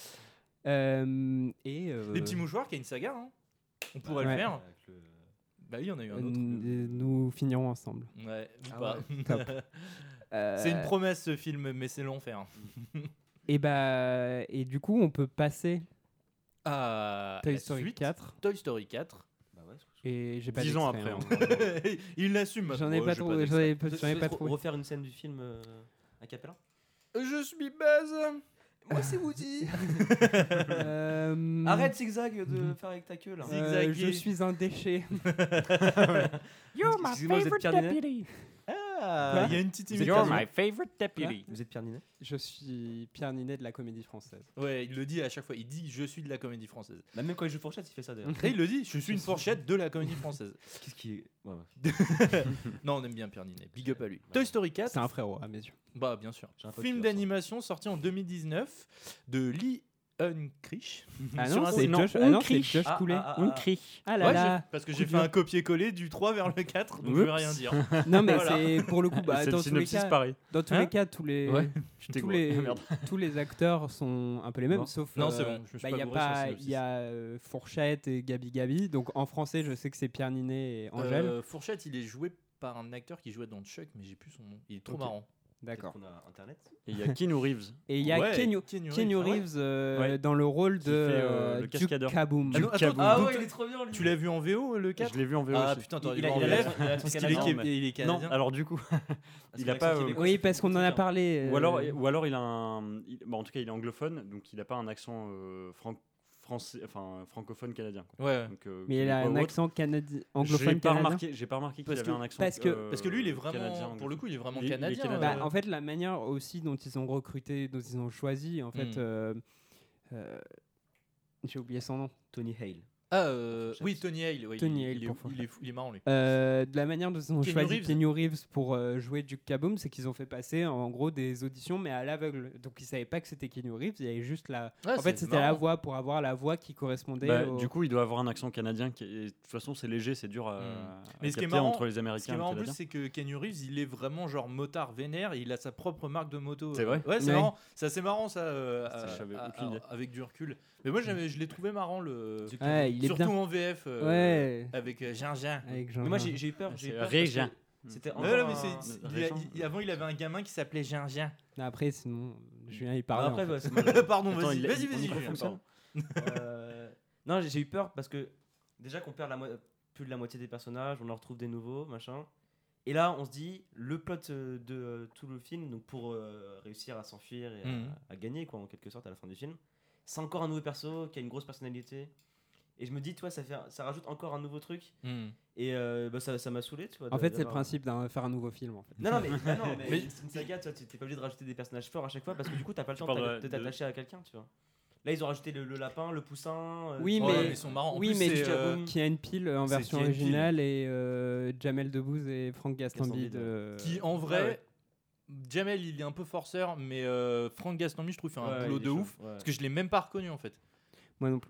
A: Les
B: Les petits mouchoirs, qui est une saga. Hein. On pourrait le
A: Ouais.
B: faire. Bah oui, il y en a eu un autre.
A: Nous finirons ensemble.
B: Ouais, ou
C: Ah
B: pas.
C: ouais,
A: top.
B: C'est une promesse ce film, mais c'est l'enfer.
A: Et du coup, on peut passer
B: Ah,
A: Toy
B: la
A: Story
B: suite,
A: 4.
B: Toy Story 4.
C: Bah ouais.
A: Et j'ai pas
D: 10 ans
A: d'extrait,
D: après,
A: hein.
B: Il l'assume.
A: J'en ai
B: Ouais,
A: pas
B: j'ai
A: trouvé.
B: d'extrait.
A: J'en ai pas trouvé.
C: Refaire une scène du film a cappella.
B: Je suis Buzz.
C: Moi c'est Woody.
A: Euh,
C: Arrête zigzag de faire avec ta queue là.
B: Zigzaguer.
A: je suis un déchet.
C: You're my favorite deputy.
B: Ah, il y a une petite
A: You're
B: imitation.
A: my favorite deputy.
C: Vous êtes Pierre Ninet?
A: Je suis Pierre Ninet de la Comédie Française.
B: Ouais, il le dit à chaque fois. Il dit je suis de la comédie française.
C: Bah, même quand il joue fourchette, il fait ça d'ailleurs.
B: Et il le dit, je suis une fourchette de la comédie française.
C: Qu'est-ce qui est. Ouais, ouais.
B: Non, on aime bien Pierre Ninet. Big up à lui. Toy Story 4.
A: C'est un frérot à mes yeux.
B: Bah bien sûr.
C: J'ai un pote
B: Film
C: qui va
B: d'animation sorti en 2019 de Lee Unkrich.
A: Ah
B: Sur
A: non,
B: un
A: c'est
B: site-
A: Josh, ah non, c'est
D: Unkrich.
A: Josh
C: Ah,
A: Coulet.
C: ah, ah, ah.
A: Unkrich. Ah là
B: Ouais,
A: là.
B: parce que
A: Coup
B: j'ai
A: de
B: fait un
A: vieux.
B: copier-coller du 3 vers le 4, donc je vais rien dire.
A: Non mais
B: Voilà.
A: c'est pour le coup bah,
D: C'est le
A: dans tous les
D: synopsis
A: cas,
D: pareil.
A: dans tous
B: Hein
A: les cas tous les
B: Ouais.
D: Tu t'es
A: tous
D: gouré.
A: les
D: Merde.
A: tous les acteurs sont un peu les mêmes
C: Non.
A: sauf
B: Non, c'est bon, je me suis
A: bah,
B: pas
A: il y a
B: gouré sur le
A: pas
B: synopsis.
A: il y a Fourchette et Gabi Gabi donc en français je sais que c'est Pierre Ninet et Angèle.
B: Fourchette, il est joué par un acteur qui jouait dans Chuck, mais j'ai plus son nom. Il est trop
A: Ok.
B: marrant.
A: D'accord.
C: On a internet.
D: Et il y a Keanu Reeves.
A: Et il y a
B: Ouais,
A: Keanu
B: Keanu
A: Reeves
D: Ouais.
A: dans le rôle
D: Qui
A: de
D: fait, le
A: Duke
D: cascadeur.
A: Kaboom.
B: Ah non, attends,
D: Kaboom.
C: Ah
B: donc,
C: ouais, il est trop bien lui.
B: tu l'as vu en VO le 4
D: Je l'ai vu en VO
B: Ah
D: aussi.
B: putain, t'aurais dû
C: Il a-
B: voir en
C: il a-
B: VF.
C: il a-
B: Parce qu'il
C: il a-
B: il est
D: Non,
B: canadien.
D: alors du coup,
C: Parce
D: il
C: que
D: a pas.
C: l'accent québécois,
A: Oui
C: c'est
A: parce qu'on en a
C: bien.
A: parlé.
D: Ou alors il a un. Bah, en tout cas, il est anglophone, donc il a pas un accent français, enfin francophone canadien. Quoi.
B: Ouais.
D: Donc,
A: Mais il a
D: québécois
A: un
D: ou autre.
A: accent canadien
D: J'ai
A: anglophone
D: pas
A: canadien.
D: remarqué. J'ai pas remarqué qu'il
B: Parce
D: avait
B: que-
D: un accent.
B: Parce que lui, il est
D: canadien,
B: vraiment. Pour
D: anglophone.
B: le coup, il est vraiment
D: Il est
B: canadien.
D: canadien.
A: Bah, en fait, la manière aussi dont ils ont recruté, dont ils ont choisi, en fait, j'ai oublié son nom.
C: Tony Hale.
B: Oui, Tony Hale. Ouais,
A: Tony Hale,
B: il est marrant, lui.
A: De la manière dont ils ont choisi
B: Reeves.
A: Keanu Reeves pour jouer Duke Kaboom, c'est qu'ils ont fait passer en gros des auditions, mais à l'aveugle. Donc ils savaient pas que c'était Keanu Reeves, il y avait juste la.
B: Ouais,
A: en fait,
B: c'est
A: c'était la
B: marrant.
A: voix pour avoir la voix qui correspondait.
D: Du coup, il doit avoir un accent canadien qui est... De toute façon, c'est léger, c'est dur à,
B: Mais
D: à
B: ce qui est
D: capter
B: marrant,
D: entre les Américains
B: ce qui est
D: et les
B: marrant en plus,
D: Canadiens.
B: c'est que Keanu Reeves, il est vraiment genre motard vénère et il a sa propre marque de moto.
D: C'est vrai.
B: Ouais, c'est
A: Ouais.
B: marrant. C'est assez marrant ça,
D: j'avais aucune idée.
B: avec du recul. Mais moi, je l'ai trouvé marrant
A: Ouais, il est
B: surtout
A: bien.
B: en VF.
A: Ouais.
B: Avec Gingin.
A: Avec Jean.
C: Mais moi j'ai eu peur. J'ai eu peur parce
D: Régin.
C: que C'était
B: Ouais,
C: encore
B: mais
C: un-
B: avant, il avait un gamin qui s'appelait Gingin.
A: Après, sinon, Julien il
C: Ah,
A: parle.
C: après, bah, c'est
B: Pardon,
D: Attends,
B: vas-y,
D: il-
B: vas-y,
D: mon
B: vas-y.
D: micro
B: Julien,
D: fonctionne
B: pardon.
C: Non, j'ai eu peur parce que déjà qu'on perd plus de la moitié des personnages, on en retrouve des nouveaux, machin. Et là, on se dit, le plot de tout le film, donc pour réussir à s'enfuir et à gagner, quoi, en quelque sorte, à la fin du film, c'est encore un nouveau perso qui a une grosse personnalité. Et je me dis, toi, ça rajoute encore un nouveau truc. Et ça m'a saulé, tu vois.
A: En fait, c'est le
C: d'avoir-
A: principe d'un faire un nouveau film. En fait.
C: Non, mais c'est une saga, tu vois, t'es pas obligé de rajouter des personnages forts à chaque fois parce que du coup, t'as pas le temps
D: parles
C: de t'attacher à quelqu'un, tu vois. Là, ils ont rajouté le lapin, le poussin.
A: Oui,
B: Oh,
A: mais
B: ils sont marrants. En
A: oui,
B: plus,
A: mais
B: c'est,
A: Kian Peele en
B: c'est
A: version
B: Key and Peele.
A: originale et Jamel Debbouze et Frank Gastambide.
C: Gastambide,
B: qui en vrai, Jamel il est un peu forceur, mais Frank Gastambide je trouve fait un boulot de ouf parce que je l'ai même pas reconnu en fait.
A: Moi non plus.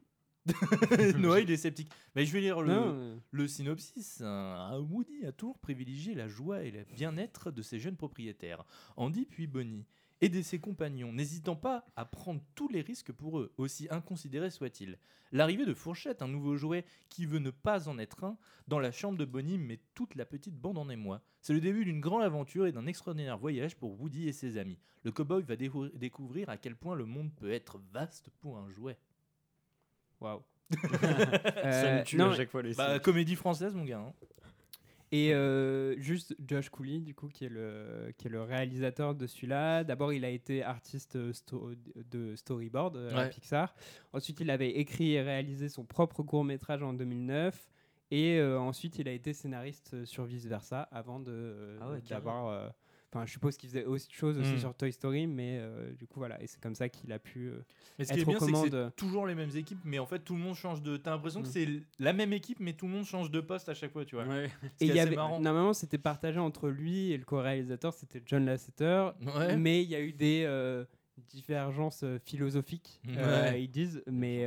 B: Noah il est sceptique. Mais je vais lire
A: Non,
B: le synopsis. Un Woody à Tours privilégie la joie et le bien-être de ses jeunes propriétaires, Andy puis Bonnie, et de ses compagnons, n'hésitant pas à prendre tous les risques pour eux, aussi inconsidérés soient-ils. L'arrivée de Fourchette, un nouveau jouet qui veut ne pas en être un, dans la chambre de Bonnie met toute la petite bande en émoi. C'est le début d'une grande aventure et d'un extraordinaire voyage pour Woody et ses amis. Le cow-boy va découvrir à quel point le monde peut être vaste pour un jouet.
A: Waouh.
D: Ça me tue
A: non,
D: à chaque fois les
B: Bah, comédie française, mon gars. Hein.
A: Et juste Josh Cooley, du coup, qui est le réalisateur de celui-là. D'abord, il a été artiste de storyboard à Pixar. Ensuite, il avait écrit et réalisé son propre court-métrage en 2009. Et ensuite, il a été scénariste sur Vice Versa avant d'avoir... Enfin, je suppose qu'il faisait autre chose aussi sur Toy Story, mais du coup, voilà. Et c'est comme ça qu'il a pu
B: mais ce qui est
A: être
B: bien,
A: aux
B: c'est que
A: commandes.
B: c'est toujours les mêmes équipes, mais en fait, tout le monde change de... T'as l'impression que c'est la même équipe, mais tout le monde change de poste à chaque fois, tu vois.
D: Ouais.
A: Et il y
B: assez
A: avait,
B: marrant.
A: normalement, c'était partagé entre lui et le co-réalisateur, c'était John Lasseter.
B: Ouais.
A: Mais il y a eu des divergences philosophiques,
B: Ouais.
A: ils disent.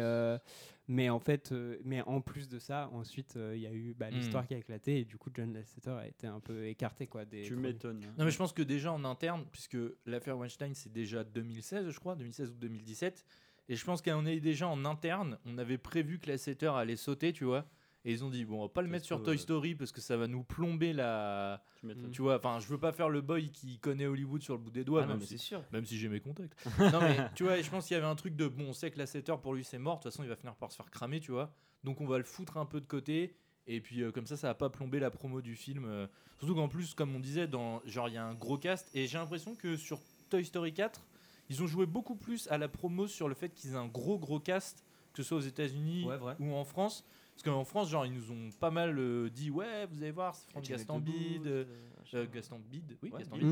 A: Mais en fait, mais en plus de ça, ensuite, il y a eu l'histoire qui a éclaté et du coup, John Lasseter a été un peu écarté, quoi.
D: Tu m'étonnes.
B: Non, mais je pense que déjà en interne, puisque l'affaire Weinstein, c'est déjà 2016, je crois, 2016 ou 2017. Et je pense qu'on est déjà en interne, on avait prévu que Lasseter allait sauter, tu vois. Et ils ont dit, bon, on va pas le mettre sur Toy Story parce que ça va nous plomber la. Tu vois, enfin, je veux pas faire le boy qui connaît Hollywood sur le bout des doigts,
C: Ah,
B: même,
C: mais
B: si,
C: c'est sûr.
B: même si j'ai mes contacts. Non, mais tu vois, je pense qu'il y avait un truc de bon, on sait que Lasseter pour lui c'est mort, de toute façon il va finir par se faire cramer, tu vois. Donc on va le foutre un peu de côté. Et puis comme ça va pas plomber la promo du film. Surtout qu'en plus, comme on disait, genre il y a un gros cast. Et j'ai l'impression que sur Toy Story 4, ils ont joué beaucoup plus à la promo sur le fait qu'ils aient un gros cast, que ce soit aux États-Unis ou en France. Parce qu'en France, genre, ils nous ont pas mal dit, ouais, vous allez voir, c'est Franck Gastambide, Gastambide, oui,
C: Ouais.
B: Gastambide,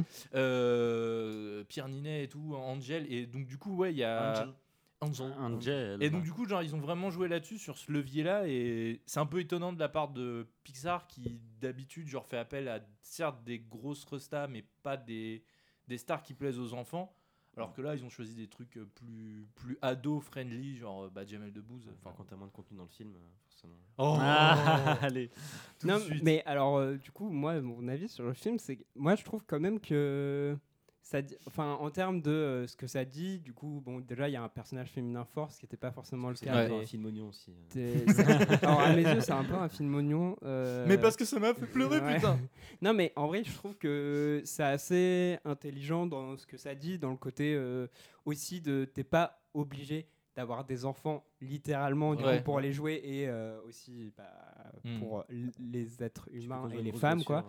B: Pierre Ninet et tout, Angel. Et donc, du coup, ouais, il y a.
D: Angel.
B: Et donc, du coup, genre, ils ont vraiment joué là-dessus, sur ce levier-là. Et c'est un peu étonnant de la part de Pixar qui, d'habitude, genre, fait appel à certes des grosses restas, mais pas des stars qui plaisent aux enfants. Alors que là, ils ont choisi des trucs plus ado-friendly, genre Jamel Debbouze.
C: Enfin, quand t'as moins de contenu dans le film, forcément.
B: Oh
D: allez.
A: Non, mais alors, du coup, moi, mon avis sur le film, c'est que moi, je trouve quand même que ça, en termes de ce que ça dit, du coup, bon, déjà, il y a un personnage féminin fort, ce qui n'était pas forcément le cas.
C: C'est un film oignon aussi.
A: Alors, à mes yeux, c'est un peu un film oignon.
B: Mais parce que ça m'a fait pleurer, putain.
A: Non, mais en vrai, je trouve que c'est assez intelligent dans ce que ça dit, dans le côté aussi de t'es pas obligé d'avoir des enfants littéralement du coup, pour les jouer et aussi pour les êtres humains et les femmes quoi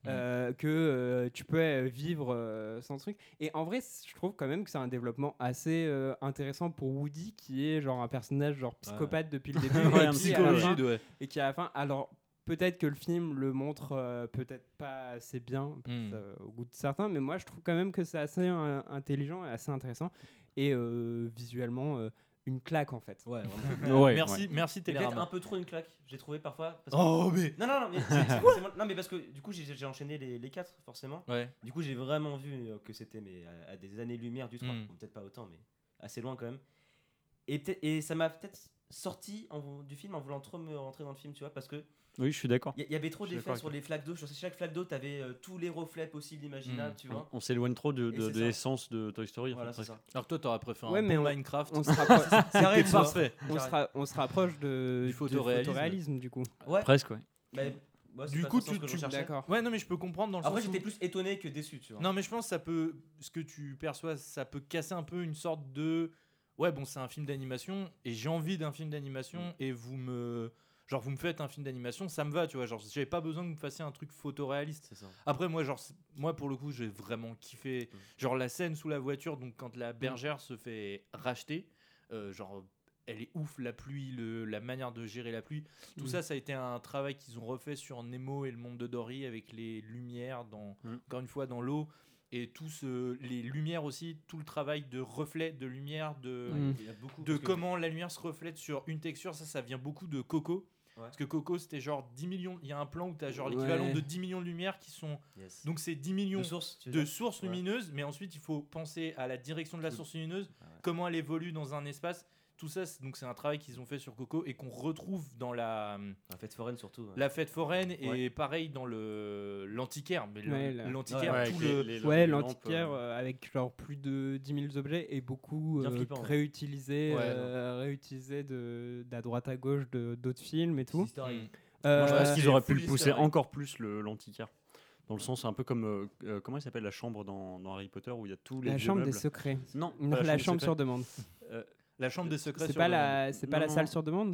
A: que tu peux vivre sans truc. Et en vrai je trouve quand même que c'est un développement assez intéressant pour Woody qui est genre un personnage genre psychopathe depuis le début et qui à la fin alors peut-être que le film le montre peut-être pas assez bien au goût de certains, mais moi je trouve quand même que c'est assez intelligent et assez intéressant et visuellement une claque en fait.
C: Ouais, vraiment.
B: Merci
C: Peut-être
B: Télérama.
C: un peu trop une claque, j'ai trouvé parfois.
B: Mais
C: non, mais non, mais parce que du coup j'ai enchaîné les 4 forcément.
B: Ouais.
C: Du coup j'ai vraiment vu que c'était à des années-lumière du 3, bon, peut-être pas autant, mais assez loin quand même. Et ça m'a peut-être sorti du film en voulant trop me rentrer dans le film, tu vois, parce que
D: Oui, je suis d'accord.
C: il y avait trop d'effets sur les flaques d'eau. Sur chaque flaque d'eau, t'avais tous les reflets possibles, imaginables, tu vois.
D: On s'éloigne trop de
C: Et c'est ça.
D: l'essence de Toy Story.
C: Voilà,
D: en fait,
C: c'est
D: presque.
C: ça.
B: Alors que toi, t'aurais préféré
A: Ouais,
B: un
A: mais
B: bon
A: on-
B: Minecraft.
A: On se rapproche,
B: C'était parfait.
A: on se rapproche du photoréalisme du coup.
C: Ouais.
D: Presque, ouais.
C: Bah, ouais, c'est
B: Du
C: pas
B: coup,
C: forcément ce que je recherchais.
A: D'accord.
B: Ouais, non, mais je peux comprendre dans le
C: Après,
B: sens où-
C: j'étais plus étonné que déçu, tu vois.
B: Non, mais je pense que ça peut. Ce que tu perçois, ça peut casser un peu une sorte de. Ouais, bon, c'est un film d'animation et j'ai envie d'un film d'animation et vous me faites un film d'animation, ça me va, tu vois. Genre, j'avais pas besoin que vous me fassiez un truc photoréaliste.
C: C'est ça.
B: Après, moi, pour le coup, j'ai vraiment kiffé. Genre, la scène sous la voiture, donc quand la bergère se fait racheter, genre, elle est ouf, la pluie, la manière de gérer la pluie. Tout ça a été un travail qu'ils ont refait sur Nemo et le monde de Dory avec les lumières, encore une fois, dans l'eau. Et les lumières aussi, tout le travail de reflet de lumière,
C: Il y a beaucoup,
B: de
C: parce que-
B: comment la lumière se reflète sur une texture, ça vient beaucoup de Coco.
C: Ouais.
B: Parce que Coco, c'était genre 10 millions. Il y a un plan où tu as genre l'équivalent de 10 millions de lumières qui sont.
C: Yes.
B: Donc c'est 10 millions
C: De sources, tu veux
B: de
C: dire.
B: sources
C: Ouais.
B: lumineuses, mais ensuite il faut penser à la direction de la source lumineuse, comment elle évolue dans un espace. Tout ça, c'est un travail qu'ils ont fait sur Coco et qu'on retrouve dans la
C: fête foraine surtout.
B: La fête foraine et
C: Ouais.
B: pareil dans l'antiquaire. Mais
A: l'antiquaire,
B: l'antiquaire,
A: l'antiquaire avec genre plus de 10 000 objets et beaucoup réutilisés, réutilisés d'à droite à gauche d'autres films et tout.
D: Moi, je pense qu'ils auraient pu le pousser encore plus l'antiquaire. Dans le sens, un peu comme comment il s'appelle la chambre dans Harry Potter où il y a tous les
A: La chambre des
D: meubles.
A: secrets.
D: Non,
A: la chambre sur demande.
B: La chambre des secrets.
A: C'est pas la salle sur demande.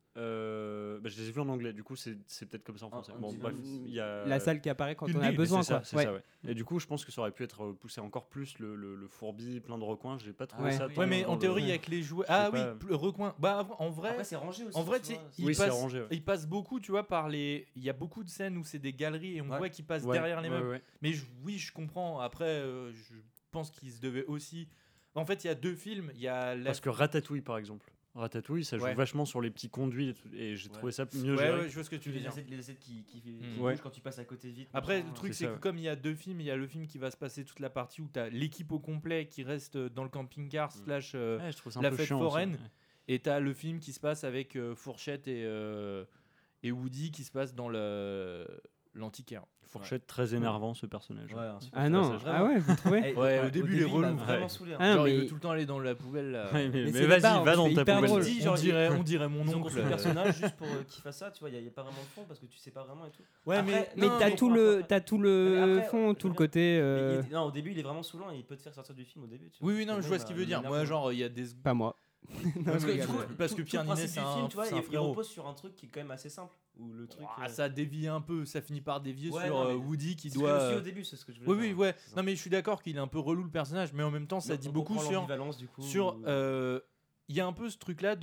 D: Je les ai vus en anglais, du coup c'est peut-être comme ça en français. Bon, bref, il y a
A: la salle qui apparaît quand on a besoin.
D: C'est ça, ouais. Et du coup, je pense que ça aurait pu être poussé encore plus le fourbi plein de recoins. J'ai pas trouvé ça.
B: Ouais, mais en théorie, il y a que les jouets. Ah oui, le recoin. Bah en vrai.
C: Après, c'est rangé aussi.
B: En vrai,
D: rangé.
B: Il passe beaucoup, tu vois, par les. Il y a beaucoup de scènes où c'est des galeries et on voit qu'ils passent derrière les meubles.
D: Ouais.
B: Mais oui, je comprends. Après, je pense qu'ils se devaient aussi. En fait, il y a deux films. Il y a
D: Parce que Ratatouille, par exemple. Ratatouille, ça joue vachement sur les petits conduits et j'ai trouvé ça mieux géré.
B: Ouais, je vois ce que tu veux dire.
C: Les assiettes qui bougent quand tu passes à côté vite.
B: Après, le truc, c'est que comme il y a deux films, il y a le film qui va se passer toute la partie où tu as l'équipe au complet qui reste dans le camping-car / la fête foraine. Et tu as le film qui se passe avec Fourchette et Woody qui se passe dans l'antiquaire.
D: Fourchette très énervant ce personnage.
A: Ah non, ah ouais, vous trouvez?
B: Ouais, au début il est relou.
C: Vraiment saoulé.
B: Genre il veut tout le temps aller dans la poubelle. Là.
D: Mais vas-y, va dans ta poubelle.
B: On dirait mon oncle.
C: Le personnage juste pour qu'il fasse ça, tu vois, il y a pas vraiment de fond parce que tu sais pas vraiment et tout.
B: Ouais,
A: mais t'as tout le fond, tout le côté.
C: Non, au début il est vraiment saoulant et il peut te faire sortir du film au début.
B: Oui, non, je vois ce qu'il veut dire. Moi, genre il y a des.
A: Pas moi.
B: Parce que Pierre Ninet, c'est un
C: il repose sur un truc qui est quand même assez simple. Où le truc,
B: ça dévie un peu, ça finit par dévier sur Woody qui
C: doit.
B: C'est
C: au début, c'est ce que je voulais dire.
B: Oui. Non, mais je suis d'accord qu'il est un peu relou le personnage, mais en même temps, ça dit beaucoup sur. Il y a un peu ce truc-là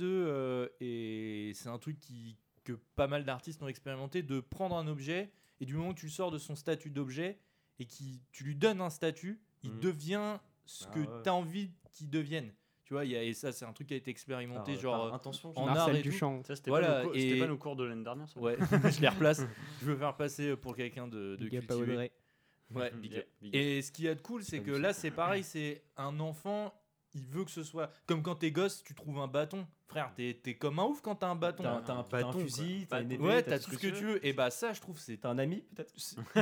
B: et c'est un truc que pas mal d'artistes ont expérimenté, de prendre un objet et du moment que tu le sors de son statut d'objet et tu lui donnes un statut, il devient ce que tu as envie qu'il devienne. Tu vois, et ça, c'est un truc qui a été expérimenté en art et
A: Duchamp.
D: Ça, c'était pas nos cours de l'année dernière. Ça.
B: Ouais, je les replace. Je veux faire passer pour quelqu'un de cultivé. Ouais, big. Et ce qu'il y a de cool, c'est que là, c'est pareil, c'est un enfant, il veut que ce soit... Comme quand t'es gosse, tu trouves un bâton. Frère, t'es comme un ouf quand t'as un bâton.
C: T'as un bâton, un fusil, t'as une épée,
B: ouais, t'as tout ce que tu veux. Et bah ça, je trouve, c'est...
C: T'as un ami, peut-être?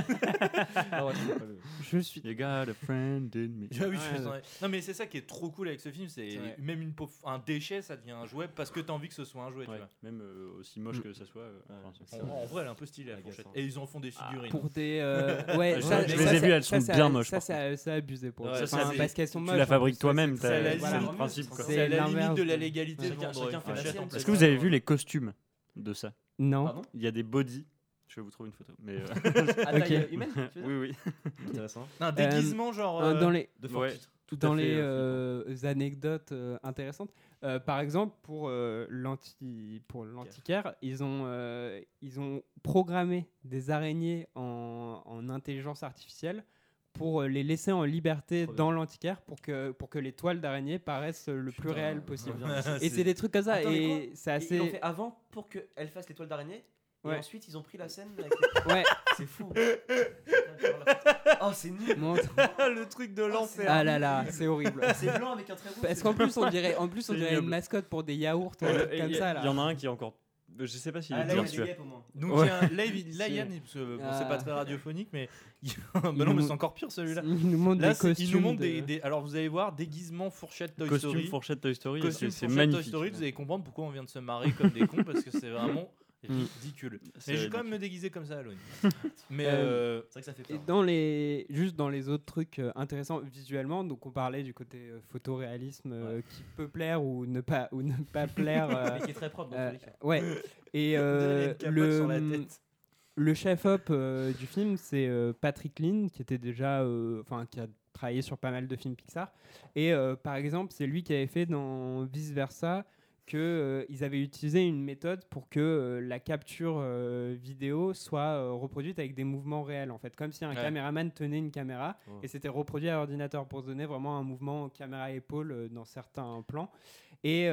A: Je suis...
D: You got a friend in me.
B: Non, mais c'est ça qui est trop cool avec ce film, c'est même un déchet, ça devient un jouet parce que t'as envie que ce soit un jouet, tu vois.
D: Même aussi moche que ça soit.
B: En vrai, elle est un peu stylée, la fourchette. Et ils en font des figurines.
A: Pour des... Ouais,
D: je les ai vues, elles sont bien moches.
A: Ça, c'est abusé pour
B: ça.
A: Parce qu'elles sont moches.
D: Tu la fabriques toi-même,
B: c'est
D: le principe.
B: C'est la limite de la légalité.
D: Est-ce que vous avez vu les costumes de ça?
A: Non.
D: Il y a des bodys. Je vais vous trouver une photo. Mais
C: à taille humaine?
D: Oui.
C: Intéressant.
B: Un déguisement genre
A: dans les
D: les
A: anecdotes intéressantes. Par exemple, pour l'antiquaire, ils ont programmé des araignées en intelligence artificielle pour les laisser en liberté
C: Trop
A: dans l'antiquaire pour que les toiles d'araignée paraissent le plus réel possible.
C: bien.
A: Et c'est des trucs comme ça.
C: Attends, mais
A: et
C: quoi
A: c'est assez.
C: Ils l'ont fait avant pour qu'elle fasse les toiles d'araignée. Et
A: Ouais.
C: ensuite, ils ont pris la scène avec
A: Ouais.
C: C'est fou. Oh, c'est nul.
A: Montre.
B: Le truc de l'enfer.
A: Ah là là, c'est horrible.
C: C'est blanc avec un trait rouge.
A: Parce qu'en plus on dirait,
D: C'est
A: une
D: ignoble.
A: mascotte pour des yaourts ou un truc comme ça là.
D: Il y en a un qui est encore. Je sais pas s'il
C: Ah,
D: est
C: là,
D: dur
C: il y a des
D: celui-là.
C: guêpes au moins.
B: Donc
D: Ouais.
B: il y a un- là, Yann, parce que, bon, c'est pas très radiophonique, mais bah non, mais c'est encore pire celui-là.
A: Il nous montre
B: Là,
A: des
B: c'est-
A: costumes.
B: il nous montre
A: de-
B: des- alors vous allez voir déguisement fourchette Toy
D: Costume
B: Story.
D: fourchette Toy Story,
B: Costume
D: c'est
B: fourchette
D: magnifique.
B: Toy Story, vous allez comprendre pourquoi on vient de se marrer comme des cons parce que c'est vraiment ridicule.
D: C'est
B: Mais je vais quand même
D: ridicule.
B: me déguiser comme ça à Halloween. Mais
C: C'est vrai que ça fait
A: Et
C: peur.
A: juste dans les autres trucs intéressants visuellement, donc on parlait du côté photoréalisme qui peut plaire ou ne pas plaire.
C: Mais qui est très propre dans tous les cas.
A: Ouais. Et
B: On dirait une capote sur la tête.
A: le chef-op du film, c'est Patrick Lean, qui était déjà, qui a travaillé sur pas mal de films Pixar. Et par exemple, c'est lui qui avait fait dans Vice Versa que ils avaient utilisé une méthode pour que la capture vidéo soit reproduite avec des mouvements réels, en fait, comme si un caméraman tenait une caméra et c'était reproduit à l'ordinateur pour se donner vraiment un mouvement caméra-épaule dans certains plans. Et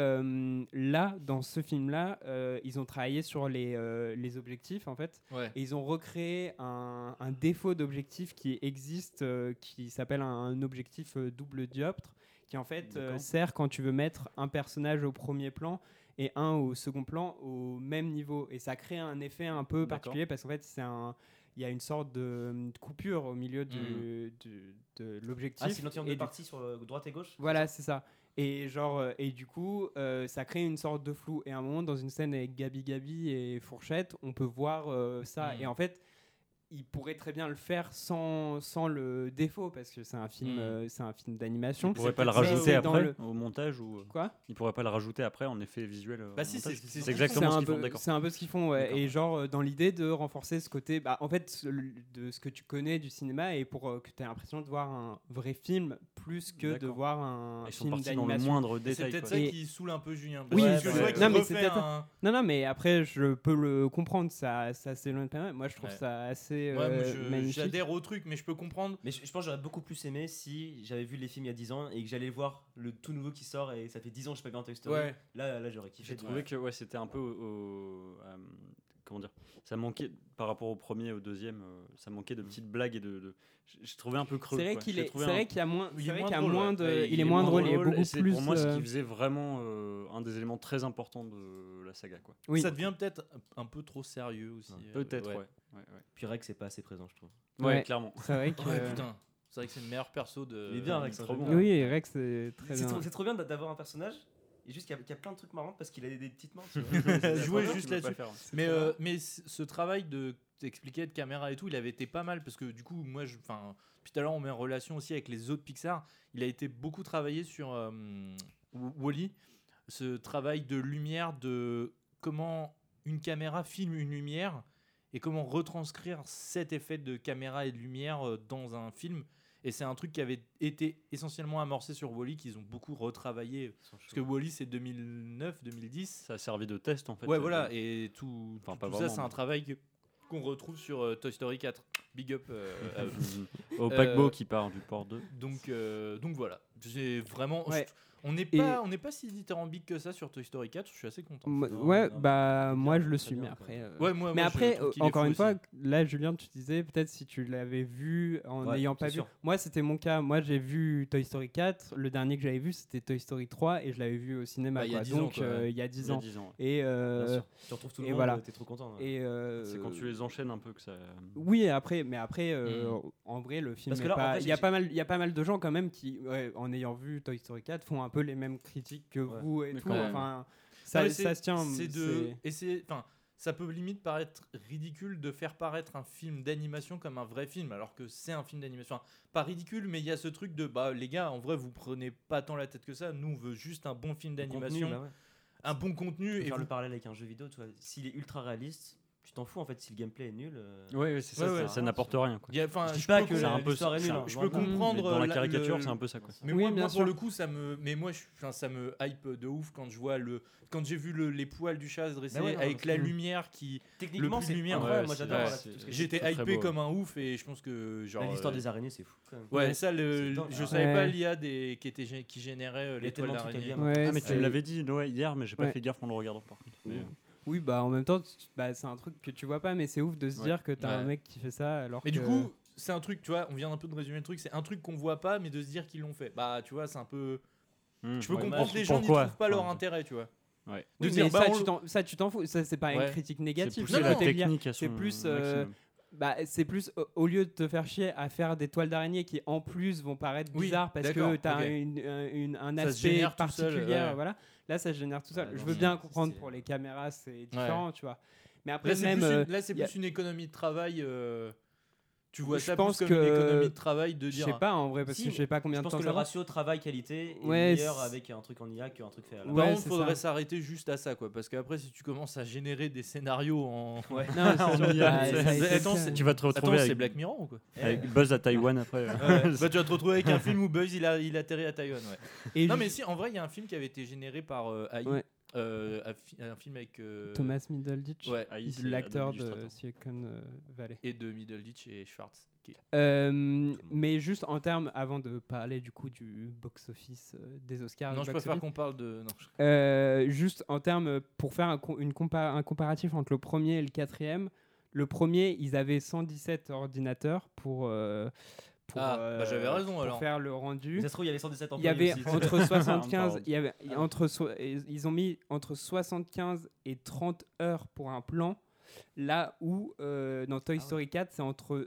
A: là, dans ce film-là, ils ont travaillé sur les objectifs, en fait.
B: Ouais.
A: Et ils ont recréé un défaut d'objectif qui existe, qui s'appelle un objectif double dioptre, qui en fait sert quand tu veux mettre un personnage au premier plan et un au second plan au même niveau. Et ça crée un effet un peu particulier parce qu'en fait, il y a une sorte de coupure au milieu de l'objectif.
C: Ah, c'est l'anti-angle
A: Et
C: de partie sur droite et gauche.
A: voilà, c'est ça. Et et du coup, ça crée une sorte de flou. Et à un moment, dans une scène avec Gabi et Fourchette, on peut voir ça. Et en fait, il pourrait très bien le faire sans le défaut parce que c'est un film, d'animation.
D: Il pourrait pas le
A: Mais
D: rajouter
A: c'est dans
D: après au montage ou
A: quoi?
D: Il pourrait pas le rajouter après en effet visuel.
B: Bah
D: au
B: si,
D: montage.
B: c'est
D: C'est exactement ce qu'ils font.
A: peu,
D: D'accord.
A: c'est un peu ce qu'ils font, ouais.
D: D'accord.
A: Et genre dans l'idée de renforcer ce côté, en fait, de ce que tu connais du cinéma et pour que tu aies l'impression de voir un vrai film plus que de
D: D'accord.
A: voir un
D: Ils sont
A: film
D: partis dans le
A: d'animation.
D: moindre
B: C'est
D: détail.
B: peut-être
D: quoi.
B: ça
A: Et-
B: qui saoule un peu Julien.
A: Oui,
B: parce que je vois qu'il
A: non, mais
B: refait
A: c'est peut-être-
B: un-
A: Non, mais après, je peux le comprendre, ça s'éloigne pas mal. Moi, je trouve
B: Ouais.
A: ça assez
B: Ouais, moi,
A: magnifique.
B: j'adhère au truc, mais je peux comprendre.
C: Mais je pense que j'aurais beaucoup plus aimé si j'avais vu les films il y a 10 ans et que j'allais voir le tout nouveau qui sort et ça fait 10 ans que je n'ai pas vu un Toy Story.
B: Ouais.
C: Là j'aurais kiffé.
D: J'ai trouvé que c'était un peu comment dire, ça manquait par rapport au premier et au deuxième, ça manquait de petites blagues et j'ai trouvé un peu creux.
A: C'est vrai
D: quoi.
A: qu'il
D: J'ai
A: est,
D: trouvé
A: c'est
D: un-
A: vrai qu'il y a moins,
B: Il
A: c'est
B: est
A: vrai
B: moins
A: qu'il y a
B: drôle,
A: moins
B: ouais.
A: de,
B: Ouais,
A: il est moins drôle, il est beaucoup
D: et c'est
A: plus.
D: pour moi ce qui faisait vraiment un des éléments très importants de la saga, quoi.
A: Oui.
B: Ça devient peut-être un peu trop sérieux aussi.
D: Peut-être,
B: ouais.
D: ouais.
C: Puis Rex c'est pas assez présent je trouve.
D: Ouais,
A: Ouais.
D: clairement.
A: C'est vrai que.
B: Ouais, putain. C'est vrai que c'est le meilleur perso de.
C: Il est bien, Rex,
B: c'est
C: trop
B: bon.
C: bien.
A: Oui, et Rex c'est très bien.
C: C'est trop bien d'avoir un personnage et juste qu'il y a plein de trucs marrants parce qu'il a des petites mains. tu vois.
B: Jouer
C: C'est
B: juste
C: trop bien.
B: là-dessus. Mais ce travail de t'expliquer de caméra et tout, il avait été pas mal parce que du coup, moi, puis tout à l'heure, on met en relation aussi avec les autres Pixar. Il a été beaucoup travaillé sur Wall-E, ce travail de lumière, de comment une caméra filme une lumière et comment retranscrire cet effet de caméra et de lumière dans un film. Et c'est un truc qui avait été essentiellement amorcé sur Wall-E, qu'ils ont beaucoup retravaillé. Parce que Wall-E, c'est 2009-2010.
D: Ça a servi de test en fait.
B: Ouais, voilà. Et tout
D: pas
B: ça,
D: vraiment,
B: c'est un
D: mais-
B: travail qu'on retrouve sur Toy Story 4. Big up à eux.
D: Au paquebot qui part du port 2.
B: Donc voilà. C'est vraiment.
A: Ouais.
B: On n'est pas si dithyrambique que ça sur Toy Story 4. Je suis assez content.
A: Ouais, moi je le suis, mais après.
B: Ouais, moi,
A: mais
B: je
A: après,
B: trouve qu'il est
A: encore
B: fou
A: une fois,
B: aussi.
A: là, Julien, tu disais peut-être si tu l'avais vu en
C: Ouais,
A: n'ayant pas
C: c'est
A: vu.
C: sûr.
A: Moi, c'était mon cas. Moi, j'ai vu Toy Story 4. Le dernier que j'avais vu, c'était Toy Story 3 et je l'avais vu au cinéma.
B: Bah, il y a
A: quoi.
B: 10 ans,
A: Donc,
B: quoi, ouais.
A: il y a 10
D: Il y a
A: ans.
D: 10 ans.
A: Et
C: Bien sûr. Tu retrouves tout le
A: et
C: monde,
A: voilà.
C: t'es trop content.
A: Et
D: C'est quand tu les enchaînes un peu que ça.
A: oui, après, en vrai, le film.
C: Parce que
A: est
C: là, en
A: pas-
C: fait,
A: il y a pas mal de gens quand même qui, en ayant vu Toy Story 4, font un peu les mêmes critiques que vous et tout.
D: D'accord.
A: Enfin,
B: Non,
A: ça
B: mais
A: se tient.
B: ça peut limite paraître ridicule de faire paraître un film d'animation comme un vrai film, alors que c'est un film d'animation. Enfin, pas ridicule, mais il y a ce truc de les gars, en vrai, vous prenez pas tant la tête que ça. Nous, on veut juste un bon film d'animation,
C: Contenu, bah ouais.
B: un bon contenu.
C: Tu peux
B: Et
C: faire
B: vous-
C: le parallèle avec un jeu vidéo, tu vois. S'il est ultra réaliste, tu t'en fous en fait si le gameplay est nul.
D: Ouais, c'est ça, ça n'apporte rien. Quoi.
C: Je dis pas que
D: c'est un peu
C: l'histoire est nulle.
B: Je peux comprendre.
D: Dans la caricature, c'est un peu ça. Quoi.
B: Mais moi, pour le coup, ça me hype de ouf quand je vois quand j'ai vu les poils du chat se dresser avec la lumière qui.
C: Techniquement, c'est
B: lumière.
C: Moi, j'adore.
B: J'étais hypé comme un ouf et je pense que genre.
C: L'histoire des araignées, c'est fou. Quand même.
B: Ouais, ça, je savais pas l'IA qui générait les toiles d'araignée.
D: Ah mais tu me l'avais dit hier, mais j'ai pas fait gaffe en le regardant par contre.
A: Oui, bah en même temps, c'est un truc que tu vois pas, mais c'est ouf de se dire que t'as un mec qui fait ça alors que...
B: Mais du coup, c'est un truc, tu vois, on vient un peu de résumer le truc, c'est un truc qu'on voit pas, mais de se dire qu'ils l'ont fait. Bah, tu vois, c'est un peu... Je peux comprendre que les gens n'y trouvent pas leur intérêt, tu vois.
A: Ouais. De dire, ça, tu t'en fous. Ça, c'est pas une critique négative.
D: C'est la technique à son
A: c'est plus au lieu de te faire chier à faire des toiles d'araignée qui en plus vont paraître bizarres parce que tu as un aspect particulier, voilà. Là ça se génère tout seul. Je veux bien comprendre pour les caméras c'est différent, tu vois. Mais après
B: là c'est plus une économie de travail. Tu vois ça plus comme une économie de travail de dire.
A: Je sais pas en vrai parce que je sais pas combien de temps.
C: Je pense que le ratio travail-qualité est meilleur avec un truc en IA qu'un truc fait à la
B: main. Il faudrait s'arrêter juste à ça quoi, parce qu'après si tu commences à générer des scénarios en
D: tu vas te retrouver
B: c'est Black Mirror ou quoi.
D: Avec Buzz à Taïwan après.
B: Bah tu vas te retrouver avec un film où Buzz il atterrit à Taïwan. Non mais si en vrai il y a un film qui avait été généré par AI. Un film avec
A: Thomas Middleditch, l'acteur de Silicon Valley,
B: et de Middleditch et Schwartz.
A: Mais juste en termes, avant de parler du coup du box-office des Oscars.
B: Non, je préfère qu'on parle de.
A: Juste en termes, pour faire un comparatif entre le premier et le quatrième, le premier, ils avaient 117 ordinateurs pour
B: j'avais raison alors.
A: Faire le rendu.
C: Ça se trouve, il y avait 117
A: employés. Il y avait entre 75, ils ont mis entre 75 et 30 heures pour un plan, là où dans Toy Story 4, c'est entre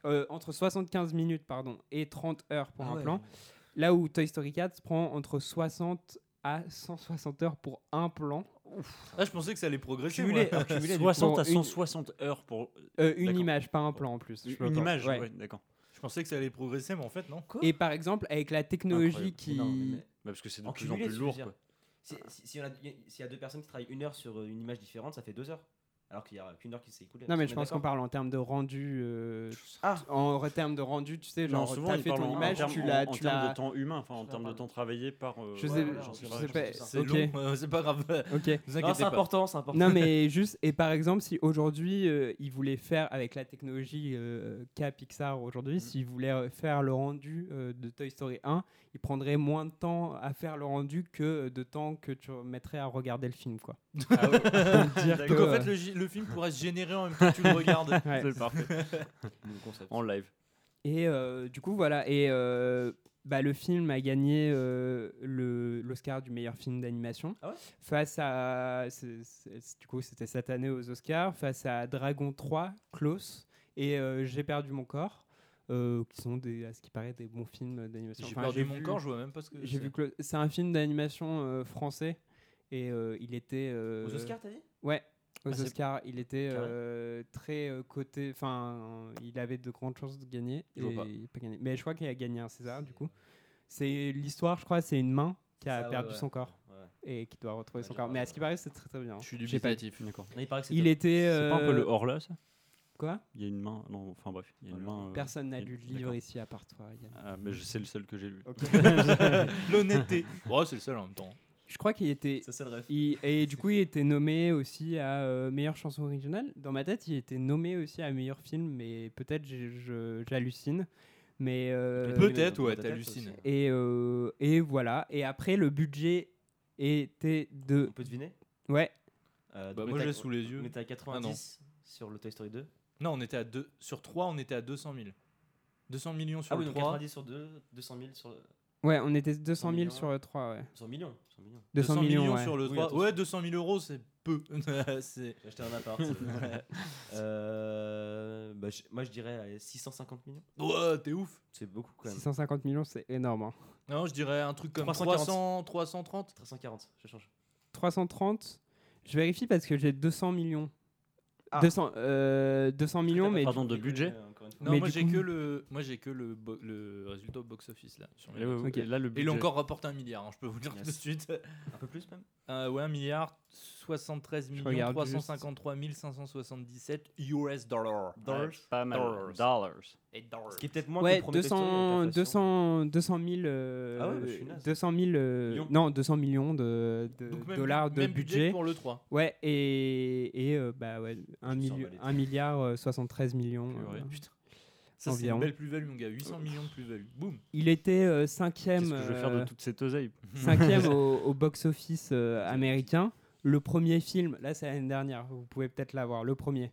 A: 75 minutes et 30 heures pour un plan, là où Toy Story 4 prend entre 60 à 160 heures pour un plan.
B: Je pensais que ça allait progresser.
D: Cumulé 60 à 160 heures pour
A: une image, pas un plan en plus.
D: Une image, d'accord.
B: Je pensais que ça allait progresser, mais en fait, non.
A: Et par exemple, avec la technologie qui...
D: parce que c'est de plus en plus lourd.
C: S'il y a deux personnes qui travaillent 1 heure sur une image différente, ça fait 2 heures. Alors qu'il n'y a qu'une heure qui s'est écoulée.
A: Non, mais je pense qu'on parle en termes de rendu. En termes de rendu, tu sais, genre,
D: souvent,
A: t'as fait ton image,
D: en termes de temps humain, enfin en termes de temps travaillé par.
A: Je sais pas.
B: C'est long, c'est pas grave.
A: Ok.
C: C'est important, c'est important.
A: Non, mais juste, et par exemple, si aujourd'hui, ils voulaient faire, avec la technologie qu'a Pixar aujourd'hui, s'ils voulaient faire le rendu de Toy Story 1, ils prendraient moins de temps à faire le rendu que de temps que tu mettrais à regarder le film, quoi.
B: Donc en fait, le film pourrait se générer en même temps que tu le regardes.
D: C'est parfait. En live.
A: Et du coup, voilà. Et le film a gagné l'Oscar du meilleur film d'animation. Face à... du coup, c'était cette année aux Oscars. Face à Dragon 3, Klaus et J'ai perdu mon corps. Qui sont à ce qui paraît des bons films d'animation.
B: J'ai perdu mon corps, je vois même pas ce que
A: c'est. C'est un film d'animation français. Et il était...
C: aux Oscars, t'as dit ?
A: Ouais. Aux Oscars, il était très coté. Enfin, il avait de grandes chances de gagner. Il n'a pas gagné. Mais je crois qu'il a gagné un César, du coup. C'est l'histoire, je crois, c'est une main qui a perdu son corps et qui doit retrouver son corps. Mais à ce qui paraît, c'est très très bien.
B: Je suis dubitatif.
D: D'accord.
A: Il était.
D: C'est pas un peu le Horla, ça ?
A: Quoi ?
D: Il y a une main. Non, enfin bref, il y a une main.
A: Personne n'a lu le livre ici à part toi.
D: Mais c'est le seul que j'ai lu.
B: L'honnêteté. C'est le seul en même temps.
A: Je crois qu'il était. Et du coup, il était nommé aussi à meilleure chanson originale. Dans ma tête, il était nommé aussi à meilleur film, mais peut-être j'hallucine. Mais
B: peut-être, t'hallucines.
A: Et voilà. Et après, le budget était de.
C: On peut deviner ?
A: Ouais.
B: Moi, j'ai sous les yeux.
C: On était à 90 sur le Toy Story 2.
B: Non, on était à 2 sur 3, on était à 200 000. 200 millions sur le 3.
C: 90 sur 2, 200 000 sur le...
A: Ouais, on était 200 000 sur le 3, ouais.
C: 200 millions.
A: 200 millions
B: sur le 3. Ouais, 200 000 euros, c'est peu.
C: J'ai acheté un appart. Moi, je dirais 650 millions.
B: Ouais, t'es ouf.
C: C'est beaucoup quand même.
A: 650 millions, c'est énorme. Hein.
B: Non, je dirais un truc comme
C: 330.
B: 340,
C: je change.
A: 330, je vérifie parce que j'ai 200 millions. 200 millions, mais...
D: Pardon, de budget.
B: Non, mais moi j'ai que le résultat au box-office là.
A: Okay.
D: Là, le budget...
B: Et il a encore rapporté 1 milliard, je peux vous dire tout de suite.
C: Un peu plus même.
B: Ouais, 1 milliard. 73
A: regarde
B: 353 577 US dollars.
D: Ouais, pas mal.
B: Dollars.
C: Ce qui est peut-être moins
A: Ouais,
C: que le premier Toy Story avec l'inflation.
A: 200 000,
C: Ah ouais, bah, je suis naze.
A: 200 000 non, 200 millions de
B: Donc même
A: dollars de
B: même budget
A: budget.
B: pour le 3.
A: Ouais, et bah ouais, 1 milliard 73 millions.
D: Purée.
B: Putain. Ça, c'est
A: environ.
B: une belle plus-value, mon gars. 800 millions de plus-value. Boum.
A: Il était cinquième,
D: Qu'est-ce que je vais faire de toute cette oseille?
A: cinquième au box-office américain. Le premier film, là c'est l'année dernière, vous pouvez peut-être l'avoir, le premier.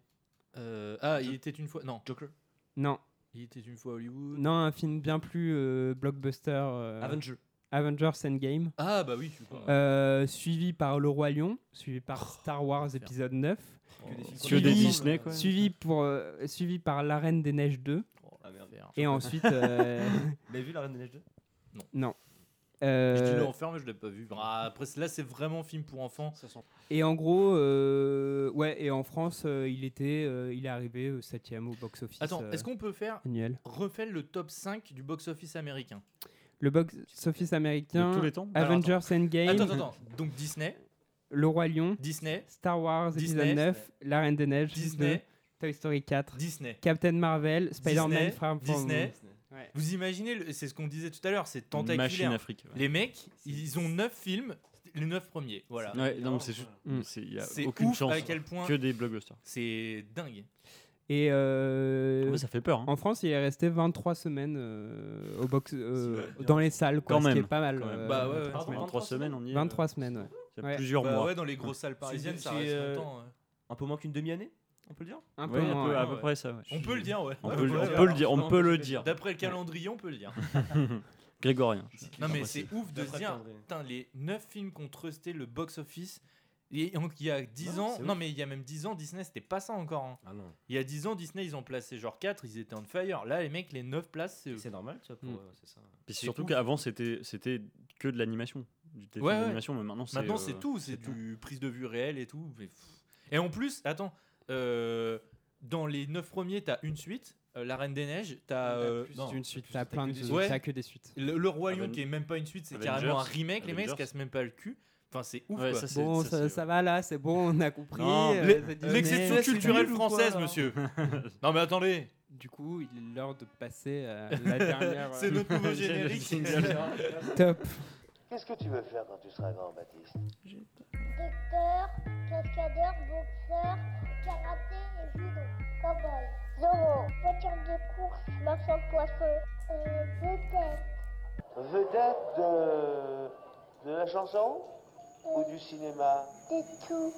B: Il était une fois. Non. Joker.
A: Non.
B: Il était une fois Hollywood.
A: Non, un film bien plus blockbuster. Avengers Endgame.
B: Ah bah oui, je suis con.
A: Suivi par Le Roi Lion, suivi par Star Wars épisode 9.
D: Que des Disney, quoi.
A: Suivi par La Reine des Neiges 2. Et ensuite.
C: Vous avez vu La Reine des Neiges 2?
A: Non.
B: Je dis le enfer, mais je l'ai pas vu. Après, là, c'est vraiment film pour enfants.
A: Et en gros, ouais, et en France, il est arrivé 7ème au box-office.
B: Attends, est-ce qu'on peut faire
A: annuel.
B: Refait le top 5 du box-office américain?
A: Le box-office américain.
D: De tous les temps?
A: Avengers Endgame.
B: Attends. Donc Disney.
A: Le Roi Lion.
B: Disney.
A: Star Wars
B: Disney.
A: épisode 9. La Reine des Neiges.
B: Disney.
A: 2, Toy Story 4.
B: Disney.
A: Captain Marvel. Spider-Man Far From
B: Disney.
A: Ouais.
B: Vous imaginez, c'est ce qu'on disait tout à l'heure, c'est
D: Une
B: tentaculaire.
D: machine Afrique. Ouais.
B: Les mecs, ils ont 9 films, les 9 premiers. Voilà.
D: Ouais, non, mais c'est juste. Il y a
B: C'est
D: aucune
B: ouf
D: chance.
B: à quel point
D: Que des blockbusters.
B: c'est dingue.
A: Et
D: Ouais, ça fait peur. Hein.
A: en France, il est resté 23 semaines au box, dans les salles, quoi,
D: Quand
A: ce qui
D: même.
A: est pas mal.
D: Quand même.
B: Bah ouais, ouais.
D: 23 semaines, on y est.
A: 23 semaines, ouais.
D: Il y a
A: Ouais.
D: plusieurs
B: Bah
D: mois.
B: ouais, dans les grosses salles parisiennes, ça
C: c'est,
B: reste longtemps. Ouais.
C: Un peu moins qu'une demi-année, on peut le dire?
A: Un
D: Ouais,
A: peu moins.
D: à
A: ouais.
D: peu près ça. Ouais.
B: On peut le dire, ouais.
D: On
B: Ouais,
D: peut
B: ouais,
D: le dire. On peut le dire.
B: D'après le calendrier, on peut le dire.
D: Grégorien.
B: Non, mais c'est ouf de se dire, putain, les 9 films qui ont trusté le box-office. Il y a 10 ans, non mais il y a même 10 ans, Disney c'était pas ça encore. Hein.
C: Ah non.
B: Il y a 10 ans, Disney ils ont placé genre 4, ils étaient on fire. Là, les mecs, les 9 places, c'est eux.
C: C'est normal, tu vois, pour c'est ça.
D: Puis
B: C'est
D: surtout
B: ouf.
D: qu'avant c'était que de l'animation. Du téléfilm
B: Ouais, ouais.
D: d'animation, mais maintenant c'est.
B: Maintenant, c'est tout, c'est du prise de vue réelle et tout. Mais et en plus, attends, dans les 9 premiers, t'as une suite. La Reine des Neiges, t'as
A: une suite, t'as plein de.
B: Ouais.
A: T'as que des suites.
B: le Roi Lion qui est même pas une suite, c'est carrément un remake. Les mecs se cassent même pas le cul. Enfin, c'est ouf.
D: Ouais,
B: quoi.
A: Bon, ça va là, c'est bon, on a compris.
D: Non,
B: L'exception
A: c'est
B: culturelle
A: nul ou quoi,
B: française,
A: là
B: monsieur. Non, mais attendez.
A: Du coup, il est l'heure de passer à la dernière.
B: C'est notre nouveau générique.
A: Top.
J: Qu'est-ce que tu veux faire quand tu seras grand, Baptiste?
L: Docteur, cascadeur, boxeur, karaté et judo. Cowboy. Zorro. Voiture de course, marchand de poisson. Vedette.
J: Vedette de la chanson ou du cinéma?
L: De tout.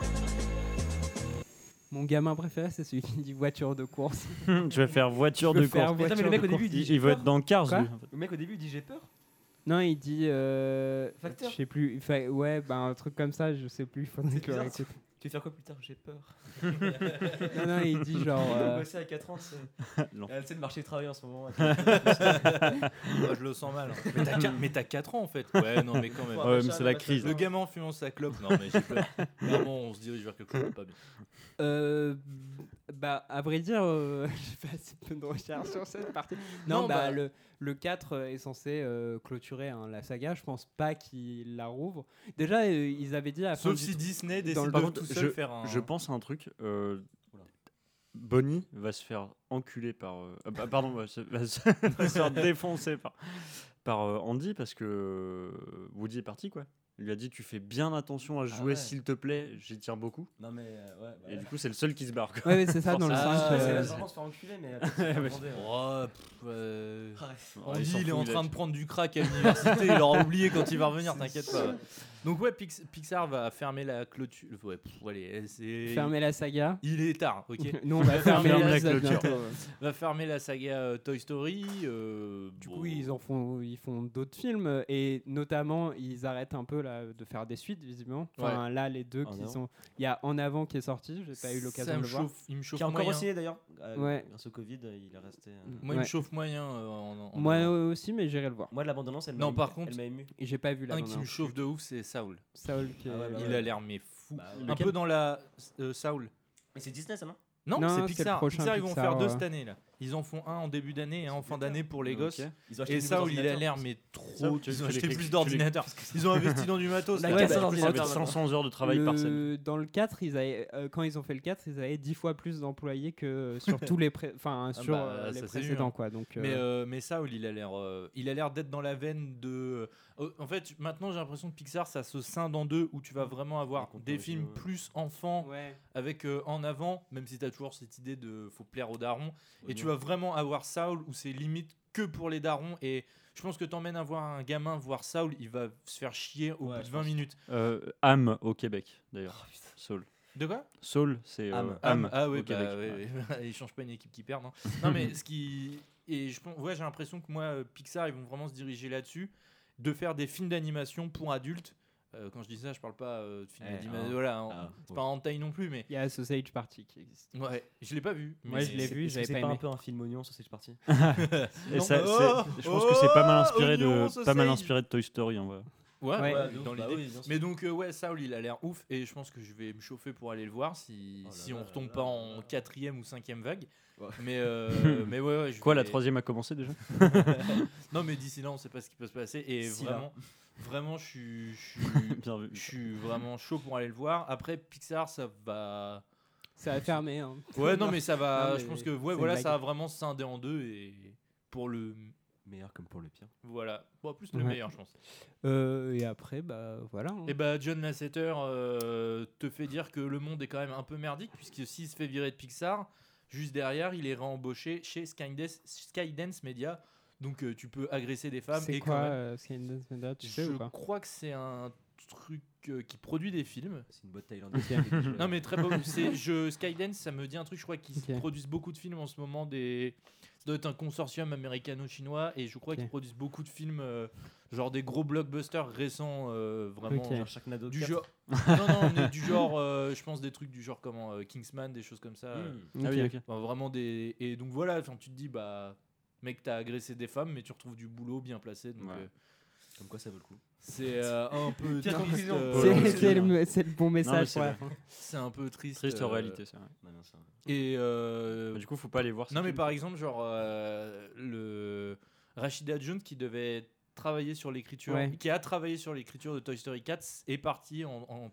A: Mon gamin préféré, c'est celui qui dit voiture de course.
D: Je vais faire voiture
A: Je veux
D: de
A: faire
D: course.
A: voiture
C: Mais le mec
A: de
C: au début il
A: course.
C: dit
D: Il veut être dans Cars,
A: Quoi
D: lui. en fait.
C: Le mec au début il dit j'ai peur.
A: Non, il dit.
C: Facteur.
A: Je sais plus. Ouais, bah un truc comme ça, je sais plus. Il faudrait que je le
C: bizarre,
A: réécoute.
C: Tu veux faire quoi plus tard? J'ai peur.
A: Non, il dit genre.
C: On bossait à 4 ans, c'est.
D: Non.
C: Elle sait le marché du travail en ce moment.
B: Moi, je le sens mal. Hein. Mais t'as 4 ans en fait. Ouais, non, mais quand même.
D: Ouais, mais c'est la crise.
B: Le gamin en fumant sa clope. Non, mais j'ai peur. Vraiment, on se dirige vers quelque chose de pas bien.
A: Bah, à vrai dire, j'ai fait assez peu de recherches sur cette partie.
B: Non,
A: Non,
B: bah,
A: le 4 est censé clôturer la saga. Je pense pas qu'il la rouvre. Déjà, ils avaient dit à la fin
B: Sauf
A: du
B: si
A: tr-
B: Disney
A: dans
B: décide
A: le-
B: de
D: Par contre,
B: tout seul faire un.
D: je pense à un truc. Bonnie va se faire enculer par. Pardon, va se faire défoncer par Andy parce que Woody est parti, quoi. Il lui a dit tu fais bien attention à jouer
C: ouais.
D: s'il te plaît, j'y tiens beaucoup.
C: Non mais ouais.
D: Et du coup c'est le seul qui se barre. Quoi.
A: Ouais, mais c'est ça dans le
B: Ah,
A: 5.
B: ouais,
C: C'est vraiment se faire enculer, mais.
B: Oh,
D: il
B: Andy,
D: s'en
B: il est
D: fout,
B: en
D: il a
B: train de
D: dit.
B: prendre du crack à l'université, il aura oublié quand il va revenir, t'inquiète pas. Donc ouais, Pixar va fermer la clôture. Ouais, allez, c'est...
A: Fermer la saga.
B: Il est tard, ok.
A: Nous, on va fermer
D: Ferme la
A: l'épisode
D: clôture.
A: bientôt.
B: Va fermer la saga Toy Story.
A: Du coup, ils font d'autres films et notamment ils arrêtent un peu là de faire des suites visiblement. Enfin là les deux qui sont, il y a En Avant qui est sorti, j'ai pas eu l'occasion de le voir.
B: Il me chauffe
C: Qui a encore
B: moyen.
C: oscillé d'ailleurs.
A: Ouais.
C: Grâce au Covid, il est resté.
B: Moi, il me
A: Ouais.
B: chauffe moyen.
A: Moi aussi, mais j'irai le voir.
C: Moi, l'abandonnance, elle m'a
B: Non,
C: ému.
B: par contre,
C: Elle m'a ému.
A: Et j'ai pas vu la
B: un qui me chauffe de ouf, c'est Saul.
A: Saul qui est-
C: Ah ouais, bah
B: Il a l'air mais fou.
C: Bah,
B: un peu dans la Saul.
C: Mais c'est Disney, ça, non?
B: Non,
A: Non,
B: c'est
A: c'est le
B: Pixar.
A: prochain
B: Pixar, ils vont
A: Pixar,
B: faire deux
A: ouais.
B: cette année là. Ils en font un en début d'année et un en fin d'année pour les gosses.
C: Ils ont acheté
B: Et
C: des
B: ça,
C: nouveaux
B: il a
C: ordinateurs.
B: l'air mais trop. Ils ont acheté
D: les-
B: plus d'ordinateurs. Ils ont investi dans du matos.
C: La
B: là.
C: casse
A: bah,
C: à l'ordinateur.
D: 500 heures de travail par semaine.
A: Dans le 4, quand ils ont fait le 4, ils avaient 10 fois plus d'employés que sur tous les sur
B: bah,
A: les
B: ça, c'est
A: précédents,
B: sûr.
A: quoi. Donc,
B: Mais Saul, il a l'air d'être dans la veine de. En fait, maintenant, j'ai l'impression que Pixar, ça se scinde en deux, où tu vas vraiment avoir des films plus enfants avec en avant, même si tu as toujours cette idée de faut plaire aux darons, et tu vas vraiment avoir Saul où c'est limite que pour les darons. Et je pense que t'emmènes à voir un gamin voir Saul, il va se faire chier au bout de 20 minutes.
D: Âme au Québec, d'ailleurs. Saul.
B: De quoi?
D: Saul, c'est
B: Âme. Ah
D: au
B: oui,
D: Québec.
B: il change pas une équipe qui perd, non. Non, mais ce qui. Et je pense, j'ai l'impression que moi, Pixar, ils vont vraiment se diriger là-dessus, de faire des films d'animation pour adultes. Quand je dis ça, je parle pas de films d'animation. Voilà, c'est pas en taille non plus, mais.
A: il y a Sausage Party qui existe.
B: Ouais, je l'ai pas vu.
A: Moi, je l'ai vu, j'avais pas
C: C'est pas
A: aimé.
C: un peu un film oignon, Sausage Party?
D: Et ça,
B: Non.
D: je pense que c'est pas mal inspiré
B: oignon,
D: pas mal
B: sausage.
D: inspiré de Toy Story en vrai.
B: Ouais,
C: donc,
B: dans
C: bah
B: l'idée.
C: oui, bien sûr.
B: Mais donc, Saul, il a l'air ouf et je pense que je vais me chauffer pour aller le voir si on retombe pas en 4e ou 5e vague.
C: Ouais.
B: Mais ouais,
D: Quoi, la 3e a commencé déjà?
B: Non, mais d'ici là, on sait pas ce qui peut se passer. Et
C: Si,
B: vraiment, je
D: Bien vu.
B: suis vraiment chaud pour aller le voir. Après, Pixar, ça va.
A: Ça va fermer. Hein.
B: Ouais, non, mais ça va.
A: Non, mais
B: je pense que
A: c'est une
B: voilà,
A: blague.
B: ça va vraiment se scinder en deux et pour le.
C: Meilleur comme pour le pire.
B: Voilà, bon, plus le
A: Ouais.
B: meilleur, je pense.
A: Et après, bah voilà. hein.
B: Et bah John Lasseter te fait dire que le monde est quand même un peu merdique, puisque s'il se fait virer de Pixar, juste derrière, il est réembauché chez Skydance Media. Donc tu peux agresser des femmes.
A: C'est
B: et
A: quoi
B: quand même,
A: Skydance Media, tu sais
B: je
A: ou pas?
B: crois que c'est un truc qui produit des films.
C: C'est une boîte thaïlandaise.
B: Non mais très beau. Skydance, ça me dit un truc. Je crois qu'ils
A: Ok.
B: produisent beaucoup de films en ce moment. Ça doit être un consortium américano-chinois et je crois qu'ils produisent beaucoup de films, genre des gros blockbusters récents, vraiment.
A: Ok.
C: Genre Sharknado
B: Du
C: 4.
B: genre. Non, mais du genre, je pense des trucs du genre comment Kingsman, des choses comme ça.
D: Ah oui, ok.
B: Enfin, vraiment des. Et donc voilà, enfin, tu te dis, bah, mec, t'as agressé des femmes, mais tu retrouves du boulot bien placé. Donc,
D: Ouais.
C: Comme quoi ça vaut le coup.
B: c'est un peu
C: Pire
B: triste.
C: conclusion.
A: C'est le bon message
D: c'est
A: pour la
D: vrai.
A: fin.
B: C'est un peu triste.
D: Triste en réalité, c'est vrai.
C: Non, c'est vrai.
B: Et.
D: Bah, du coup, faut pas aller voir.
B: non, mais par exemple, genre, le Rashida Jones qui devait travailler sur l'écriture,
A: Ouais.
B: qui a travaillé sur l'écriture de Toy Story 4, est parti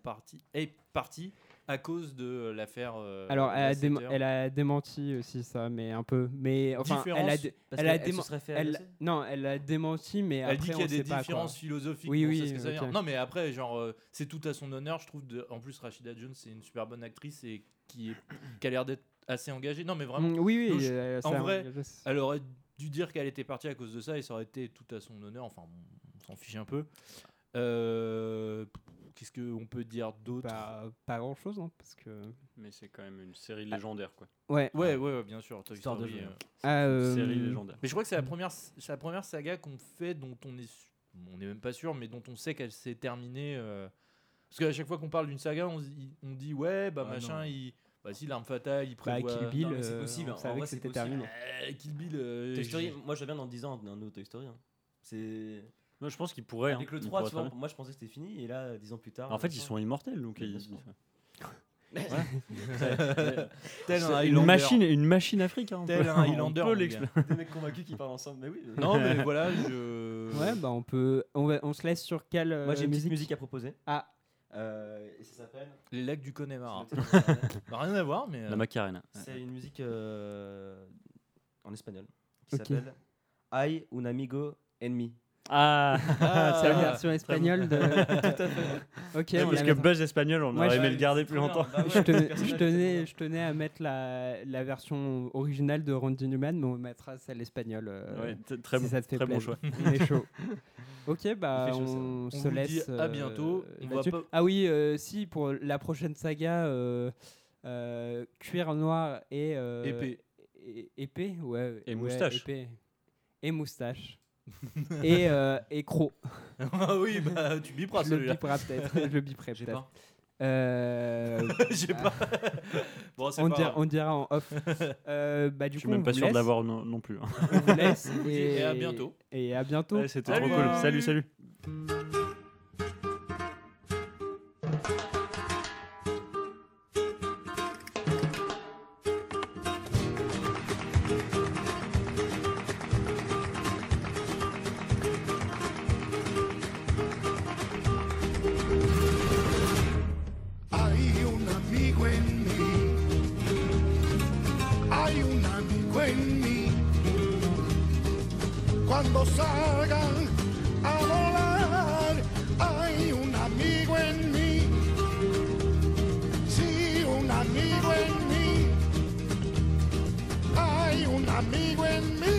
B: à cause de l'affaire.
A: Alors,
B: Lasseter.
A: elle a démenti aussi ça, mais un peu. Mais enfin,
B: Différence,
A: elle a,
C: Parce
A: elle a
C: qu'elle se serait fait agresser.
A: non, elle a démenti, mais
B: Elle
A: après,
B: dit qu'il y a
A: on
B: des
A: sait pas,
B: différences
A: quoi.
B: philosophiques.
A: Oui,
B: on
A: oui,
B: sait ce que ça veut
A: ok.
B: dire. Non, mais après, genre, c'est tout à son honneur, je trouve. En plus, Rashida Jones, c'est une super bonne actrice et qui a l'air d'être assez engagée. Non, mais vraiment,
A: Oui,
B: Donc,
A: oui.
B: en vrai, elle aurait dû dire qu'elle était partie à cause de ça et ça aurait été tout à son honneur. Enfin, on s'en fiche un peu. Qu'est-ce qu'on peut dire d'autre?
A: Pas grand chose, hein, parce que.
D: Mais c'est quand même une série légendaire, quoi.
A: Ouais.
B: Ouais, bien sûr. Toy
C: Histoire de
B: Story,
C: jeu.
D: Série légendaire.
B: Mais je crois que c'est la première saga qu'on fait dont on est même pas sûr, mais dont on sait qu'elle s'est terminée. Parce qu'à chaque fois qu'on parle d'une saga, on dit ouais, bah
C: Ah,
B: machin,
C: non.
B: bah si l'arme fatale, il
A: Bah,
B: prévoit.
A: Kill Bill,
C: Non, mais c'est possible,
A: on
C: en
A: savait
C: vrai,
A: que
C: c'est
A: c'était
C: possible.
A: terminé.
B: Kill Bill.
C: Toy Story, moi je reviens dans 10 ans d'un nouveau Toy Story. Hein. C'est.
D: Moi, je pense qu'ils pourraient.
C: Avec le 3, tu vois, moi je pensais que c'était fini et là, 10 ans plus tard.
D: En fait, ils sont immortels, donc
C: Mais
D: ils-
C: bien sûr.
B: Tel un
D: une
B: Highlander.
D: machine Afrique. Hein,
B: Tel un Highlander,
D: On peut
B: mon
D: l'expliquer.
C: Des mecs convaincus qui parlent ensemble, mais oui.
B: Non, mais voilà, je.
A: Ouais, bah on se laisse sur quelle
C: Moi j'ai une petite musique à proposer.
A: Ah.
C: Et ça s'appelle.
B: Les lacs du Connemara.
C: C'est le thème de la-
B: Bah, rien à voir, mais.
D: La Macarena.
C: C'est une musique en espagnol qui
A: Ok.
C: s'appelle Ay un amigo en mi.
D: Ah,
A: C'est la version espagnole de.
C: Tout à fait.
A: Ok,
D: Ouais,
A: on
D: parce
A: la
D: que
A: mettra.
D: Buzz espagnol, on
A: Moi,
D: aurait
A: je-
D: aimé le garder plus longtemps.
A: Je tenais à mettre la version originale de Randy Newman, mais on mettra celle espagnole.
D: Ouais, très
A: si
D: bon,
A: ça te fait
D: très bon
A: plaisir.
D: choix.
A: On est chaud. Ok, bah
C: Il fait chaud, ça.
A: on
B: On
A: se
B: vous
A: laisse.
B: dit à bientôt. On va
A: là-dessus.
B: pas-
A: Ah oui, si pour la prochaine saga, cuir noir et
B: Épée.
A: épée, ouais.
D: Et
A: ouais,
D: moustache.
A: épée. Et moustache. et croc.
B: Ah oui, bah tu biperas
A: Je le
B: celui-là.
A: biperai peut-être. Je le biperai
C: J'ai
A: peut-être.
C: pas.
B: J'ai pas. Bon, c'est
A: on,
B: pas grave.
A: on dira en off. Bah, du
D: Je suis
A: coup,
D: même
A: on
D: pas
A: vous
D: sûr de
A: laisse.
D: l'avoir non plus. hein.
A: On vous laisse.
B: Et à bientôt.
A: Et à bientôt.
D: Ouais, C'était
B: Salut.
D: trop cool. Salut, salut.
M: cuando salgan a volar, hay un amigo en mí, sí, un amigo en mí, hay un amigo en mí.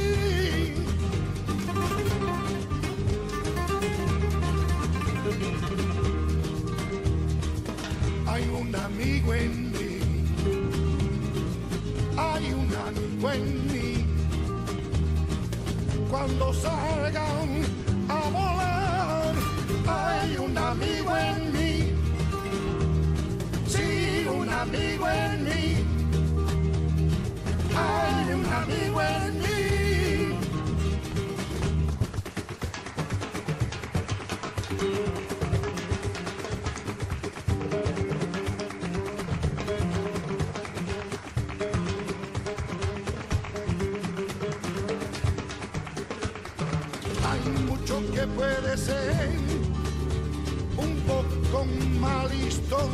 M: Hay un amigo en mí, hay un amigo en mí. Cuando salgan a volar, hay un amigo en mí, sí, un amigo en mí, hay un amigo en mí. Que puede ser un poco malistón,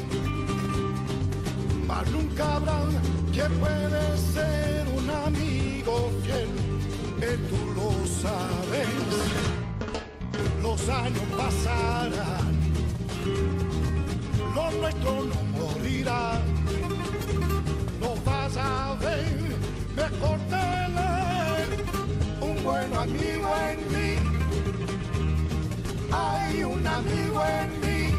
M: mas nunca habrá que puede ser un amigo fiel, tú lo sabes. Los años pasarán, lo nuestro no morirá, lo vas a ver mejor tener un buen amigo en mí. Hay un amigo en mí,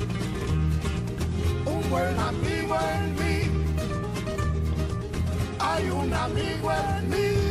M: un buen amigo en mí, hay un amigo en mí.